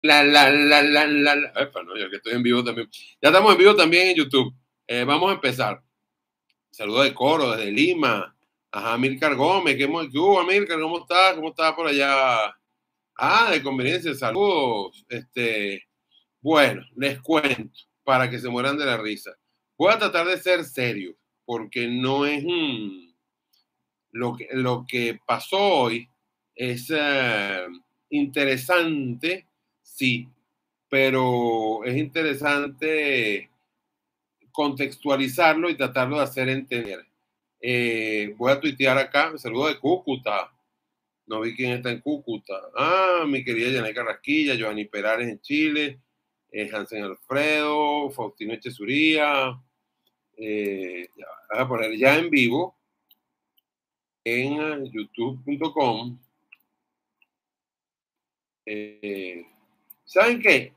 Epa, no, yo que estoy en vivo también. Ya estamos en vivo también en YouTube. Vamos a empezar. Saludos de coro desde Lima. Ajá, Milcar Gómez. ¿Qué hubo, Milcar? ¿Cómo estás? ¿Cómo estás por allá? Ah, de conveniencia, saludos. Bueno, les cuento para que se mueran de la risa. Voy a tratar de ser serio, porque no es lo que pasó hoy es interesante, sí, pero es interesante contextualizarlo y tratarlo de hacer entender. Voy a tuitear acá, me saludo de Cúcuta. No vi quién está en Cúcuta. Ah, mi querida Yané Carrasquilla, Giovanni Perales en Chile, Hansen Alfredo, Faustino Echezuría. Voy a poner ya en vivo en youtube.com. ¿Saben qué?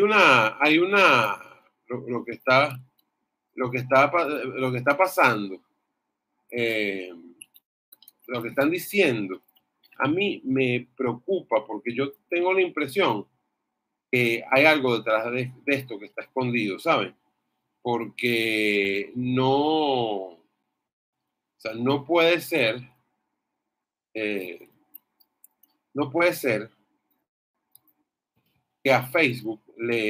Lo que está, lo que está pasando, eh, lo que están diciendo, a mí me preocupa porque yo tengo la impresión que hay algo detrás de esto que está escondido, ¿saben? Porque o sea, eh, no puede ser que a Facebook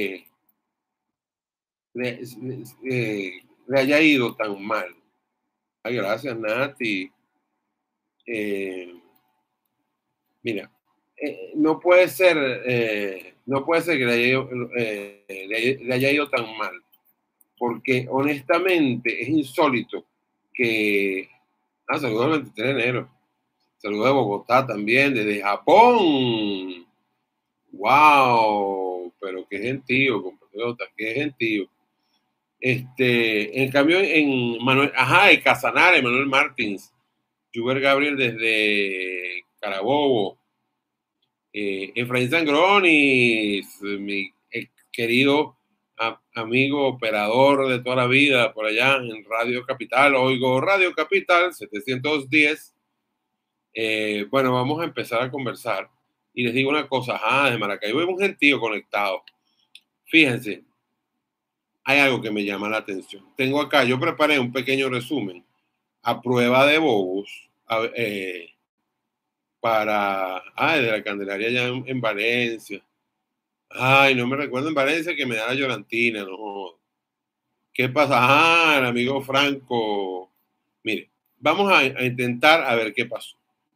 le haya ido tan mal. Ay, gracias, Nati. Eh, Mira, no puede ser que le haya ido tan mal, porque honestamente es insólito que... Ah, saludos al 23 de enero. Saludos de Bogotá también, desde Japón. ¡Wow! Pero qué gentío, compatriota, qué gentío. En cambio, en Manuel, ajá, de Casanare, Manuel Martins, Juber Gabriel desde Carabobo, Efraín Sangronis, mi querido amigo operador de toda la vida por allá en Radio Capital, oigo Radio Capital 710. Bueno, vamos a empezar a conversar y les digo una cosa, de Maracaibo hay un gentío conectado. Fíjense, hay algo que me llama la atención. Tengo acá, yo preparé un pequeño resumen a prueba de bobos de la Candelaria allá en Valencia. Ay, no me recuerdo en Valencia que me da la llorantina, no. ¿Qué pasa? El amigo Franco. Mire, vamos a intentar a ver qué pasó.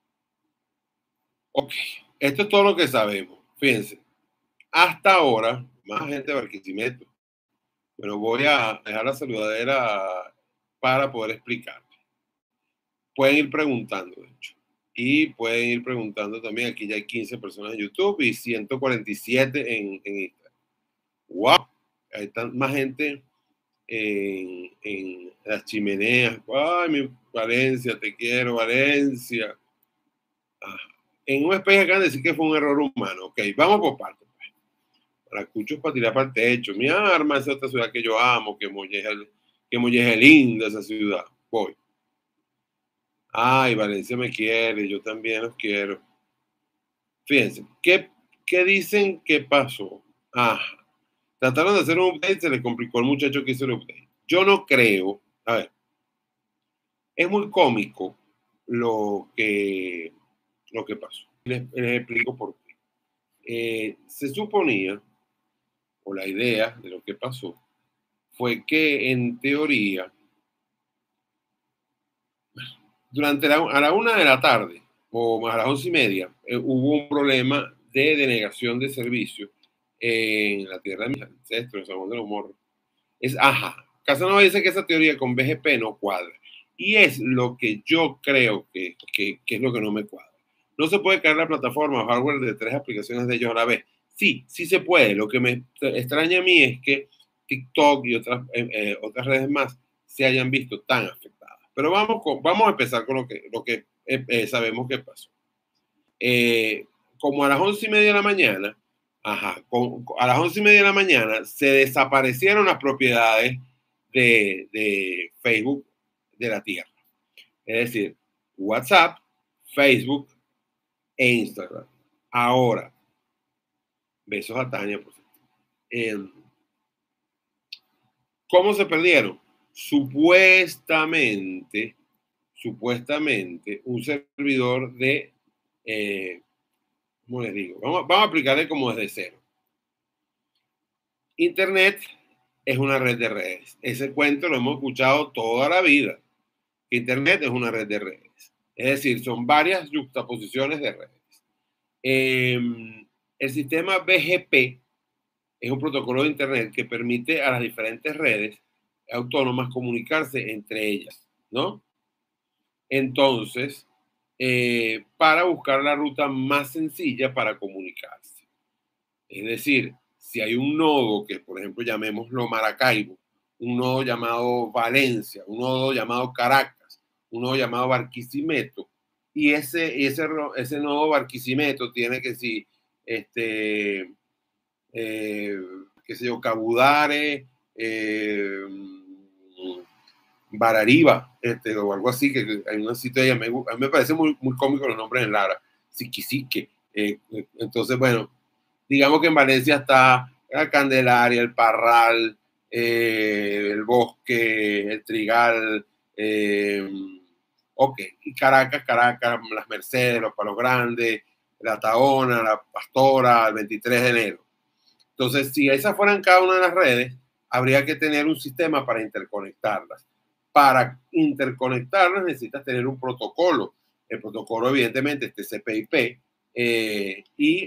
Ok, esto es todo lo que sabemos. Fíjense, hasta ahora, más gente de Barquisimeto. Pero voy a dejar la saludadera para poder explicar. Pueden ir preguntando, de hecho. Y pueden ir preguntando también. Aquí ya hay 15 personas en YouTube y 147 en Instagram. ¡Wow! Hay más gente en las chimeneas. ¡Ay, mi Valencia, te quiero, Valencia! Ah, en un espejo acaban de decir que fue un error humano. Ok, vamos por partes. Maracuchos para tirar para el techo. Mi arma, esa es otra ciudad que yo amo, que Molleja es linda esa ciudad. Voy. Ay, Valencia me quiere, yo también los quiero. Fíjense, ¿qué dicen que pasó? Trataron de hacer un update, se le complicó al muchacho que hizo el update. Yo no creo, a ver, es muy cómico lo que, lo que pasó. Les explico por qué. Se suponía, o la idea de lo que pasó, fue que en teoría, a la 1 de la tarde, o más a las 11:30, hubo un problema de denegación de servicio en la tierra de mis ancestros, en San Juan de los Morros. Casanova dice que esa teoría con BGP no cuadra. Y es lo que yo creo que es lo que no me cuadra. No se puede crear la plataforma o hardware de 3 aplicaciones de ellos a la vez. Sí, sí se puede. Lo que me extraña a mí es que TikTok y otras redes más se hayan visto tan afectadas. Pero vamos a empezar con lo que sabemos que pasó. Como a las 11:30 de la mañana, a las 11:30 de la mañana se desaparecieron las propiedades de Facebook de la Tierra. Es decir, WhatsApp, Facebook e Instagram. Ahora, Besos a Tania, por cierto. ¿Cómo se perdieron? Supuestamente, un servidor de, ¿cómo les digo? Vamos a aplicarle como desde cero. Internet es una red de redes. Ese cuento lo hemos escuchado toda la vida. Internet es una red de redes. Es decir, son varias juxtaposiciones de redes. El sistema BGP es un protocolo de Internet que permite a las diferentes redes autónomas comunicarse entre ellas, ¿no? Entonces, para buscar la ruta más sencilla para comunicarse. Es decir, si hay un nodo que, por ejemplo, llamémoslo Maracaibo, un nodo llamado Valencia, un nodo llamado Caracas, un nodo llamado Barquisimeto, y ese nodo Barquisimeto tiene que si, qué sé yo, Cabudare, Barariba, o algo así, que hay un sitio ahí, a mí me parece muy, muy cómico los nombres en Lara, Siquisique. Entonces, bueno, digamos que en Valencia está la Candelaria, el Parral, el Bosque, el Trigal, ok, y Caracas, las Mercedes, los Palos Grandes, la Tahona, la Pastora, el 23 de enero. Entonces, si esas fueran cada una de las redes, habría que tener un sistema para interconectarlas. Para interconectarlas necesitas tener un protocolo. El protocolo, evidentemente, es TCP/IP, y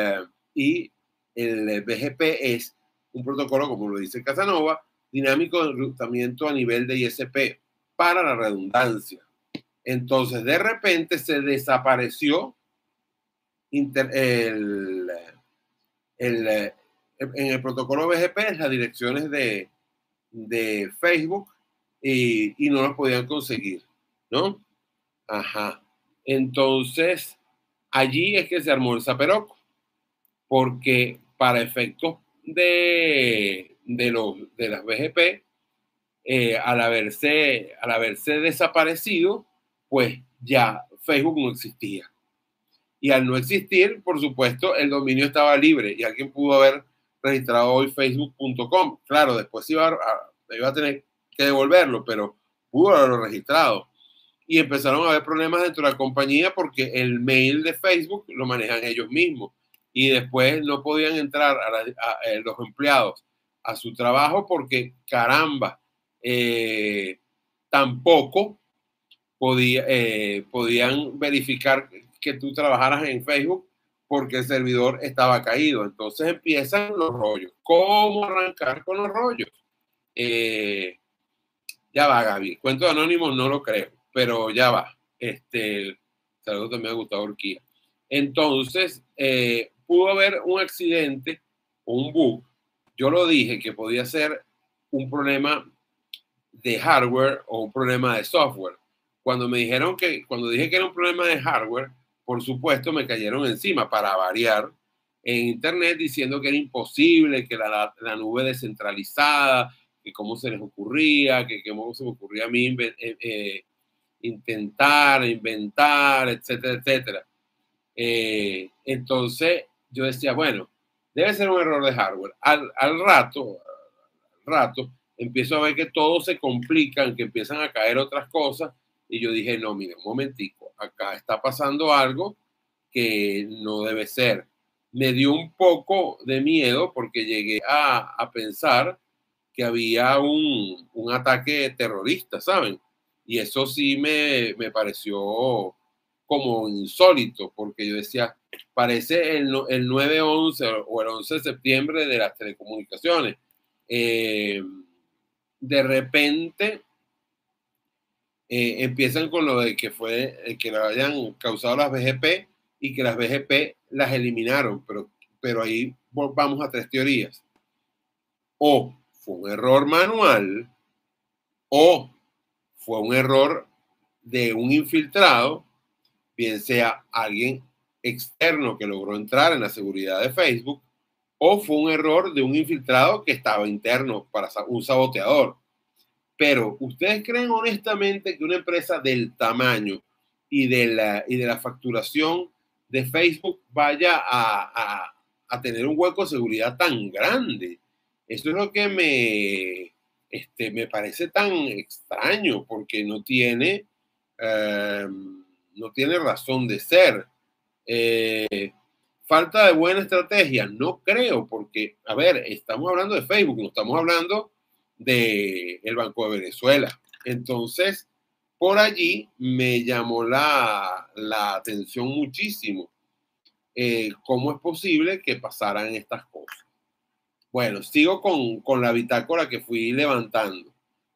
el BGP es un protocolo, como lo dice Casanova, dinámico de enrutamiento a nivel de ISP, para la redundancia. Entonces, de repente se desapareció en el protocolo BGP las direcciones de Facebook, y no las podían conseguir, ¿no? Ajá. Entonces, allí es que se armó el zaperoco, porque para efectos de las BGP, al haberse desaparecido, pues ya Facebook no existía. Y al no existir, por supuesto, el dominio estaba libre y alguien pudo haber registrado hoy facebook.com. Claro, después iba a tener que devolverlo, pero pudo haberlo registrado. Y empezaron a haber problemas dentro de la compañía porque el mail de Facebook lo manejan ellos mismos. Y después no podían entrar los empleados a su trabajo porque, caramba, tampoco podían verificar que tú trabajaras en Facebook porque el servidor estaba caído. Entonces empiezan los rollos. ¿Cómo arrancar con los rollos? Ya va, Gaby. Cuento de anónimos no lo creo, pero ya va. Saludos también a Gustavo Urquía. Entonces, pudo haber un accidente o un bug. Yo lo dije que podía ser un problema de hardware o un problema de software. Cuando dije que era un problema de hardware, por supuesto me cayeron encima para variar en internet diciendo que era imposible, que la nube descentralizada, que cómo se les ocurría, que cómo se me ocurría a mí intentar, inventar, etcétera, etcétera. Entonces yo decía, bueno, debe ser un error de hardware. Al rato, empiezo a ver que todo se complican, que empiezan a caer otras cosas, y yo dije, no, mire, un momentico, acá está pasando algo que no debe ser. Me dio un poco de miedo porque llegué a pensar que había un ataque terrorista, ¿saben? Y eso sí me pareció como insólito, porque yo decía, parece el 9/11 o el 11 de septiembre de las telecomunicaciones. De repente empiezan con lo de que fue que lo hayan causado las BGP y que las BGP las eliminaron, pero ahí vamos a tres teorías. O fue un error manual, o fue un error de un infiltrado, bien sea alguien externo que logró entrar en la seguridad de Facebook, o fue un error de un infiltrado que estaba interno para un saboteador. Pero, ¿ustedes creen honestamente que una empresa del tamaño y de la facturación de Facebook vaya a tener un hueco de seguridad tan grande. Eso es lo que me parece tan extraño, porque no tiene razón de ser. Falta de buena estrategia, no creo, porque, a ver, estamos hablando de Facebook, no estamos hablando del Banco de Venezuela. Entonces, por allí me llamó la atención muchísimo cómo es posible que pasaran estas cosas. Bueno, sigo con la bitácora que fui levantando.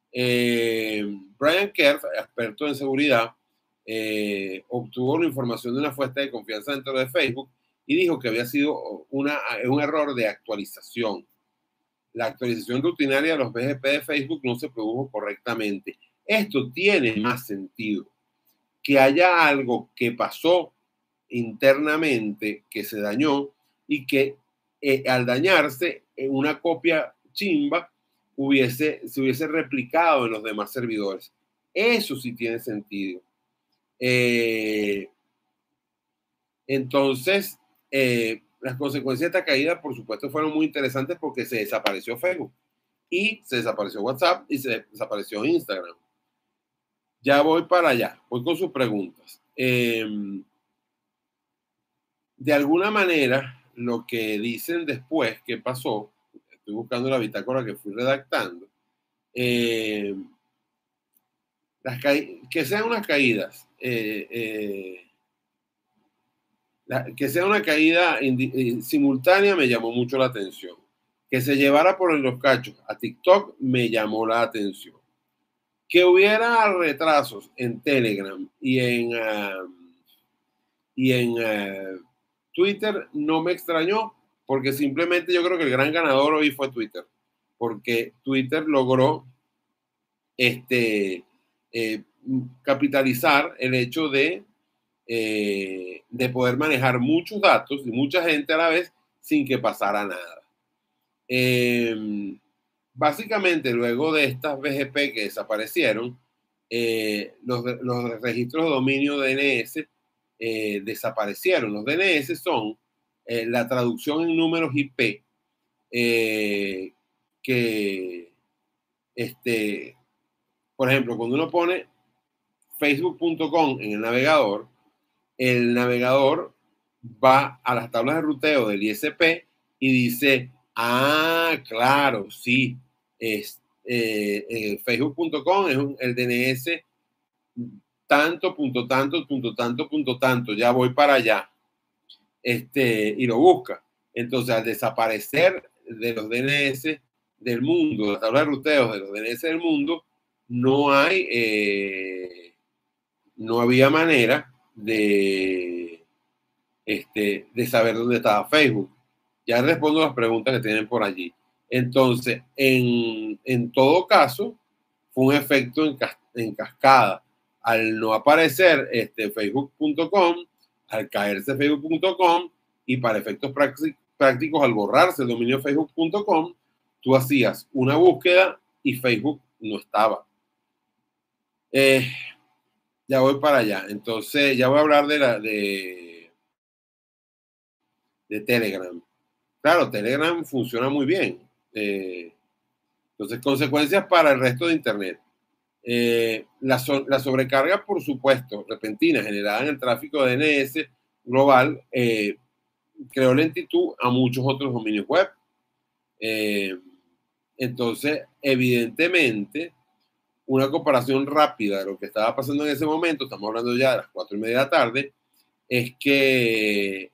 Brian Kerr, experto en seguridad, obtuvo la información de una fuente de confianza dentro de Facebook y dijo que había sido un error de actualización. La actualización rutinaria de los BGP de Facebook no se produjo correctamente. Esto tiene más sentido. Que haya algo que pasó internamente, que se dañó y que al dañarse una copia chimba se hubiese replicado en los demás servidores. Eso sí tiene sentido. Entonces, las consecuencias de esta caída, por supuesto, fueron muy interesantes porque se desapareció Facebook y se desapareció WhatsApp y se desapareció Instagram. Ya voy para allá, voy con sus preguntas. De alguna manera, lo que dicen después que pasó, estoy buscando la bitácora que fui redactando, que sean unas caídas, que sea una caída simultánea me llamó mucho la atención. Que se llevara por los cachos a TikTok me llamó la atención. Que hubiera retrasos en Telegram y en Twitter no me extrañó, porque simplemente yo creo que el gran ganador hoy fue Twitter, porque Twitter logró capitalizar el hecho de poder manejar muchos datos y mucha gente a la vez sin que pasara nada. Básicamente, luego de estas BGP que desaparecieron, los registros de dominio DNS desaparecieron. Los DNS son la traducción en números IP que, por ejemplo, cuando uno pone facebook.com en el navegador va a las tablas de ruteo del ISP y dice, claro, sí, facebook.com es el DNS tanto, punto tanto, punto tanto, punto tanto, ya voy para allá, y lo busca. Entonces, al desaparecer de los DNS del mundo, las tablas de ruteos de los DNS del mundo, no había manera de saber dónde estaba Facebook. Ya respondo las preguntas que tienen por allí. Entonces, en todo caso, fue un efecto en cascada. Al no aparecer facebook.com, al caerse facebook.com y para efectos prácticos, al borrarse el dominio facebook.com, tú hacías una búsqueda y Facebook no estaba. Ya voy para allá. Entonces, ya voy a hablar de Telegram. Claro, Telegram funciona muy bien. Entonces, consecuencias para el resto de Internet. La sobrecarga, por supuesto, repentina generada en el tráfico de DNS global, creó lentitud a muchos otros dominios web. Entonces, evidentemente, una comparación rápida de lo que estaba pasando en ese momento, estamos hablando ya de las 4:30 de la tarde, es que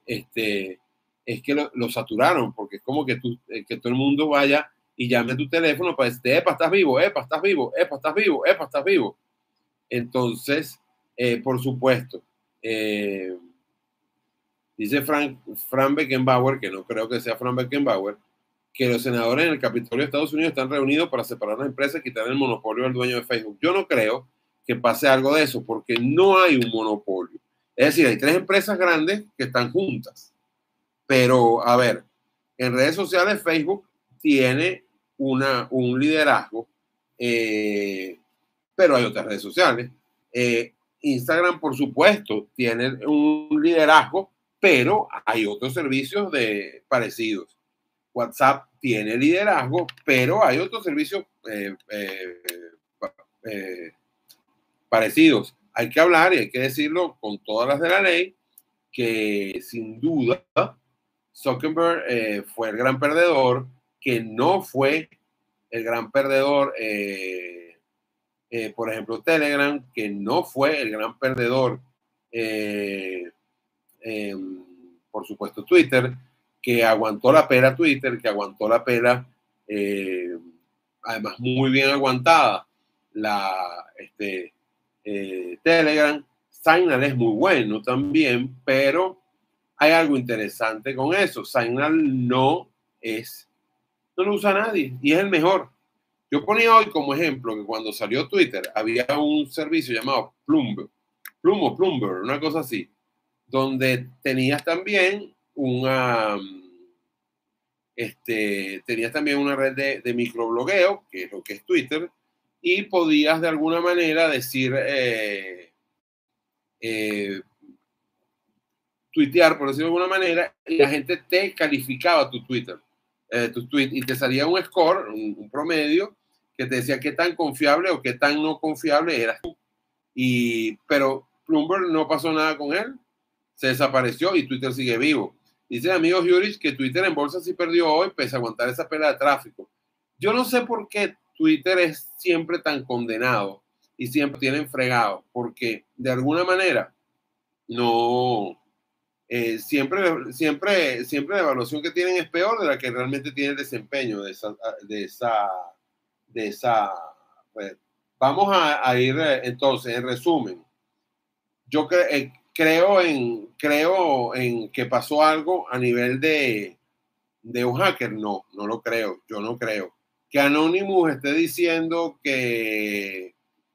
lo saturaron, porque es como que todo el mundo vaya y llame a tu teléfono para decirte, epa, estás vivo, epa, estás vivo, epa, estás vivo, epa, estás vivo. Entonces, por supuesto, dice Frank Beckenbauer, que no creo que sea Frank Beckenbauer, que los senadores en el Capitolio de Estados Unidos están reunidos para separar las empresas y quitar el monopolio al dueño de Facebook. Yo no creo que pase algo de eso, porque no hay un monopolio. Es decir, hay 3 empresas grandes que están juntas. Pero, a ver, en redes sociales Facebook tiene un liderazgo, pero hay otras redes sociales. Instagram, por supuesto, tiene un liderazgo, pero hay otros servicios parecidos. WhatsApp tiene liderazgo, pero hay otros servicios parecidos. Hay que hablar y hay que decirlo con todas las de la ley, que sin duda Zuckerberg fue el gran perdedor, que no fue el gran perdedor, por ejemplo, Telegram, que no fue el gran perdedor, por supuesto, Twitter, que aguantó la pela Twitter, que aguantó la pela, además muy bien aguantada, Telegram. Signal es muy bueno también, pero hay algo interesante con eso. Signal no lo usa nadie y es el mejor. Yo ponía hoy como ejemplo que cuando salió Twitter había un servicio llamado Plumber, una cosa así, donde tenías también tenías también una red de microblogueo, que es lo que es Twitter, y podías de alguna manera decir, tuitear, por decirlo de alguna manera, y la gente te calificaba tu Twitter, tu tweet, y te salía un score, un promedio, que te decía qué tan confiable o qué tan no confiable eras tú. Pero Plumber no pasó nada con él, se desapareció y Twitter sigue vivo. Dice el amigo Jurich que Twitter en bolsa sí perdió hoy, pese a aguantar esa pela de tráfico. Yo no sé por qué Twitter es siempre tan condenado y siempre tienen fregado, porque de alguna manera no, siempre la evaluación que tienen es peor de la que realmente tiene el desempeño de esa pues, vamos a ir entonces, en resumen, yo creo en que pasó algo a nivel de un hacker. No lo creo, yo no creo. Que Anonymous esté diciendo que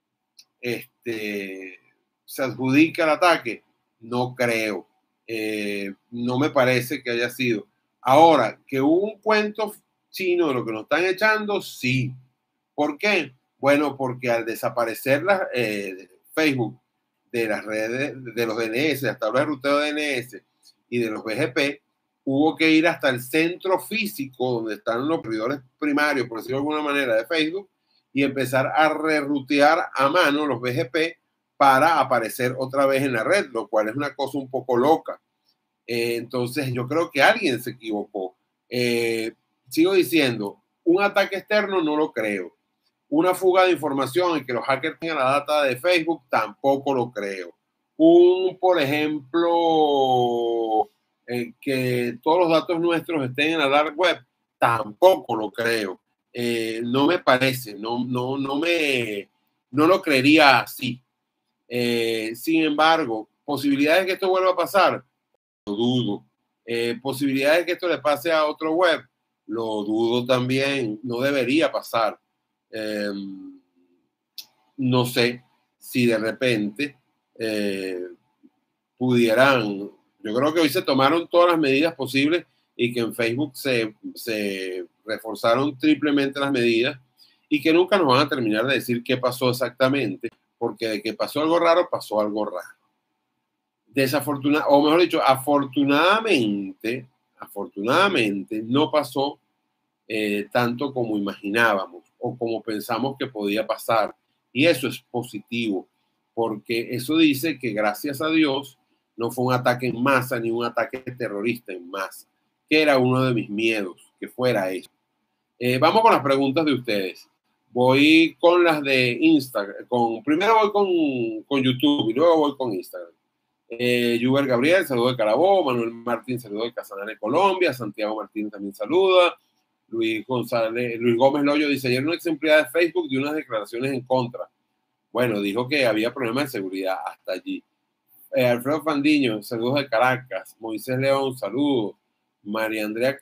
se adjudica el ataque, no creo. No me parece que haya sido. Ahora, que hubo un cuento chino de lo que nos están echando, sí. ¿Por qué? Bueno, porque al desaparecer Facebook de las redes, de los DNS, las tablas de ruteo de DNS y de los BGP, hubo que ir hasta el centro físico donde están los servidores primarios, por decirlo de alguna manera, de Facebook, y empezar a rerutear a mano los BGP para aparecer otra vez en la red, lo cual es una cosa un poco loca. Entonces yo creo que alguien se equivocó. Sigo diciendo, un ataque externo no lo creo. Una fuga de información en que los hackers tengan la data de Facebook, tampoco lo creo. Por ejemplo, que todos los datos nuestros estén en la dark web, tampoco lo creo. No me parece, no lo creería así. Sin embargo, posibilidades de que esto vuelva a pasar, lo dudo. Posibilidades de que esto le pase a otro web, lo dudo también. No debería pasar. No sé si de repente pudieran, yo creo que hoy se tomaron todas las medidas posibles y que en Facebook se reforzaron triplemente las medidas y que nunca nos van a terminar de decir qué pasó exactamente, porque de que pasó algo raro, pasó algo raro. O mejor dicho, afortunadamente no pasó tanto como imaginábamos o como pensamos que podía pasar. Y eso es positivo, porque eso dice que gracias a Dios no fue un ataque en masa ni un ataque terrorista en masa, que era uno de mis miedos, que fuera eso. Vamos con las preguntas de ustedes. Voy con las de Instagram. Primero voy con YouTube y luego voy con Instagram. Yuber Gabriel, saludo de Carabobo. Manuel Martín, saludo de Casanare, Colombia. Santiago Martín también saluda. Luis Gómez Loyo dice: ayer una ex empleada de Facebook dio unas declaraciones en contra. Bueno, dijo que había problemas de seguridad hasta allí. Alfredo Fandiño, saludos de Caracas. Moisés León, saludos. María Andrea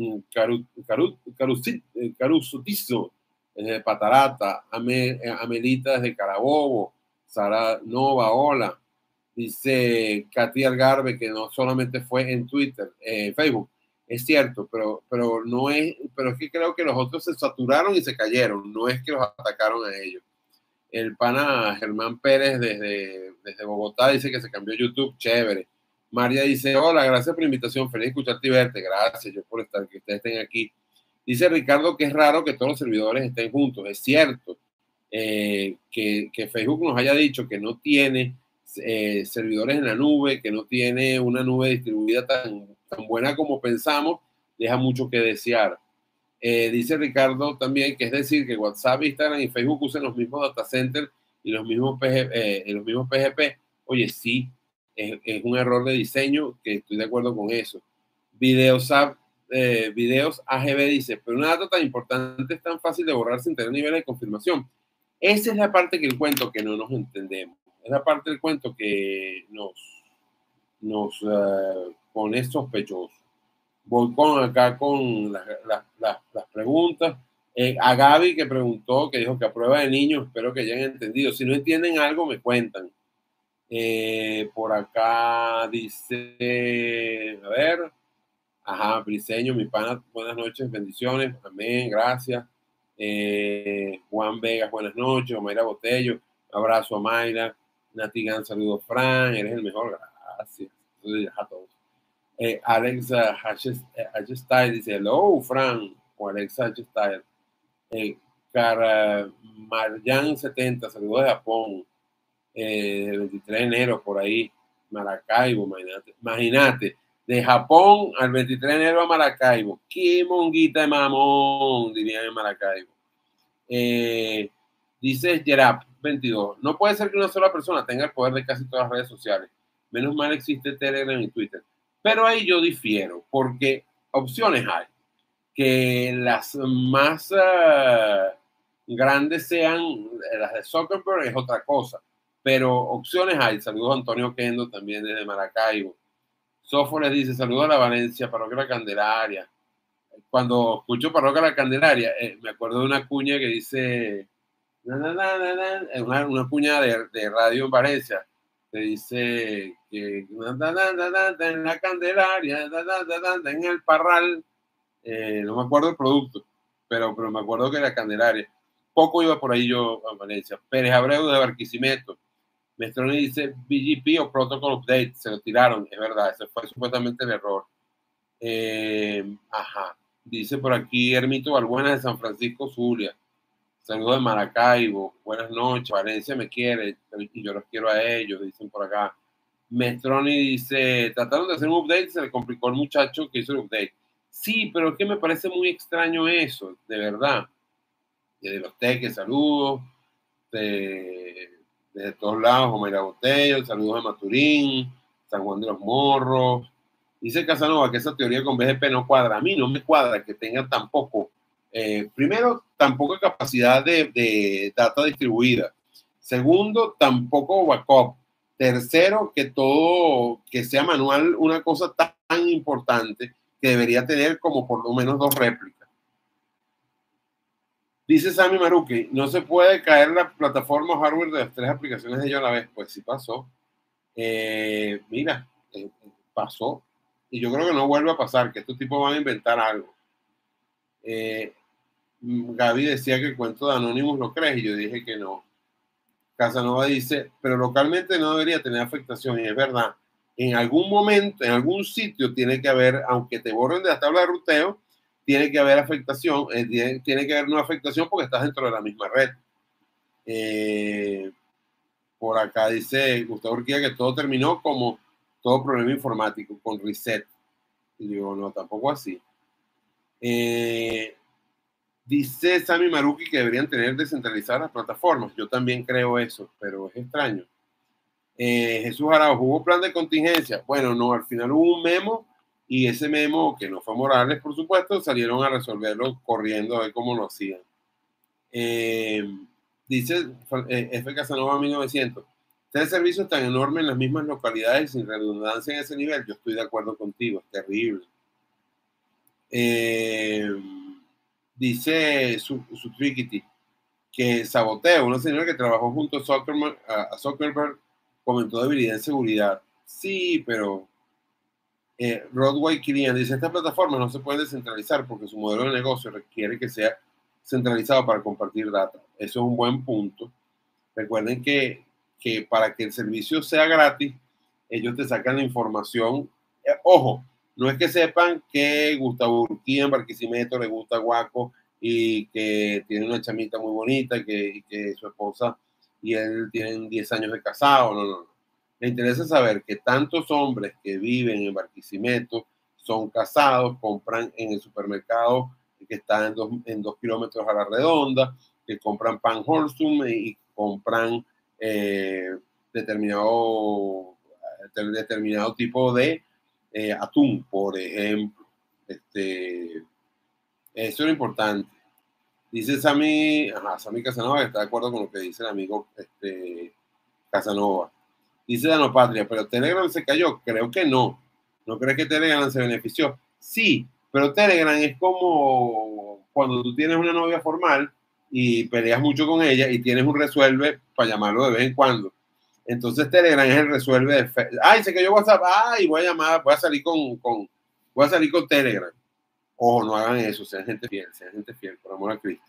Carusutizo, desde Patarata. Amelita desde Carabobo. Sara Nova, hola. Dice Katy Algarve que no solamente fue en Twitter, Facebook. Es cierto, pero es que creo que los otros se saturaron y se cayeron, no es que los atacaron a ellos. El pana Germán Pérez desde Bogotá dice que se cambió YouTube, chévere. María dice, hola, gracias por la invitación, feliz escucharte y verte. Gracias, yo por estar, que ustedes estén aquí. Dice Ricardo que es raro que todos los servidores estén juntos. Es cierto que Facebook nos haya dicho que no tiene servidores en la nube, que no tiene una nube distribuida tan buena como pensamos, deja mucho que desear. Dice Ricardo también que es decir que WhatsApp, Instagram y Facebook usan los mismos data centers y los mismos PGP. Oye, sí, es un error de diseño, que estoy de acuerdo con eso. Videos AGB dice, pero una data tan importante es tan fácil de borrar sin tener niveles de confirmación. Esa es la parte del cuento que no nos entendemos. Es la parte del cuento que nos pone sospechosos. Voy acá con las preguntas. A Gaby, que preguntó, que dijo que a prueba de niños, espero que hayan entendido. Si no entienden algo, me cuentan. Por acá dice, a ver, ajá, Briseño, mi pana, buenas noches, bendiciones, amén, gracias. Juan Vegas, buenas noches. Mayra Botello, abrazo a Mayra. Natigan, saludos, Fran, eres el mejor, gracias. A todos. Alexa H-Style dice, hello, Fran, o Alexa H-Style. Marjan 70, saludos de Japón. 23 de enero, por ahí, Maracaibo, imagínate, de Japón al 23 de enero a Maracaibo. ¡Qué monguita de mamón! Dirían en Maracaibo. Dice Gerap 22, no puede ser que una sola persona tenga el poder de casi todas las redes sociales. Menos mal existe Telegram y Twitter. Pero ahí yo difiero, porque opciones hay. Que las más grandes sean las de Zuckerberg es otra cosa. Pero opciones hay. Saludos a Antonio Kendo también desde Maracaibo. Sofo les dice, saludos a la Valencia, Parroquia La Candelaria. Cuando escucho Parroquia La Candelaria, me acuerdo de una cuña que dice, una cuña de radio en Valencia, que dice que en la Candelaria, en el Parral, no me acuerdo el producto, pero me acuerdo que era Candelaria. Poco iba por ahí yo a Valencia. Pérez Abreu de Barquisimeto. Mestroni dice BGP o Protocol Update, se lo tiraron, es verdad, ese fue supuestamente el error. Ajá. Dice por aquí Hermito Balbuena de San Francisco Zulia. Saludos de Maracaibo, buenas noches, Valencia me quiere y yo los quiero a ellos, dicen por acá. Mestroni dice, trataron de hacer un update, se le complicó al muchacho que hizo el update. Sí, pero es que me parece muy extraño eso, de verdad. De los teques, saludos, de todos lados, Omeira Botello, saludos de Maturín, San Juan de los Morros. Dice Casanova que esa teoría con BGP no cuadra. A mí no me cuadra que tenga tampoco, primero, tampoco capacidad de data distribuida. Segundo, tampoco backup. Tercero, que todo, que sea manual, una cosa tan importante que debería tener como por lo menos 2 réplicas. Dice Sammy Maruki, no se puede caer la plataforma hardware de las 3 aplicaciones de ellos a la vez. Pues sí pasó. Mira, pasó. Y yo creo que no vuelve a pasar, que estos tipos van a inventar algo. Gaby decía que el cuento de Anonymous lo crees y yo dije que no. Casanova dice, pero localmente no debería tener afectación, y es verdad. En algún momento, en algún sitio tiene que haber, aunque te borren de la tabla de ruteo, tiene que haber afectación, tiene que haber una afectación porque estás dentro de la misma red. Por acá dice Gustavo Urquía que todo terminó como todo problema informático, con reset. Y digo, no, tampoco así. Dice Sammy Maruki que deberían tener descentralizadas las plataformas. Yo también creo eso, pero es extraño. Jesús Araujo, ¿hubo plan de contingencia? Bueno, no, al final hubo un memo y ese memo, que no fue Morales, por supuesto, salieron a resolverlo corriendo a ver cómo lo hacían. Dice F. Casanova 1900, 3 servicios tan enormes en las mismas localidades sin redundancia en ese nivel. Yo estoy de acuerdo contigo, es terrible. Dice su Trickity que Saboteo, una señora que trabajó junto a Zuckerberg, comentó debilidad en seguridad. Sí, pero Rodway Kirian dice, esta plataforma no se puede descentralizar porque su modelo de negocio requiere que sea centralizado para compartir data. Eso es un buen punto. Recuerden que para que el servicio sea gratis, ellos te sacan la información. Ojo, no es que sepan que Gustavo Urquía en Barquisimeto le gusta Guaco y que tiene una chamita muy bonita y que su esposa y él tienen 10 años de casado. No, no, no. Le interesa saber que tantos hombres que viven en Barquisimeto son casados, compran en el supermercado que está en 2 kilómetros a la redonda, que compran pan Holsum y compran determinado tipo de atún, por ejemplo. Eso es lo importante. Dice Sammy Casanova, que está de acuerdo con lo que dice el amigo Casanova. Dice Danopatria, pero Telegram se cayó. Creo que no. ¿No crees que Telegram se benefició? Sí, pero Telegram es como cuando tú tienes una novia formal y peleas mucho con ella y tienes un resuelve para llamarlo de vez en cuando. Entonces Telegram es el resuelve de ay, se cayó WhatsApp, ay, voy a llamar, voy a salir con Telegram. Ojo, no hagan eso, sean gente fiel, por amor a Cristo.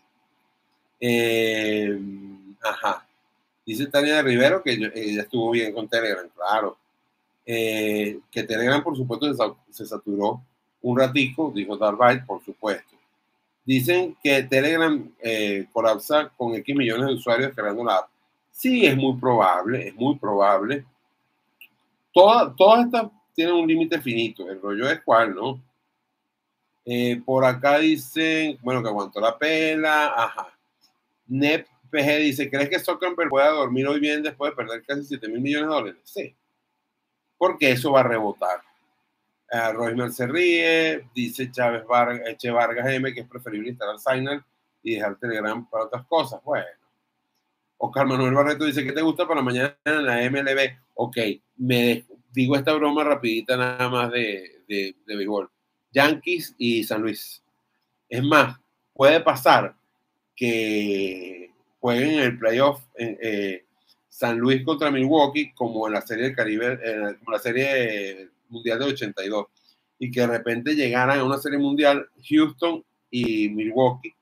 Ajá. Dice Tania de Rivero que ella estuvo bien con Telegram, claro. Que Telegram, por supuesto, se saturó un ratico, dijo Darbyte, por supuesto. Dicen que Telegram colapsa con X millones de usuarios creando la app. Sí, es muy probable, es muy probable. Todas estas tienen un límite finito. El rollo es cuál, ¿no? Por acá dicen, bueno, que aguantó la pela. Ajá. NEP PG dice, ¿crees que Zuckerberg pueda dormir hoy bien después de perder casi 7 mil millones de dólares? Sí, porque eso va a rebotar. Roismer se ríe, dice Che Vargas M que es preferible instalar Signal y dejar Telegram para otras cosas. Bueno, Oscar Manuel Barreto dice que te gusta para mañana en la MLB. Ok, digo esta broma rapidita nada más de béisbol. Yankees y San Luis. Es más, puede pasar que jueguen en el playoff San Luis contra Milwaukee como en la serie del Caribe, como la serie mundial de 82, y que de repente llegaran a una serie mundial Houston y Milwaukee.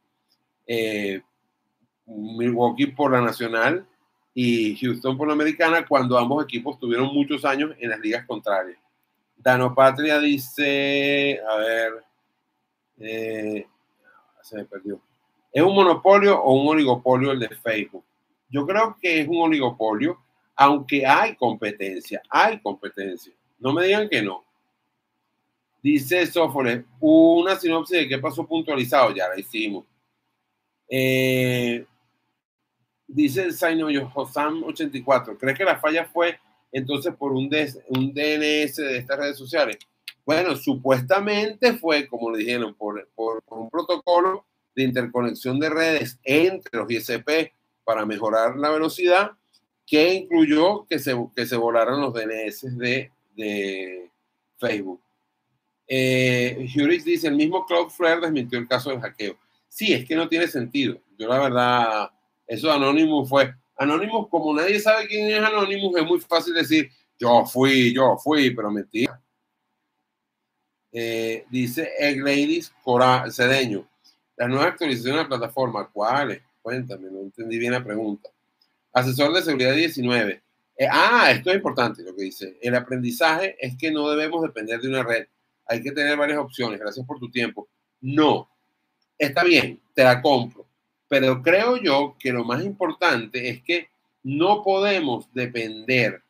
Milwaukee por la nacional y Houston por la americana, cuando ambos equipos tuvieron muchos años en las ligas contrarias. Dano Patria dice, a ver, se me perdió. ¿Es un monopolio o un oligopolio el de Facebook? Yo creo que es un oligopolio, aunque hay competencia, No me digan que no. Dice Sófones, una sinopsis de qué pasó puntualizado, ya la hicimos. Dice el Sainoyo Josam 84, ¿crees que la falla fue entonces por un DNS de estas redes sociales? Bueno, supuestamente fue, como le dijeron, por un protocolo de interconexión de redes entre los ISP para mejorar la velocidad, que incluyó que se volaran los DNS de Facebook. Juris dice, el mismo Cloudflare desmintió el caso del hackeo. Sí, es que no tiene sentido. Yo la verdad, eso de Anonymous fue. Anonymous, como nadie sabe quién es Anonymous, es muy fácil decir, yo fui, pero mentira. Dice Egladys Cedeño, la nueva actualización de la plataforma, ¿cuáles? Cuéntame, no entendí bien la pregunta. Asesor de seguridad 19. Esto es importante lo que dice. El aprendizaje es que no debemos depender de una red. Hay que tener varias opciones. Gracias por tu tiempo. No, está bien, te la compro. Pero creo yo que lo más importante es que no podemos depender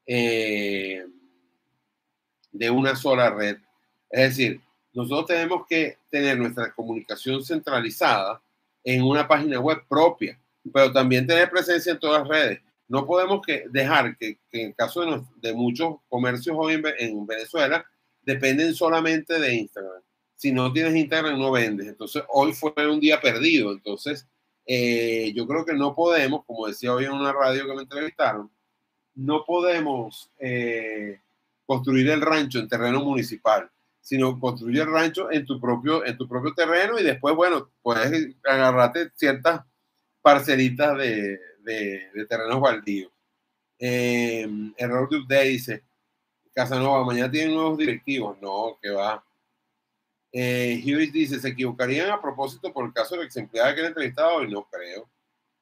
de una sola red. Es decir, nosotros tenemos que tener nuestra comunicación centralizada en una página web propia, pero también tener presencia en todas las redes. No podemos dejar que en el caso de muchos comercios hoy en Venezuela dependen solamente de Instagram. Si no tienes Instagram, no vendes. Entonces, hoy fue un día perdido. Entonces, yo creo que no podemos, como decía hoy en una radio que me entrevistaron, no podemos construir el rancho en terreno municipal, sino construir el rancho en tu propio terreno y después, bueno, puedes agarrarte ciertas parcelitas de terrenos baldíos. Error de update dice, Casanova, mañana tienen nuevos directivos. No, que va. Hughes dice, ¿se equivocarían a propósito por el caso de la ex empleada que era entrevistada hoy? No creo.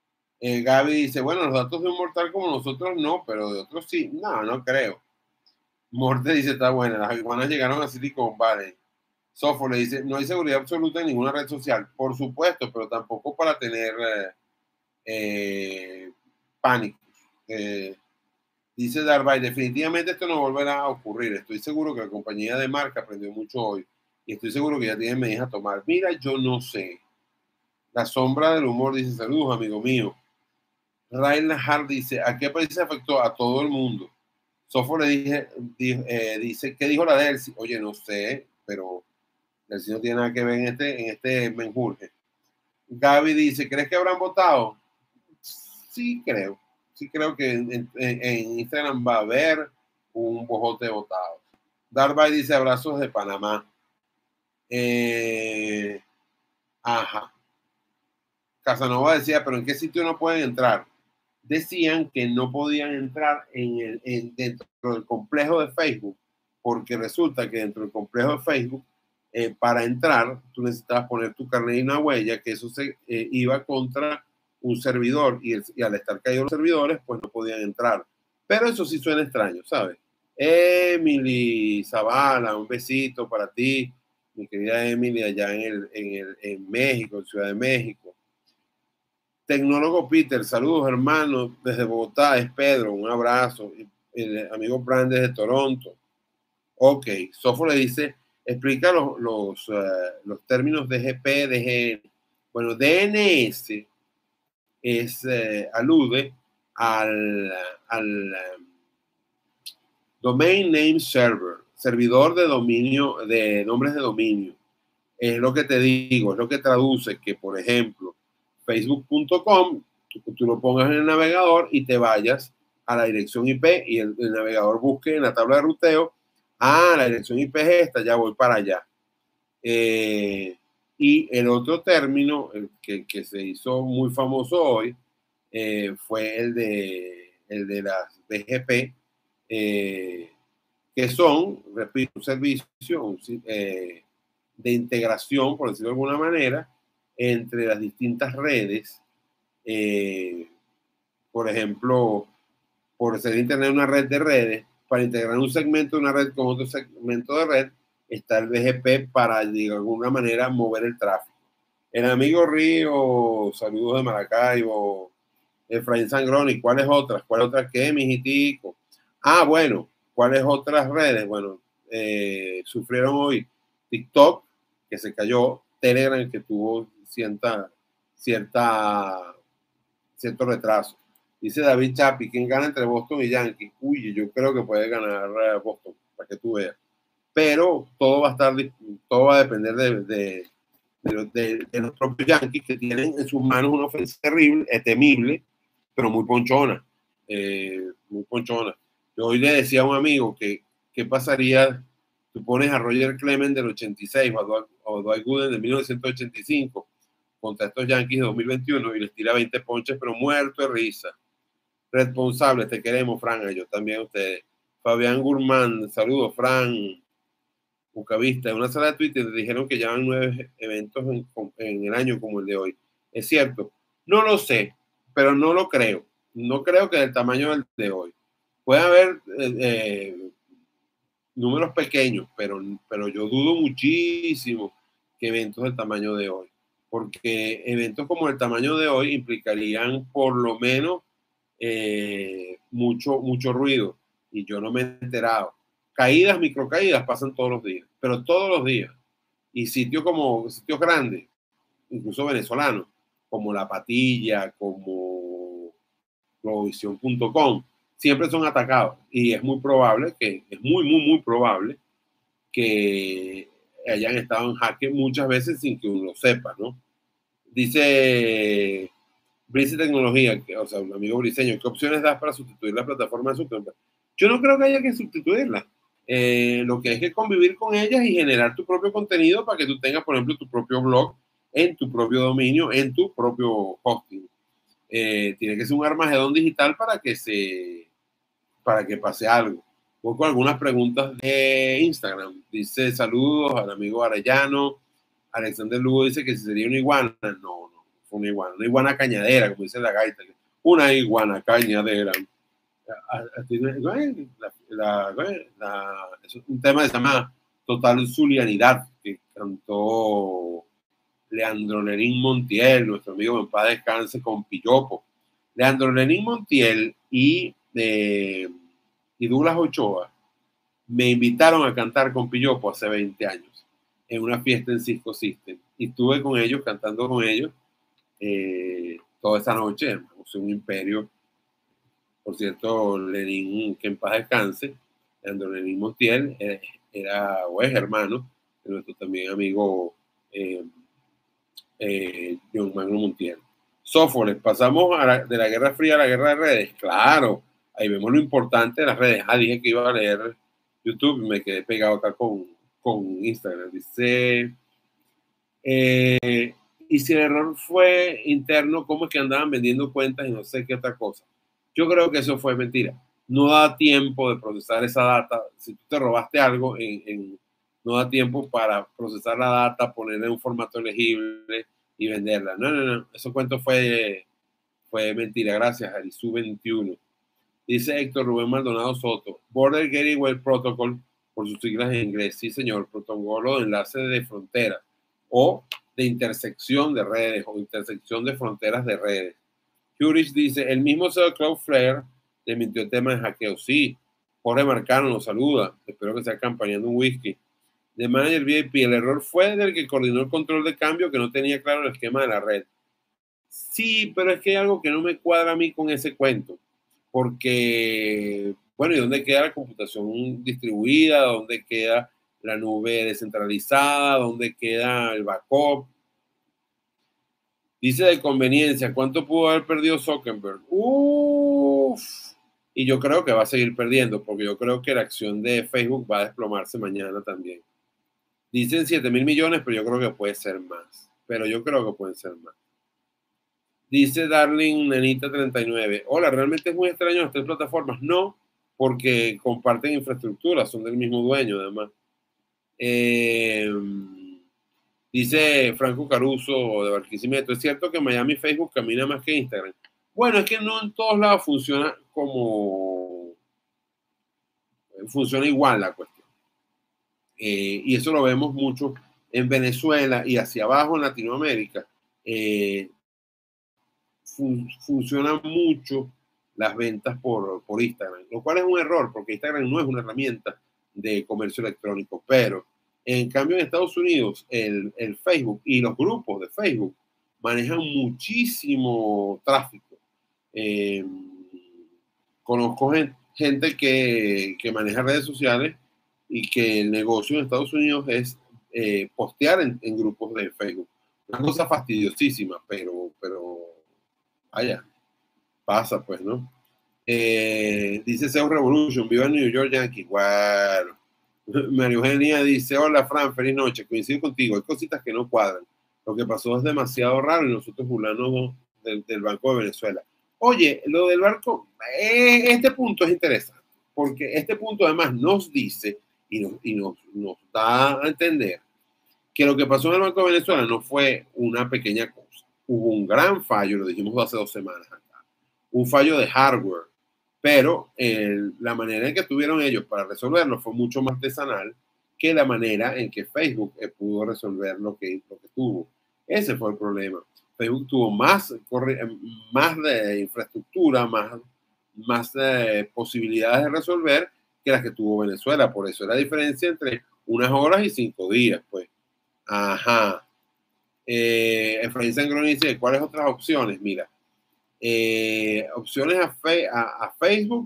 Gaby dice, bueno, los datos de un mortal como nosotros no, pero de otros sí. No, no creo. Morte dice, está buena. Las iguanas llegaron a Silicon Valley. Sofo le dice, no hay seguridad absoluta en ninguna red social. Por supuesto, pero tampoco para tener pánico. Dice Darby, definitivamente esto no volverá a ocurrir. Estoy seguro que la compañía de marca aprendió mucho hoy. Y estoy seguro que ya tienen medidas a tomar. Mira, yo no sé. La sombra del humor dice, saludos, amigo mío. Ryan Hart dice, ¿a qué país se afectó? A todo el mundo. Sofo le dice, ¿qué dijo la Delcy? Oye, no sé, pero Delcy no tiene nada que ver en este menjurje. Gaby dice, ¿crees que habrán votado? Sí, creo. Sí, creo que en Instagram va a haber un bojote de votados. Darby dice, abrazos de Panamá. Ajá. Casanova decía, ¿pero en qué sitio no pueden entrar? Decían que no podían entrar dentro del complejo de Facebook, porque resulta que dentro del complejo de Facebook, para entrar, tú necesitabas poner tu carnet y una huella, que eso se iba contra un servidor, y al estar caídos los servidores, pues no podían entrar. Pero eso sí suena extraño, ¿sabes? Emily Zavala, un besito para ti, mi querida Emily, allá en México, en Ciudad de México. Tecnólogo Peter, saludos hermanos desde Bogotá, es Pedro, un abrazo. El amigo Brand desde Toronto. Ok, Sofo le dice, explica los términos DGP, DGN. Bueno, DNS alude al Domain Name Server, servidor de dominio, de nombres de dominio. Es lo que te digo, es lo que traduce que, por ejemplo, facebook.com, tú lo pongas en el navegador y te vayas a la dirección IP y el navegador busque en la tabla de ruteo, la dirección IP es esta, ya voy para allá. Y el otro término que se hizo muy famoso hoy fue el de las BGP, que son, repito, un servicio de integración, por decirlo de alguna manera, entre las distintas redes. Por ejemplo, por ser Internet una red de redes, para integrar un segmento de una red con otro segmento de red, está el BGP para, de alguna manera, mover el tráfico. El amigo Río, saludos de Maracaibo. Efraín Sangroni, ¿cuáles otras? ¿Cuáles otras qué, mijitico? Bueno, ¿cuáles otras redes? Bueno, sufrieron hoy TikTok, que se cayó, Telegram, que tuvo cierto retraso. Dice David Chapi, ¿quién gana entre Boston y Yankees? Uy, yo creo que puede ganar Boston, para que tú veas. Pero todo va a depender de los propios Yankees, que tienen en sus manos una ofensa terrible, temible, pero muy ponchona. Muy ponchona. Yo hoy le decía a un amigo que qué pasaría, tú pones a Roger Clemens del 86 o a Dwight Gooden de 1985 contra estos Yankees de 2021 y les tira 20 ponches, pero muerto de risa. Responsables, te queremos, Fran, yo también a ustedes. Fabián Gurmán, saludos, Fran. Bucavista, en una sala de Twitter dijeron que llevan 9 eventos en el año como el de hoy. ¿Es cierto? No lo sé, pero no lo creo. No creo que del tamaño del de hoy. Puede haber números pequeños, pero yo dudo muchísimo que eventos del tamaño de hoy. Porque eventos como el tamaño de hoy implicarían por lo menos mucho ruido. Y yo no me he enterado. Caídas, microcaídas pasan todos los días, pero todos los días. Y sitios grandes, incluso venezolanos, como La Patilla, como Provisión.com, siempre son atacados. Y es muy probable es muy probable que hayan estado en jaque muchas veces sin que uno lo sepa, ¿no? Dice Brice Tecnología, o sea, un amigo briseño, ¿qué opciones das para sustituir la plataforma de Zuckerberg? Yo no creo que haya que sustituirla. Lo que hay que convivir con ellas y generar tu propio contenido para que tú tengas, por ejemplo, tu propio blog en tu propio dominio, en tu propio hosting. Tiene que ser un armagedón digital para que pase algo. Voy con algunas preguntas de Instagram. Dice, saludos al amigo Arellano. Alexander Lugo dice que si sería una iguana. No, fue una iguana cañadera, como dice la gaita. Una iguana cañadera. Es un tema que se llama Total Zulianidad, que cantó Leandro Lenín Montiel, nuestro amigo en paz descanse, con Pillopo. Leandro Lenín Montiel y Douglas Ochoa me invitaron a cantar con Pillopo hace 20 años en una fiesta en Cisco System y estuve con ellos, cantando con ellos toda esa noche. Un imperio. Por cierto, Lenín, que en paz descanse, Leandro Lenín Montiel era o es hermano de nuestro también amigo John Magno Montiel. Software, pasamos de la Guerra Fría a la Guerra de Redes. Claro, ahí vemos lo importante de las redes. Dije que iba a leer YouTube y me quedé pegado acá con Instagram. Dice, y si el error fue interno, ¿cómo es que andaban vendiendo cuentas y no sé qué otra cosa? Yo creo que eso fue mentira. No da tiempo de procesar esa data. Si tú te robaste algo, no da tiempo para procesar la data, ponerla en un formato legible y venderla. No. Ese cuento fue mentira. Gracias, Arisu21. Dice Héctor Rubén Maldonado Soto. Border Gateway Protocol, por sus siglas en inglés. Sí, señor. Protocolo de enlace de frontera o de intersección de redes o intersección de fronteras de redes. Jurich dice, el mismo CEO Cloudflare le mintió el tema de hackeo. Sí, Jorge Marcano nos saluda. Espero que esté acompañando un whisky. De Manager VIP, el error fue del que coordinó el control de cambio que no tenía claro el esquema de la red. Sí, pero es que hay algo que no me cuadra a mí con ese cuento. Porque, bueno, ¿y dónde queda la computación distribuida? ¿Dónde queda la nube descentralizada? ¿Dónde queda el backup? Dice de conveniencia, ¿cuánto pudo haber perdido Zuckerberg? Uf. Y yo creo que va a seguir perdiendo, porque yo creo que la acción de Facebook va a desplomarse mañana también. Dicen 7,000 millones, pero yo creo que puede ser más. Pero yo creo que pueden ser más. Dice Darling Nenita 39. Hola, ¿realmente es muy extraño las tres plataformas? No, porque comparten infraestructura, son del mismo dueño, además. Dice Franco Caruso de Barquisimeto, ¿es cierto que Miami Facebook camina más que Instagram? Bueno, es que no en todos lados funciona funciona igual la cuestión. Y eso lo vemos mucho en Venezuela y hacia abajo en Latinoamérica. Funcionan mucho las ventas por Instagram, lo cual es un error porque Instagram no es una herramienta de comercio electrónico, pero en cambio en Estados Unidos el Facebook y los grupos de Facebook manejan muchísimo tráfico. Conozco gente que maneja redes sociales y que el negocio en Estados Unidos es postear en grupos de Facebook. Una cosa fastidiosísima, pero vaya, pasa pues, ¿no? Dice Seu Revolution, viva New York Yankees. Bueno. María Eugenia dice, hola Fran, feliz noche, coincido contigo, hay cositas que no cuadran. Lo que pasó es demasiado raro y nosotros burlándonos del Banco de Venezuela. Oye, lo del barco, este punto es interesante, porque este punto además nos dice y nos da a entender que lo que pasó en el Banco de Venezuela no fue una pequeña cosa. Hubo un gran fallo, lo dijimos hace 2 semanas acá, un fallo de hardware, pero la manera en que tuvieron ellos para resolverlo fue mucho más artesanal que la manera en que Facebook pudo resolver lo que tuvo. Ese fue el problema. Facebook tuvo más de infraestructura, más posibilidades de resolver que las que tuvo Venezuela. Por eso la diferencia entre unas horas y 5 días, pues. Ajá. Efraín Sangrón dice, ¿cuáles otras opciones? Mira, opciones a Facebook,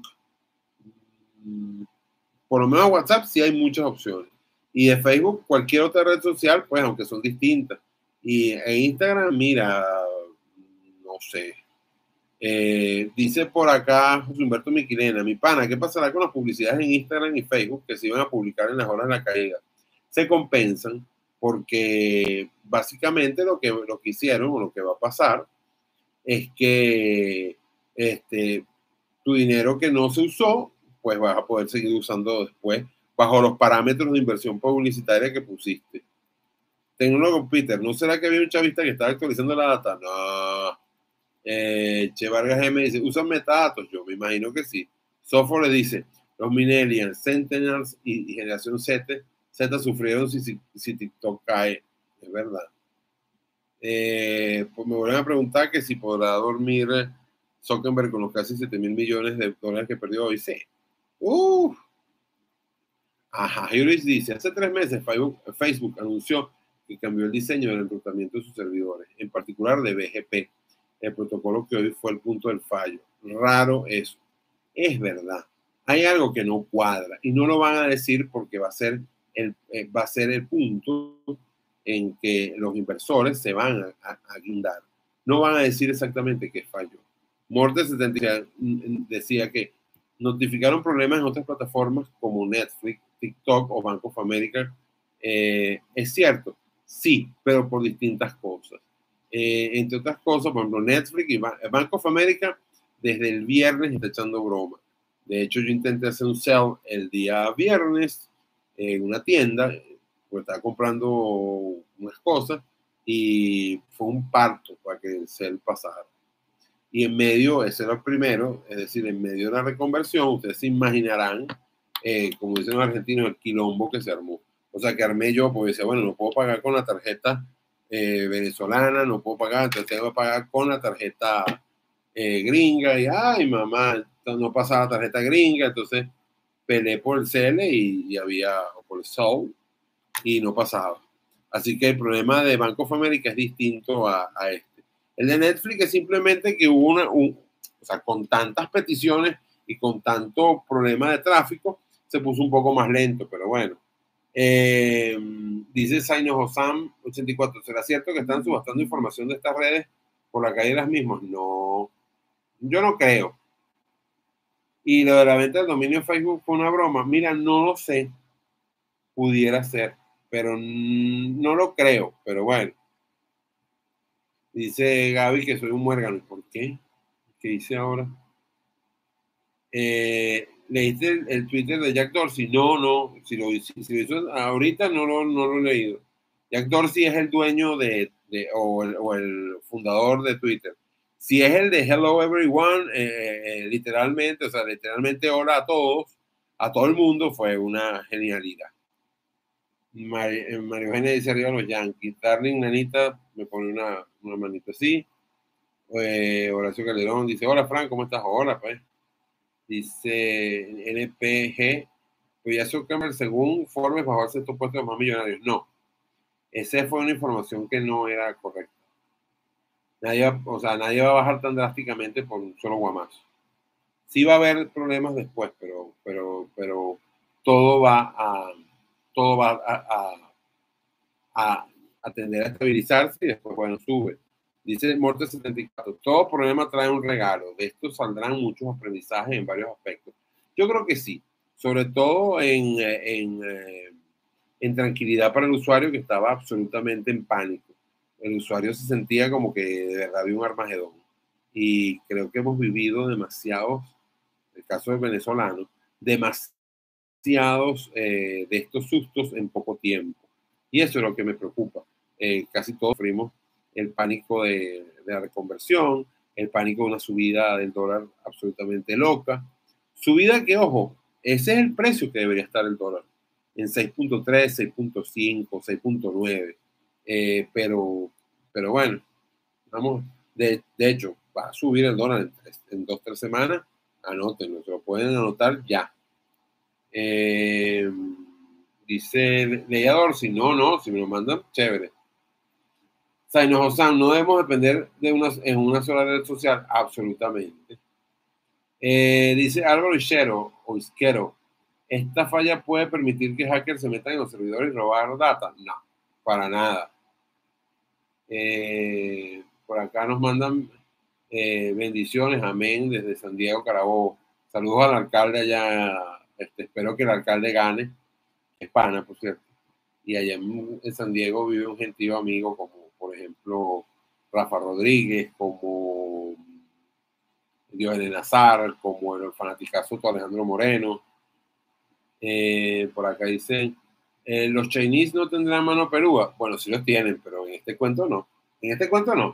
por lo menos a WhatsApp sí hay muchas opciones. Y de Facebook, cualquier otra red social, pues aunque son distintas. Y en Instagram, mira, no sé. Dice por acá José Humberto Miquilena, mi pana, ¿qué pasará con las publicidades en Instagram y Facebook que se iban a publicar en las horas de la caída? Se compensan porque básicamente lo que hicieron o lo que va a pasar es que tu dinero que no se usó, pues vas a poder seguir usando después bajo los parámetros de inversión publicitaria que pusiste. Tecnólogo Peter, ¿no será que había un chavista que estaba actualizando la data? No. Che Vargas M dice, ¿usan metadatos? Yo me imagino que sí. Sofo le dice, los millennials, centennials y generación Z sufrieron si TikTok cae. Es verdad. Pues me vuelven a preguntar que si podrá dormir Zuckerberg con los casi 7.000 millones de dólares que perdió hoy. Sí. Ajá, Juris dice, hace 3 meses Facebook anunció que cambió el diseño del enrutamiento de sus servidores, en particular de BGP, el protocolo que hoy fue el punto del fallo. Raro eso. Es verdad. Hay algo que no cuadra y no lo van a decir porque va a ser el punto en que los inversores se van a guindar. No van a decir exactamente qué falló. Morte70 decía que notificaron problemas en otras plataformas como Netflix, TikTok o Bank of America. Es cierto, sí, pero por distintas cosas. Entre otras cosas, por ejemplo, Netflix y Bank of America desde el viernes está echando broma. De hecho, yo intenté hacer un sell el día viernes en una tienda, porque estaba comprando unas cosas y fue un parto para que el sell pasara. Y en medio, ese era el primero, es decir, en medio de la reconversión, ustedes se imaginarán, como dicen los argentinos, el quilombo que se armó. O sea, que armé yo, porque decía, bueno, no puedo pagar con la tarjeta venezolana, no puedo pagar, entonces tengo que pagar con la tarjeta gringa, y ay, mamá, no pasaba la tarjeta gringa, entonces peleé por el CL y había, o por el Soul, y no pasaba. Así que el problema de Bank of America es distinto a este. El de Netflix es simplemente que hubo o sea, con tantas peticiones y con tanto problema de tráfico, se puso un poco más lento, pero bueno. Dice Zaino Hossam 84, ¿será cierto que están subastando información de estas redes por la calle de las mismas? No, yo no creo. Y lo de la venta del dominio Facebook fue una broma. Mira, no lo sé. Pudiera ser, pero no lo creo. Pero bueno. Dice Gaby que soy un muérgano. ¿Por qué? ¿Qué hice ahora? ¿Leíste el Twitter de Jack Dorsey? No. Si lo hizo ahorita, no lo he leído. Jack Dorsey es el dueño o el fundador de Twitter. Si es el de Hello Everyone, literalmente, o sea, literalmente hola a todo el mundo, fue una genialidad. María Eugenia dice arriba los Yankees. Darling Nanita me pone una manita así. Horacio Calderón dice, hola Frank, ¿cómo estás? Hola, pues. Dice NPG, pues ya Zuckerberg según Forbes bajó al sexto puesto de los más millonarios. No, esa fue una información que no era correcta. Nadie va a bajar tan drásticamente por un solo guamazo. Sí va a haber problemas después, pero todo va a tender a estabilizarse y después, bueno, sube. Dice Morte74, todo problema trae un regalo. De esto saldrán muchos aprendizajes en varios aspectos. Yo creo que sí, sobre todo en tranquilidad para el usuario que estaba absolutamente en pánico. El usuario se sentía como que de verdad había un Armagedón. Y creo que hemos vivido demasiados, el caso del venezolano, demasiados de estos sustos en poco tiempo. Y eso es lo que me preocupa. Casi todos sufrimos el pánico de la reconversión, el pánico de una subida del dólar absolutamente loca. Subida que, ojo, ese es el precio que debería estar el dólar, en 6.3, 6.5, 6.9. Pero bueno, vamos, de hecho, va a subir el dólar en 2-3 semanas. Anótenlo, se lo pueden anotar ya. Dice Leia Dorsey, no, si me lo mandan, chévere. Zaino Hossam, no debemos depender en una sola red social, absolutamente. Dice Álvaro Isquero, ¿esta falla puede permitir que hackers se metan en los servidores y robar data? No, para nada. Por acá nos mandan bendiciones, amén, desde San Diego, Carabobo. Saludos al alcalde allá, espero que el alcalde gane, es pana, por cierto. Y allá en San Diego vive un gentío amigo como, por ejemplo, Rafa Rodríguez, como Dios de Nazar, como el fanaticazo Alejandro Moreno. Por acá dicen, los Chinese no tendrán mano perúa. Bueno, sí los tienen, pero en este cuento no.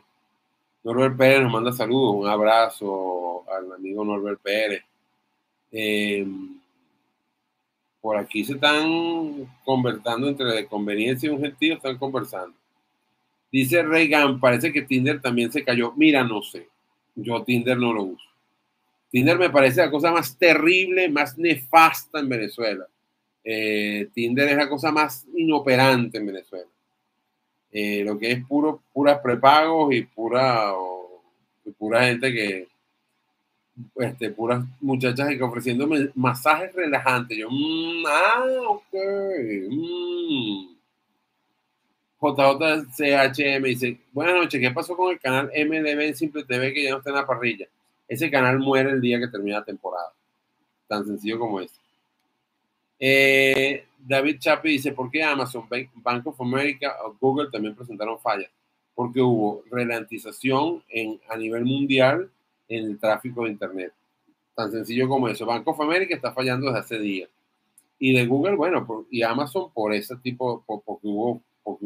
Norbert Pérez nos manda saludos, un abrazo al amigo Norbert Pérez. Por aquí se están conversando entre conveniencia y un gentío, están conversando. Dice Reagan, parece que Tinder también se cayó. Mira, no sé. Yo Tinder no lo uso. Tinder me parece la cosa más terrible, más nefasta en Venezuela. Tinder es la cosa más inoperante en Venezuela. Lo que es puras prepagos y pura gente que, puras muchachas que ofreciéndome masajes relajantes. Yo, ok. JJCHM dice, buenas noches, ¿qué pasó con el canal MLB en Simple TV que ya no está en la parrilla? Ese canal muere el día que termina la temporada. Tan sencillo como es. David Chapi dice, ¿por qué Amazon, Bank of America o Google también presentaron fallas? Porque hubo ralentización a nivel mundial en el tráfico de Internet. Tan sencillo como eso. Bank of America está fallando desde hace días. Y de Google, bueno, y Amazon por ese tipo, porque hubo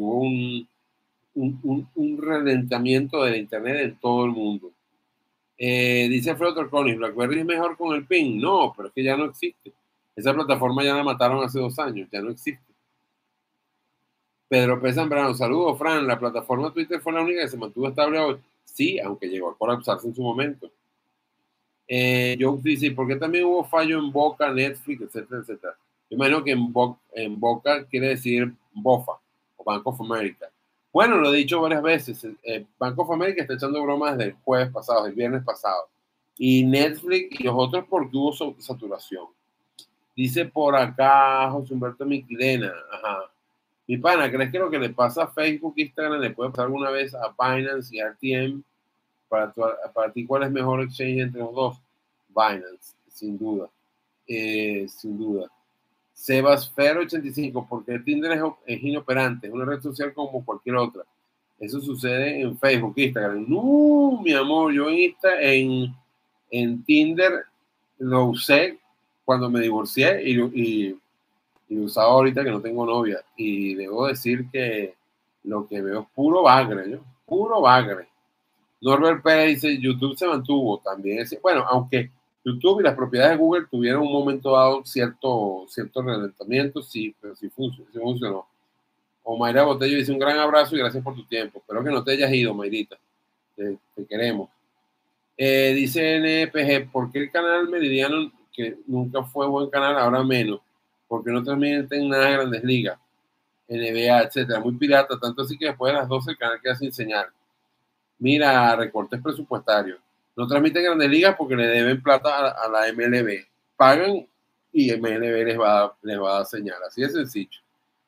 un ralentamiento del Internet en todo el mundo. Dice Alfredo Torconis, ¿BlackBerry es mejor con el PIN? No, pero es que ya no existe. Esa plataforma ya la mataron hace 2 años, ya no existe. Pedro P. Zambrano, saludos, Fran. La plataforma Twitter fue la única que se mantuvo estable hoy. Sí, aunque llegó a colapsarse en su momento. Yo dice, ¿por qué también hubo fallo en Boca, Netflix, etcétera, etcétera? Yo imagino que en Boca quiere decir BOFA o Bank of America. Bueno, lo he dicho varias veces. Bank of America está echando bromas desde el jueves pasado, el viernes pasado. Y Netflix y los otros porque hubo saturación. Dice por acá José Humberto Miquilena. Ajá. Mi pana, ¿crees que lo que le pasa a Facebook e Instagram le puede pasar alguna vez a Binance y RTM? Para ti, ¿cuál es mejor exchange entre los dos? Binance, sin duda. Sin duda. Sebas Fer 85, porque Tinder es inoperante, es una red social como cualquier otra. Eso sucede en Facebook, Instagram. No, mi amor, yo en Tinder lo usé cuando me divorcié y lo usaba ahorita que no tengo novia. Y debo decir que lo que veo es puro bagre, ¿no? Puro bagre. Norbert Pérez dice, YouTube se mantuvo también. Bueno, aunque YouTube y las propiedades de Google tuvieron un momento dado cierto ralentamiento, sí, pero sí funcionó. O Mayra Botello dice, un gran abrazo y gracias por tu tiempo. Espero que no te hayas ido, Mayrita. Te queremos. Dice NPG, ¿por qué el canal Meridiano, que nunca fue buen canal, ahora menos? Porque no transmiten nada de Grandes Ligas, NBA, etcétera. Muy pirata, tanto así que después de las 12 el canal queda sin señal. Mira, recortes presupuestarios. No transmiten Grandes Ligas porque le deben plata a la MLB. Pagan y MLB les va a dar señal. Así de sencillo.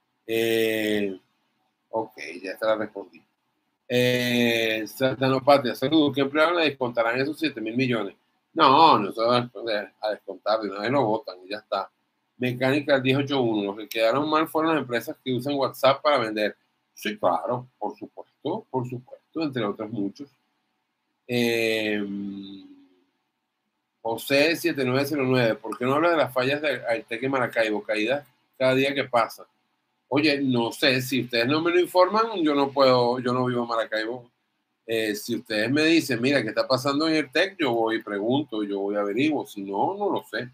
Ok, ya está la respondí. Santano Patria, saludos. ¿Qué empleados le descontarán esos 7.000 millones? No se van a descontar, de una vez lo votan y ya está. Mecánica 1081. Los que quedaron mal fueron las empresas que usan WhatsApp para vender. Sí, claro, por supuesto, entre otros muchos. José 7909, ¿por qué no habla de las fallas de Aitec y Maracaibo? Caídas cada día que pasa. Oye, no sé, si ustedes no me lo informan, yo no vivo en Maracaibo. Si ustedes me dicen, mira, ¿qué está pasando en el TEC? Yo voy y pregunto, yo voy a averiguo. Si no, no lo sé.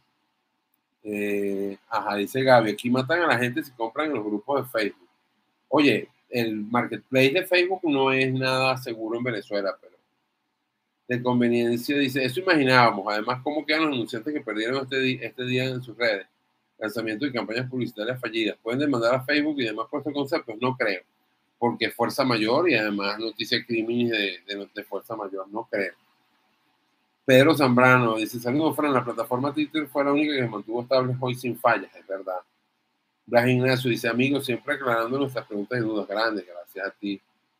Dice Gaby, aquí matan a la gente si compran en los grupos de Facebook. Oye, el marketplace de Facebook no es nada seguro en Venezuela, pero de conveniencia dice, eso imaginábamos. Además, ¿cómo quedan los anunciantes que perdieron este día en sus redes? Lanzamiento y campañas publicitarias fallidas. ¿Pueden demandar a Facebook y demás por estos conceptos? No creo, porque es fuerza mayor y además noticia crímenes de fuerza mayor, no creo. Pedro Zambrano dice, saludos, Fran, la plataforma Twitter fue la única que se mantuvo estable hoy sin fallas, es verdad. Blas Ignacio dice, amigos, siempre aclarando nuestras preguntas y dudas grandes, gracias a ti.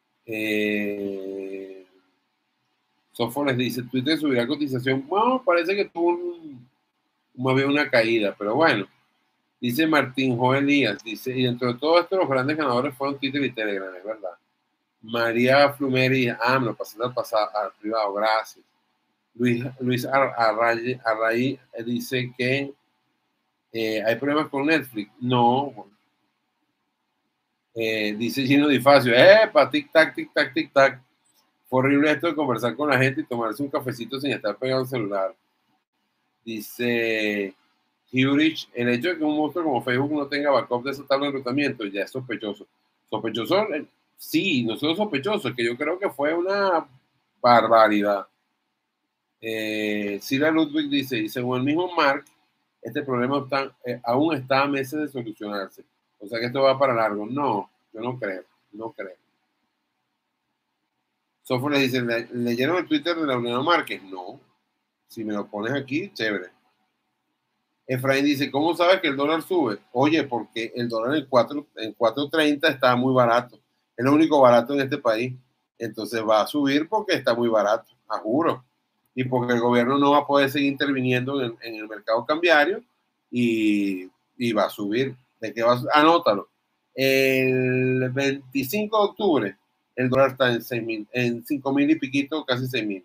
Sofones dice, Twitter subirá cotización. Bueno, parece que tuvo más bien una caída, pero bueno. Dice Martín Joel Díaz, dice, y dentro de todo esto los grandes ganadores fueron Twitter y Telegram, es verdad. María Flumeri, me lo pasé al privado, gracias. Luis Arraí dice que hay problemas con Netflix. No. Dice Gino Difacio, tic-tac, tic-tac, tic-tac. Fue horrible esto de conversar con la gente y tomarse un cafecito sin estar pegado al celular. Dice Hurich, el hecho de que un monstruo como Facebook no tenga backup de esa tabla de enrutamiento ya es sospechoso. ¿Sospechoso? Sí, no solo sospechoso, es que yo creo que fue una barbaridad. Sila Ludwig dice, y según el mismo Mark, este problema aún está a meses de solucionarse. O sea que esto va para largo. No, yo no creo, no creo. Sofo le dice, ¿leyeron el Twitter de la Unión Márquez? No. Si me lo pones aquí, chévere. Efraín dice, ¿cómo sabes que el dólar sube? Oye, porque el dólar en 4.30 está muy barato. Es lo único barato en este país. Entonces va a subir porque está muy barato, a juro. Y porque el gobierno no va a poder seguir interviniendo en el mercado cambiario y va a subir. ¿De qué va a subir? Anótalo. El 25 de octubre el dólar está en 6.000, en 5.000 y piquito, casi 6.000.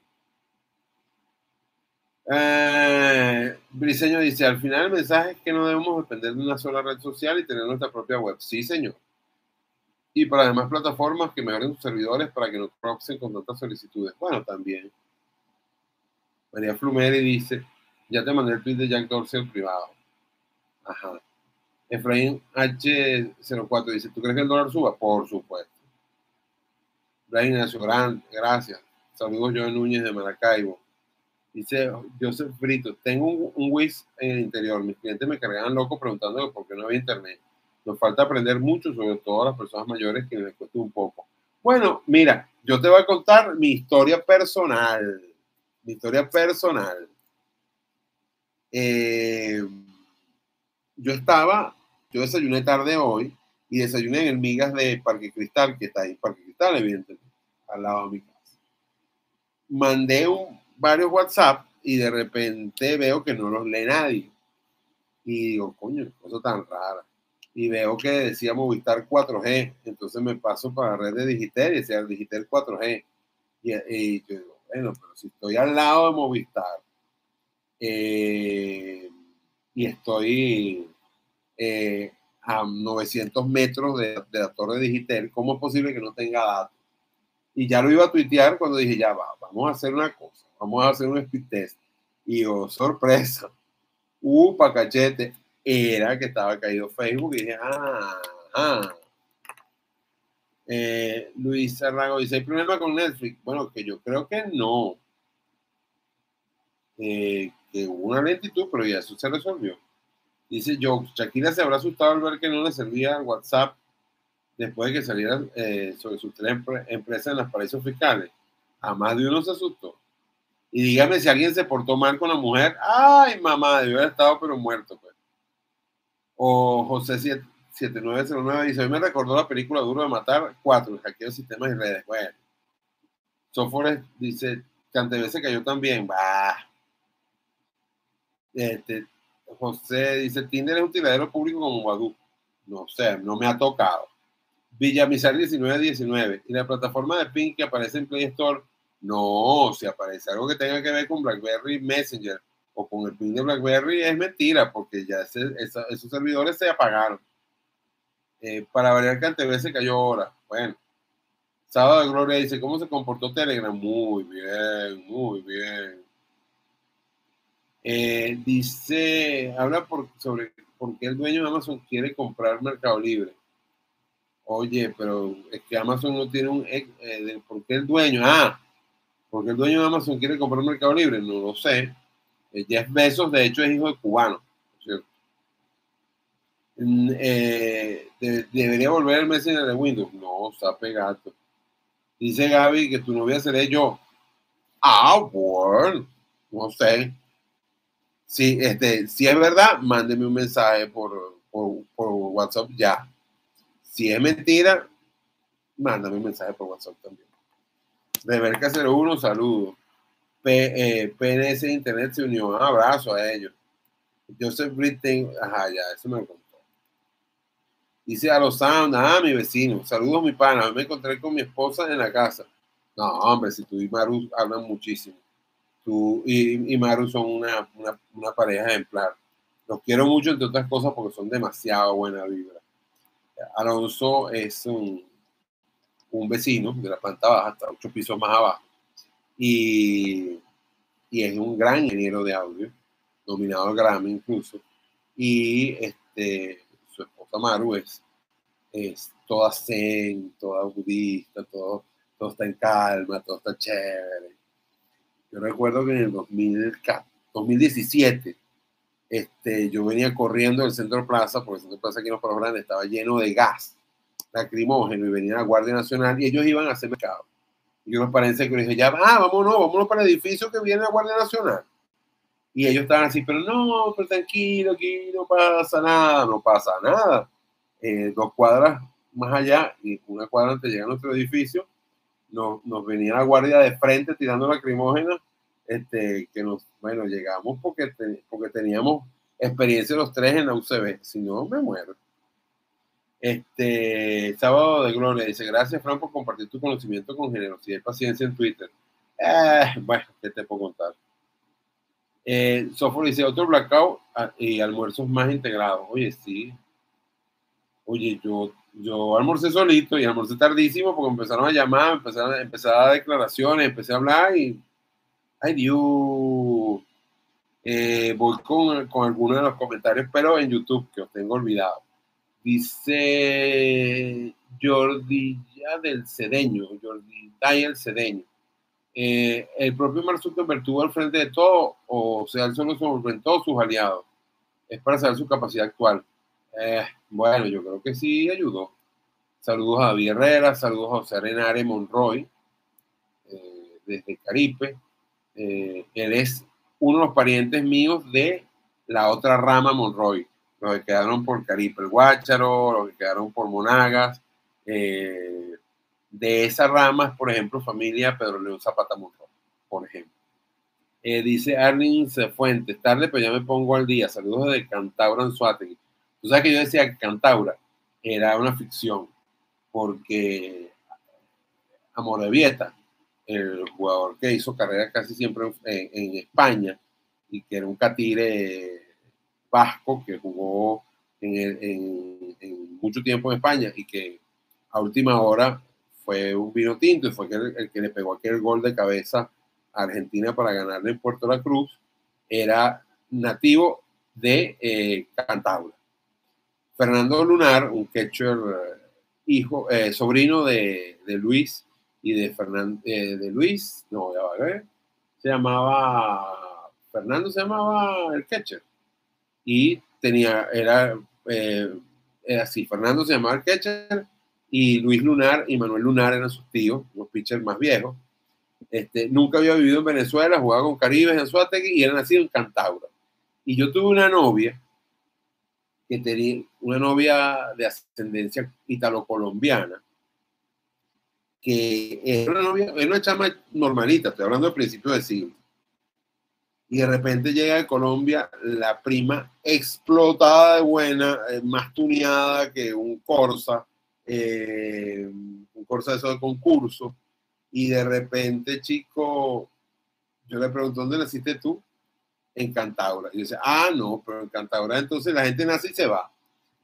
Briseño dice, al final el mensaje es que no debemos depender de una sola red social y tener nuestra propia web. Sí, señor. Y para demás plataformas que mejoren sus servidores para que no proxen con tantas solicitudes. Bueno, también. María Flumeri dice, ya te mandé el tweet de Jack Dorsey privado. Ajá. Efraín H04 dice, ¿tú crees que el dólar suba? Por supuesto. Brian Ignacio Grande, gracias. Saludos, Joe Núñez de Maracaibo. Dice Joseph Brito, tengo un Wiz en el interior. Mis clientes me cargaban loco preguntando por qué no había internet. Nos falta aprender mucho, sobre todo a las personas mayores, que les cuesta un poco. Bueno, mira, yo te voy a contar mi historia personal. Mi historia personal. Yo desayuné tarde hoy y desayuné en el Migas de Parque Cristal, que está ahí, Parque Cristal, evidentemente, al lado de mi casa. Mandé varios WhatsApp y de repente veo que no los lee nadie. Y digo, coño, cosa tan rara. Y veo que decía Movistar 4G. Entonces me paso para la red de Digitel y decía Digitel 4G. Y yo digo, bueno, pero si estoy al lado de Movistar y estoy a 900 metros de la torre de Digitel, ¿cómo es posible que no tenga datos? Y ya lo iba a tuitear cuando dije, ya va, vamos a hacer una cosa, vamos a hacer un speed test. Y oh, sorpresa, pa' cachete, era que estaba caído Facebook y dije, Luis Serrago dice, ¿hay problema con Netflix? Bueno, que yo creo que no. Que hubo una lentitud, pero ya eso se resolvió. Dice yo, Shakira se habrá asustado al ver que no le servía WhatsApp después de que saliera sobre sus 3 empresas en los paraísos fiscales. A más de uno se asustó. Y dígame si alguien se portó mal con la mujer. Ay, mamá, debió haber estado pero muerto. Pues. O José 7909 dice, hoy me recordó la película Duro de Matar 4, el hackeo de sistemas y redes. Bueno. Sofores dice, Cantebé se cayó también. Bah. José dice, Tinder es un tiradero público como Badoo. No sé, no me ha tocado. Villamizar 1919. Y la plataforma de Ping que aparece en Play Store, no, si aparece algo que tenga que ver con BlackBerry Messenger o con el Ping de BlackBerry es mentira, porque ya esos servidores se apagaron. Para variar que antes se cayó ahora. Bueno, Sábado de Gloria dice, ¿cómo se comportó Telegram? Muy bien, muy bien. Dice, habla sobre por qué el dueño de Amazon quiere comprar Mercado Libre. Oye, pero es que Amazon no tiene ¿por qué el dueño? Porque el dueño de Amazon quiere comprar Mercado Libre, no lo sé. Jeff Bezos, de hecho, es hijo de cubano, ¿cierto? Debería volver el Messenger de Windows. No, está pegado. Dice Gaby que tu novia seré yo. Bueno, no sé. Si es verdad, mándeme un mensaje por WhatsApp ya. Si es mentira, mándame un mensaje por WhatsApp también. Rebeca 01, saludos. PNS Internet se unió. Un abrazo a ellos. Joseph Britain, ya, eso me contó. Dice a los Sound, mi vecino. Saludos, mi pana. Hoy me encontré con mi esposa en la casa. No, hombre, si tú y Maru hablan muchísimo. Tú y Maru son una pareja ejemplar. Los quiero mucho, entre otras cosas, porque son demasiado buena vibra. Alonso es un vecino de la planta baja, hasta 8 pisos más abajo. Y es un gran ingeniero de audio. nominado al Grammy incluso, y su esposa Maru es toda zen, toda budista, todo está en calma, todo está chévere. Yo recuerdo que en el 2017 yo venía corriendo del Centro Plaza, porque el Centro Plaza aquí en Los Palos Grandes estaba lleno de gas lacrimógeno y venía la Guardia Nacional y ellos iban a hacer mercado. Y unos parenses que dije, ya, vámonos para el edificio que viene la Guardia Nacional. Y ellos estaban así, pero no, pero tranquilo, aquí no pasa nada, no pasa nada. 2 cuadras más allá y una cuadra antes de llegar a nuestro edificio, nos venía la guardia de frente tirando lacrimógenas, bueno, llegamos porque teníamos experiencia los 3 en la UCB, si no me muero. Sábado de Gloria dice, gracias Fran por compartir tu conocimiento con generosidad y paciencia en Twitter. Bueno, ¿qué te puedo contar? Sofo dice, otro blackout y almuerzos más integrados. Oye, sí. Oye, yo almorcé solito y almorcé tardísimo porque empezaron a llamar, empezaron a dar declaraciones, empecé a hablar y ay Dios, voy con algunos de los comentarios, pero en YouTube, que os tengo olvidado. Dice Jordi del Cedeño, Jordi Dayel Cedeño. El propio Mark Zuckerberg tuvo al frente de todo, o sea, él solo solventó sus aliados. Es para saber su capacidad actual. Bueno, yo creo que sí ayudó. Saludos a David Herrera, saludos a José Renare Monroy, desde Caripe. Él es uno de los parientes míos de la otra rama Monroy, los que quedaron por Caripe el Guácharo, los que quedaron por Monagas. De esas ramas, por ejemplo, familia Pedro León Zapata Monroy, por ejemplo. Dice Arlene Fuentes, tarde, pero ya me pongo al día. Saludos de Cantaura en Suátegui. Tú sabes que yo decía que Cantaura era una ficción, porque Amorebieta, el jugador que hizo carrera casi siempre en España y que era un catire vasco que jugó en mucho tiempo en España y que a última hora fue un vino tinto y fue el que le pegó aquel gol de cabeza a Argentina para ganarle en Puerto La Cruz, era nativo de Cantabria. Fernando Lunar, un catcher sobrino de Luis y de Luis, no, ya va a ver, Fernando se llamaba el catcher y era así, Fernando se llamaba el catcher y Luis Lunar y Manuel Lunar eran sus tíos, los pitchers más viejos. Nunca había vivido en Venezuela, jugaba con Caribes en Suátegui y era nacido en Cantaura. Y yo tuve una novia que tenía una novia de ascendencia italo-colombiana, que era una chama normalita, estoy hablando del principio del siglo. Y de repente llega de Colombia la prima explotada de buena, más tuneada que un Corsa de esos de concurso. Y de repente, chico, yo le pregunto, ¿dónde naciste tú? En Cantaura. Y dice, no, pero en Cantaura entonces la gente nace y se va.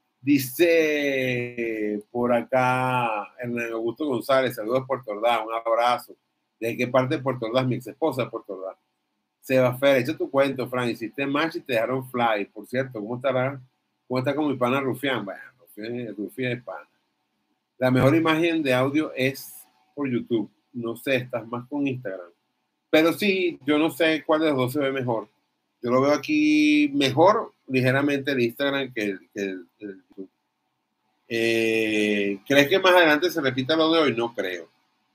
Dice por acá Hernán Augusto González, saludos a Puerto Ordaz, un abrazo. ¿De qué parte de Puerto Ordaz? Mi ex esposa de Puerto Ordaz. Sebafer, echa tu cuento, Fran, hiciste match y te dejaron fly. Por cierto, ¿cómo estará? ¿Cómo está con mi pana Rufián? Bueno, Rufián es pana. La mejor imagen de audio es por YouTube. No sé, estás más con Instagram. Pero sí, yo no sé cuál de los dos se ve mejor. Yo lo veo aquí mejor, ligeramente el Instagram que el YouTube. ¿Crees que más adelante se repita lo de hoy? No creo.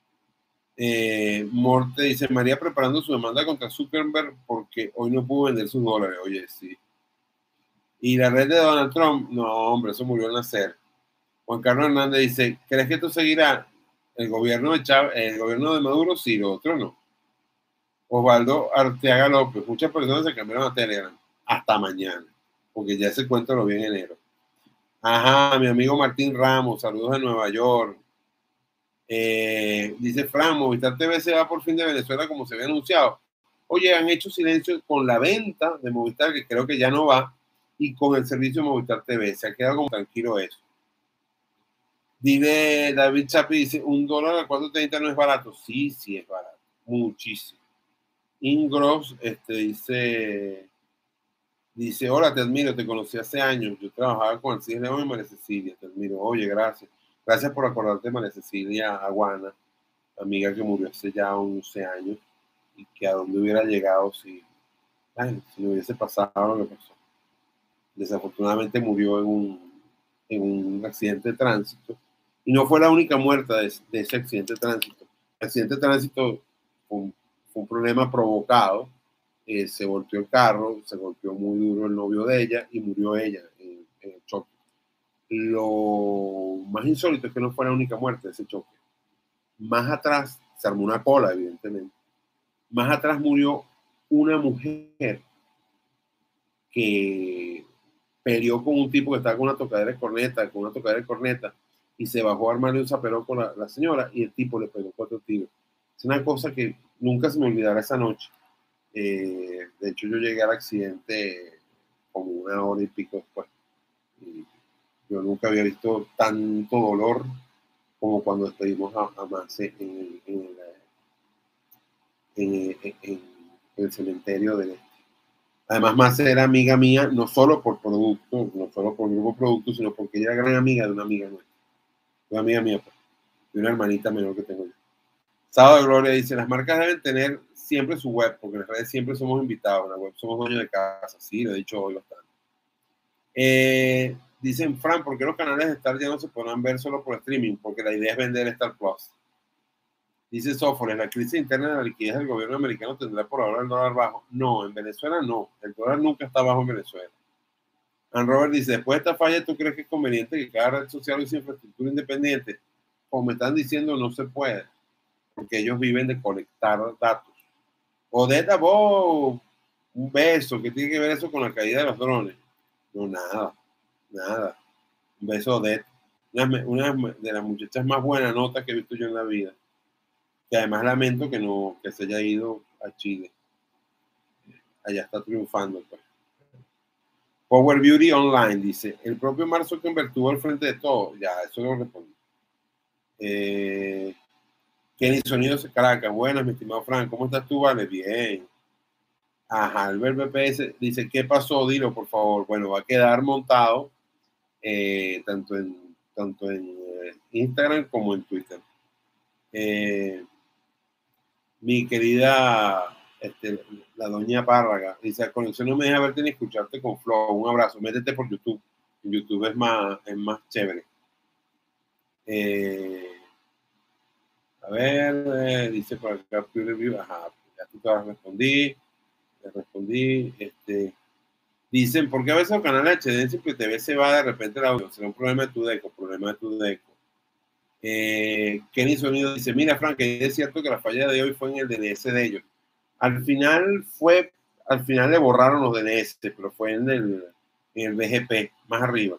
Morte dice, María preparando su demanda contra Zuckerberg porque hoy no pudo vender sus dólares. Oye, sí. Y la red de Donald Trump, no, hombre, eso murió al nacer. Juan Carlos Hernández dice, ¿crees que esto seguirá el gobierno de Chávez, el gobierno de Maduro? Sí, lo otro no. Osvaldo Arteaga López, muchas personas se cambiaron a Telegram. Hasta mañana, porque ya ese cuento lo vi en enero. Ajá, mi amigo Martín Ramos, saludos de Nueva York. Dice Fran, Movistar TV se va por fin de Venezuela como se había anunciado. Oye, han hecho silencio con la venta de Movistar, que creo que ya no va, y con el servicio de Movistar TV. Se ha quedado como tranquilo eso. Dile David Chapi, dice, $1 a 4.30 no es barato. Sí, sí es barato. Muchísimo. Ingross dice, Dice, hola, te admiro, te conocí hace años. Yo trabajaba con Alcides León y María Cecilia. Te admiro. Oye, gracias. Gracias por acordarte de María Cecilia Aguana, amiga que murió hace ya 11 años y que a dónde hubiera llegado si no hubiese pasado lo que pasó. Desafortunadamente murió en un accidente de tránsito y no fue la única muerta de ese accidente de tránsito. El accidente de tránsito fue un problema provocado. Se volteó el carro, se golpeó muy duro el novio de ella y murió ella en el choque. Lo más insólito es que no fue la única muerte de ese choque. Más atrás se armó una cola, evidentemente. Más atrás murió una mujer que peleó con un tipo que estaba con una tocadera de corneta, y se bajó a armarle un zaperón con la señora y el tipo le pegó 4 tiros. Es una cosa que nunca se me olvidará esa noche. De hecho, yo llegué al accidente como 1 hora y pico después. Y yo nunca había visto tanto dolor como cuando despedimos a Marce en el cementerio de Este. Además, Marce era amiga mía, no solo por producto, no solo por el grupo producto, sino porque ella era gran amiga de una amiga nuestra. Una amiga mía, pues, de una hermanita menor que tengo yo. Sábado de Gloria dice, las marcas deben tener siempre su web, porque en las redes siempre somos invitados, en la web somos dueños de casa, sí, lo he dicho hoy bastante. Dicen, Fran, ¿por qué los canales de Star ya no se podrán ver solo por streaming? Porque la idea es vender Star Plus. Dice Sófoles, la crisis interna de la liquidez del gobierno americano tendrá por ahora el dólar bajo. No, en Venezuela no. El dólar nunca está bajo en Venezuela. Ann Robert dice, después de esta falla, ¿tú crees que es conveniente que cada red social use infraestructura independiente? Como me están diciendo, no se puede, porque ellos viven de colectar datos. Odette Abou, un beso, ¿qué tiene que ver eso con la caída de los drones? No, nada, nada. Un beso, Odette. Una de las muchachas más buenas notas que he visto yo en la vida. Que además lamento que se haya ido a Chile. Allá está triunfando, pues. Power Beauty Online dice, el propio Mark Zuckerberg tuvo al frente de todo. Ya, eso lo respondí. Kenny Sonidos Caracas, buenas, mi estimado Frank, ¿cómo estás tú? Vale, bien. Ajá, Albert BPS dice, ¿qué pasó? Dilo, por favor. Bueno, va a quedar montado tanto en Instagram como en Twitter. Mi querida la doña Párraga dice, la conexión no me deja verte ni escucharte con Flow. Un abrazo, métete por YouTube. En YouTube es más chévere. A ver, dice por acá, peer review. Ajá, ya tú te respondí. Te respondí. Dicen, ¿por qué a veces los canales HD en Simple TV se va de repente el audio? Será un problema de tu deco. Kenny Sonido dice, mira, Frank, es cierto que la falla de hoy fue en el DNS de ellos. Al final le borraron los DNS, pero fue en el BGP, más arriba.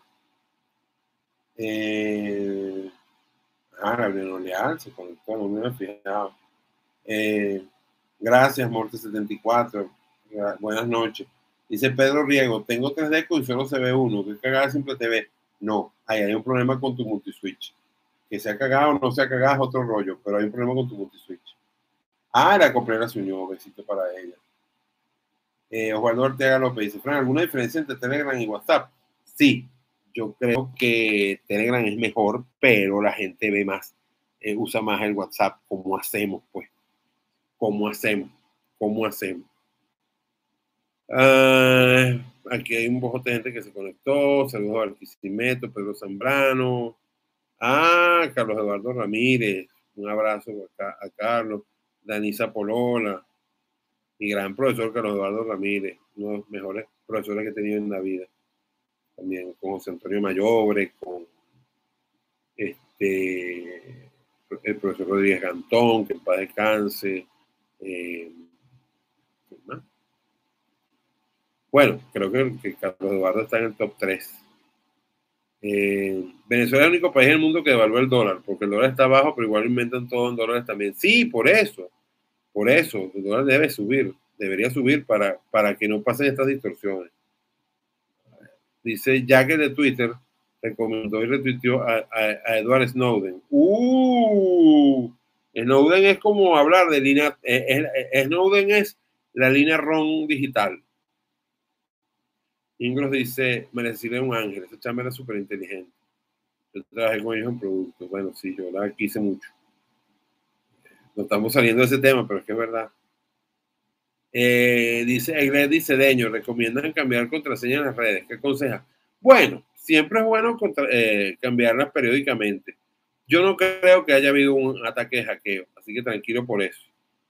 Gabriel Leal se conectó, no me he fijado. Gracias, Morte74. Buenas noches. Dice Pedro Riego, tengo 3 decos y solo se ve uno. ¿Qué cagada Simple TV? No, ahí hay un problema con tu multiswitch. Que se ha cagado o no se ha cagado es otro rollo, pero hay un problema con tu multiswitch. La coplera se unió, besito para ella. Osvaldo Ortega López dice, Fran, ¿alguna diferencia entre Telegram y WhatsApp? Sí, yo creo que Telegram es mejor, pero la gente ve más, usa más el WhatsApp. ¿Cómo hacemos, pues? ¿Cómo hacemos? Aquí hay un bojote de gente que se conectó. Saludos a Barquisimeto, Pedro Zambrano. Carlos Eduardo Ramírez. Un abrazo a Carlos. Danisa Polola. Mi gran profesor Carlos Eduardo Ramírez. Uno de los mejores profesores que he tenido en la vida. También con José Antonio Mayobre, con el profesor Rodríguez Gantón, que en paz descanse. Bueno, creo que Carlos Eduardo está en el top 3. Venezuela es el único país en el mundo que devalúa el dólar, porque el dólar está bajo, pero igual inventan todo en dólares también. Sí, por eso, el dólar debe subir, debería subir para que no pasen estas distorsiones. Dice Jack de Twitter, recomendó y retuiteó a Edward Snowden. Snowden es como hablar de línea, Snowden es la línea RON digital. Ingros dice, merecía un ángel, esa chamba era súper inteligente. Yo trabajé con ellos en productos. Bueno, sí, yo la quise mucho. No estamos saliendo de ese tema, pero es que es verdad. Dice Eglet Cedeño, recomiendan cambiar contraseña en las redes. ¿Qué aconseja? Bueno, siempre es bueno cambiarlas periódicamente. Yo no creo que haya habido un ataque de hackeo, así que tranquilo por eso.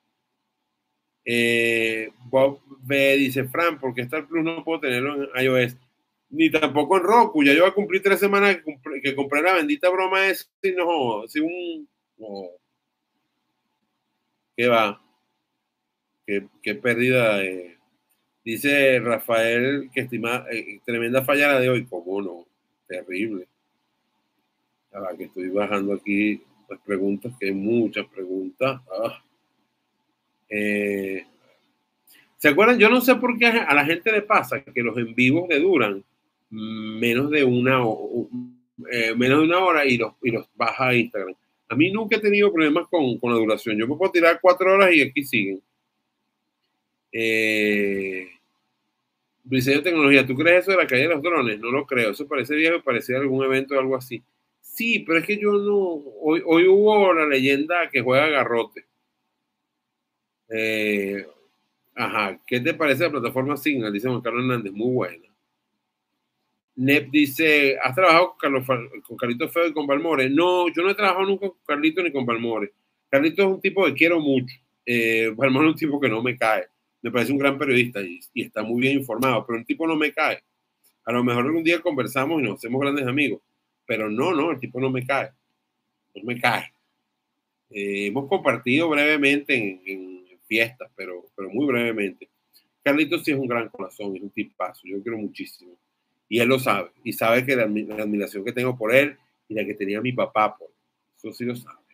Bob B dice, Fran, ¿por qué Star Plus no puedo tenerlo en iOS? Ni tampoco en Roku. Ya yo voy a cumplir 3 semanas que compré la bendita broma esa y no, si un... No, ¿qué va? ¿Qué pérdida? Dice Rafael que estima tremenda falla la de hoy. ¿Cómo no? Terrible. Ahora que estoy bajando aquí las preguntas, que hay muchas preguntas. ¿Se acuerdan? Yo no sé por qué a la gente le pasa que los en vivos le duran menos de una hora y los baja a Instagram. A mí nunca he tenido problemas con la duración. Yo me puedo tirar 4 horas y aquí siguen. Diseño de tecnología, ¿tú crees eso de la caída de los drones? No lo creo. Eso parece viejo, parecía algún evento o algo así. Sí, pero es que yo no. Hoy hubo la leyenda que juega Garrote. Ajá, ¿qué te parece la plataforma Signal? Dice Juan Carlos Hernández, muy buena. Nep dice, ¿has trabajado con Carlito Feo y con Balmore? No, yo no he trabajado nunca con Carlito ni con Balmore. Carlito es un tipo que quiero mucho. Balmore es un tipo que no me cae. Me parece un gran periodista y está muy bien informado, pero un tipo no me cae. A lo mejor algún día conversamos y nos hacemos grandes amigos, pero no, el tipo no me cae. No me cae. Hemos compartido brevemente en fiestas, pero muy brevemente. Carlitos sí es un gran corazón, es un tipazo, yo lo quiero muchísimo. Y él lo sabe, y sabe que la admiración que tengo por él y la que tenía mi papá por él. Eso sí lo sabe.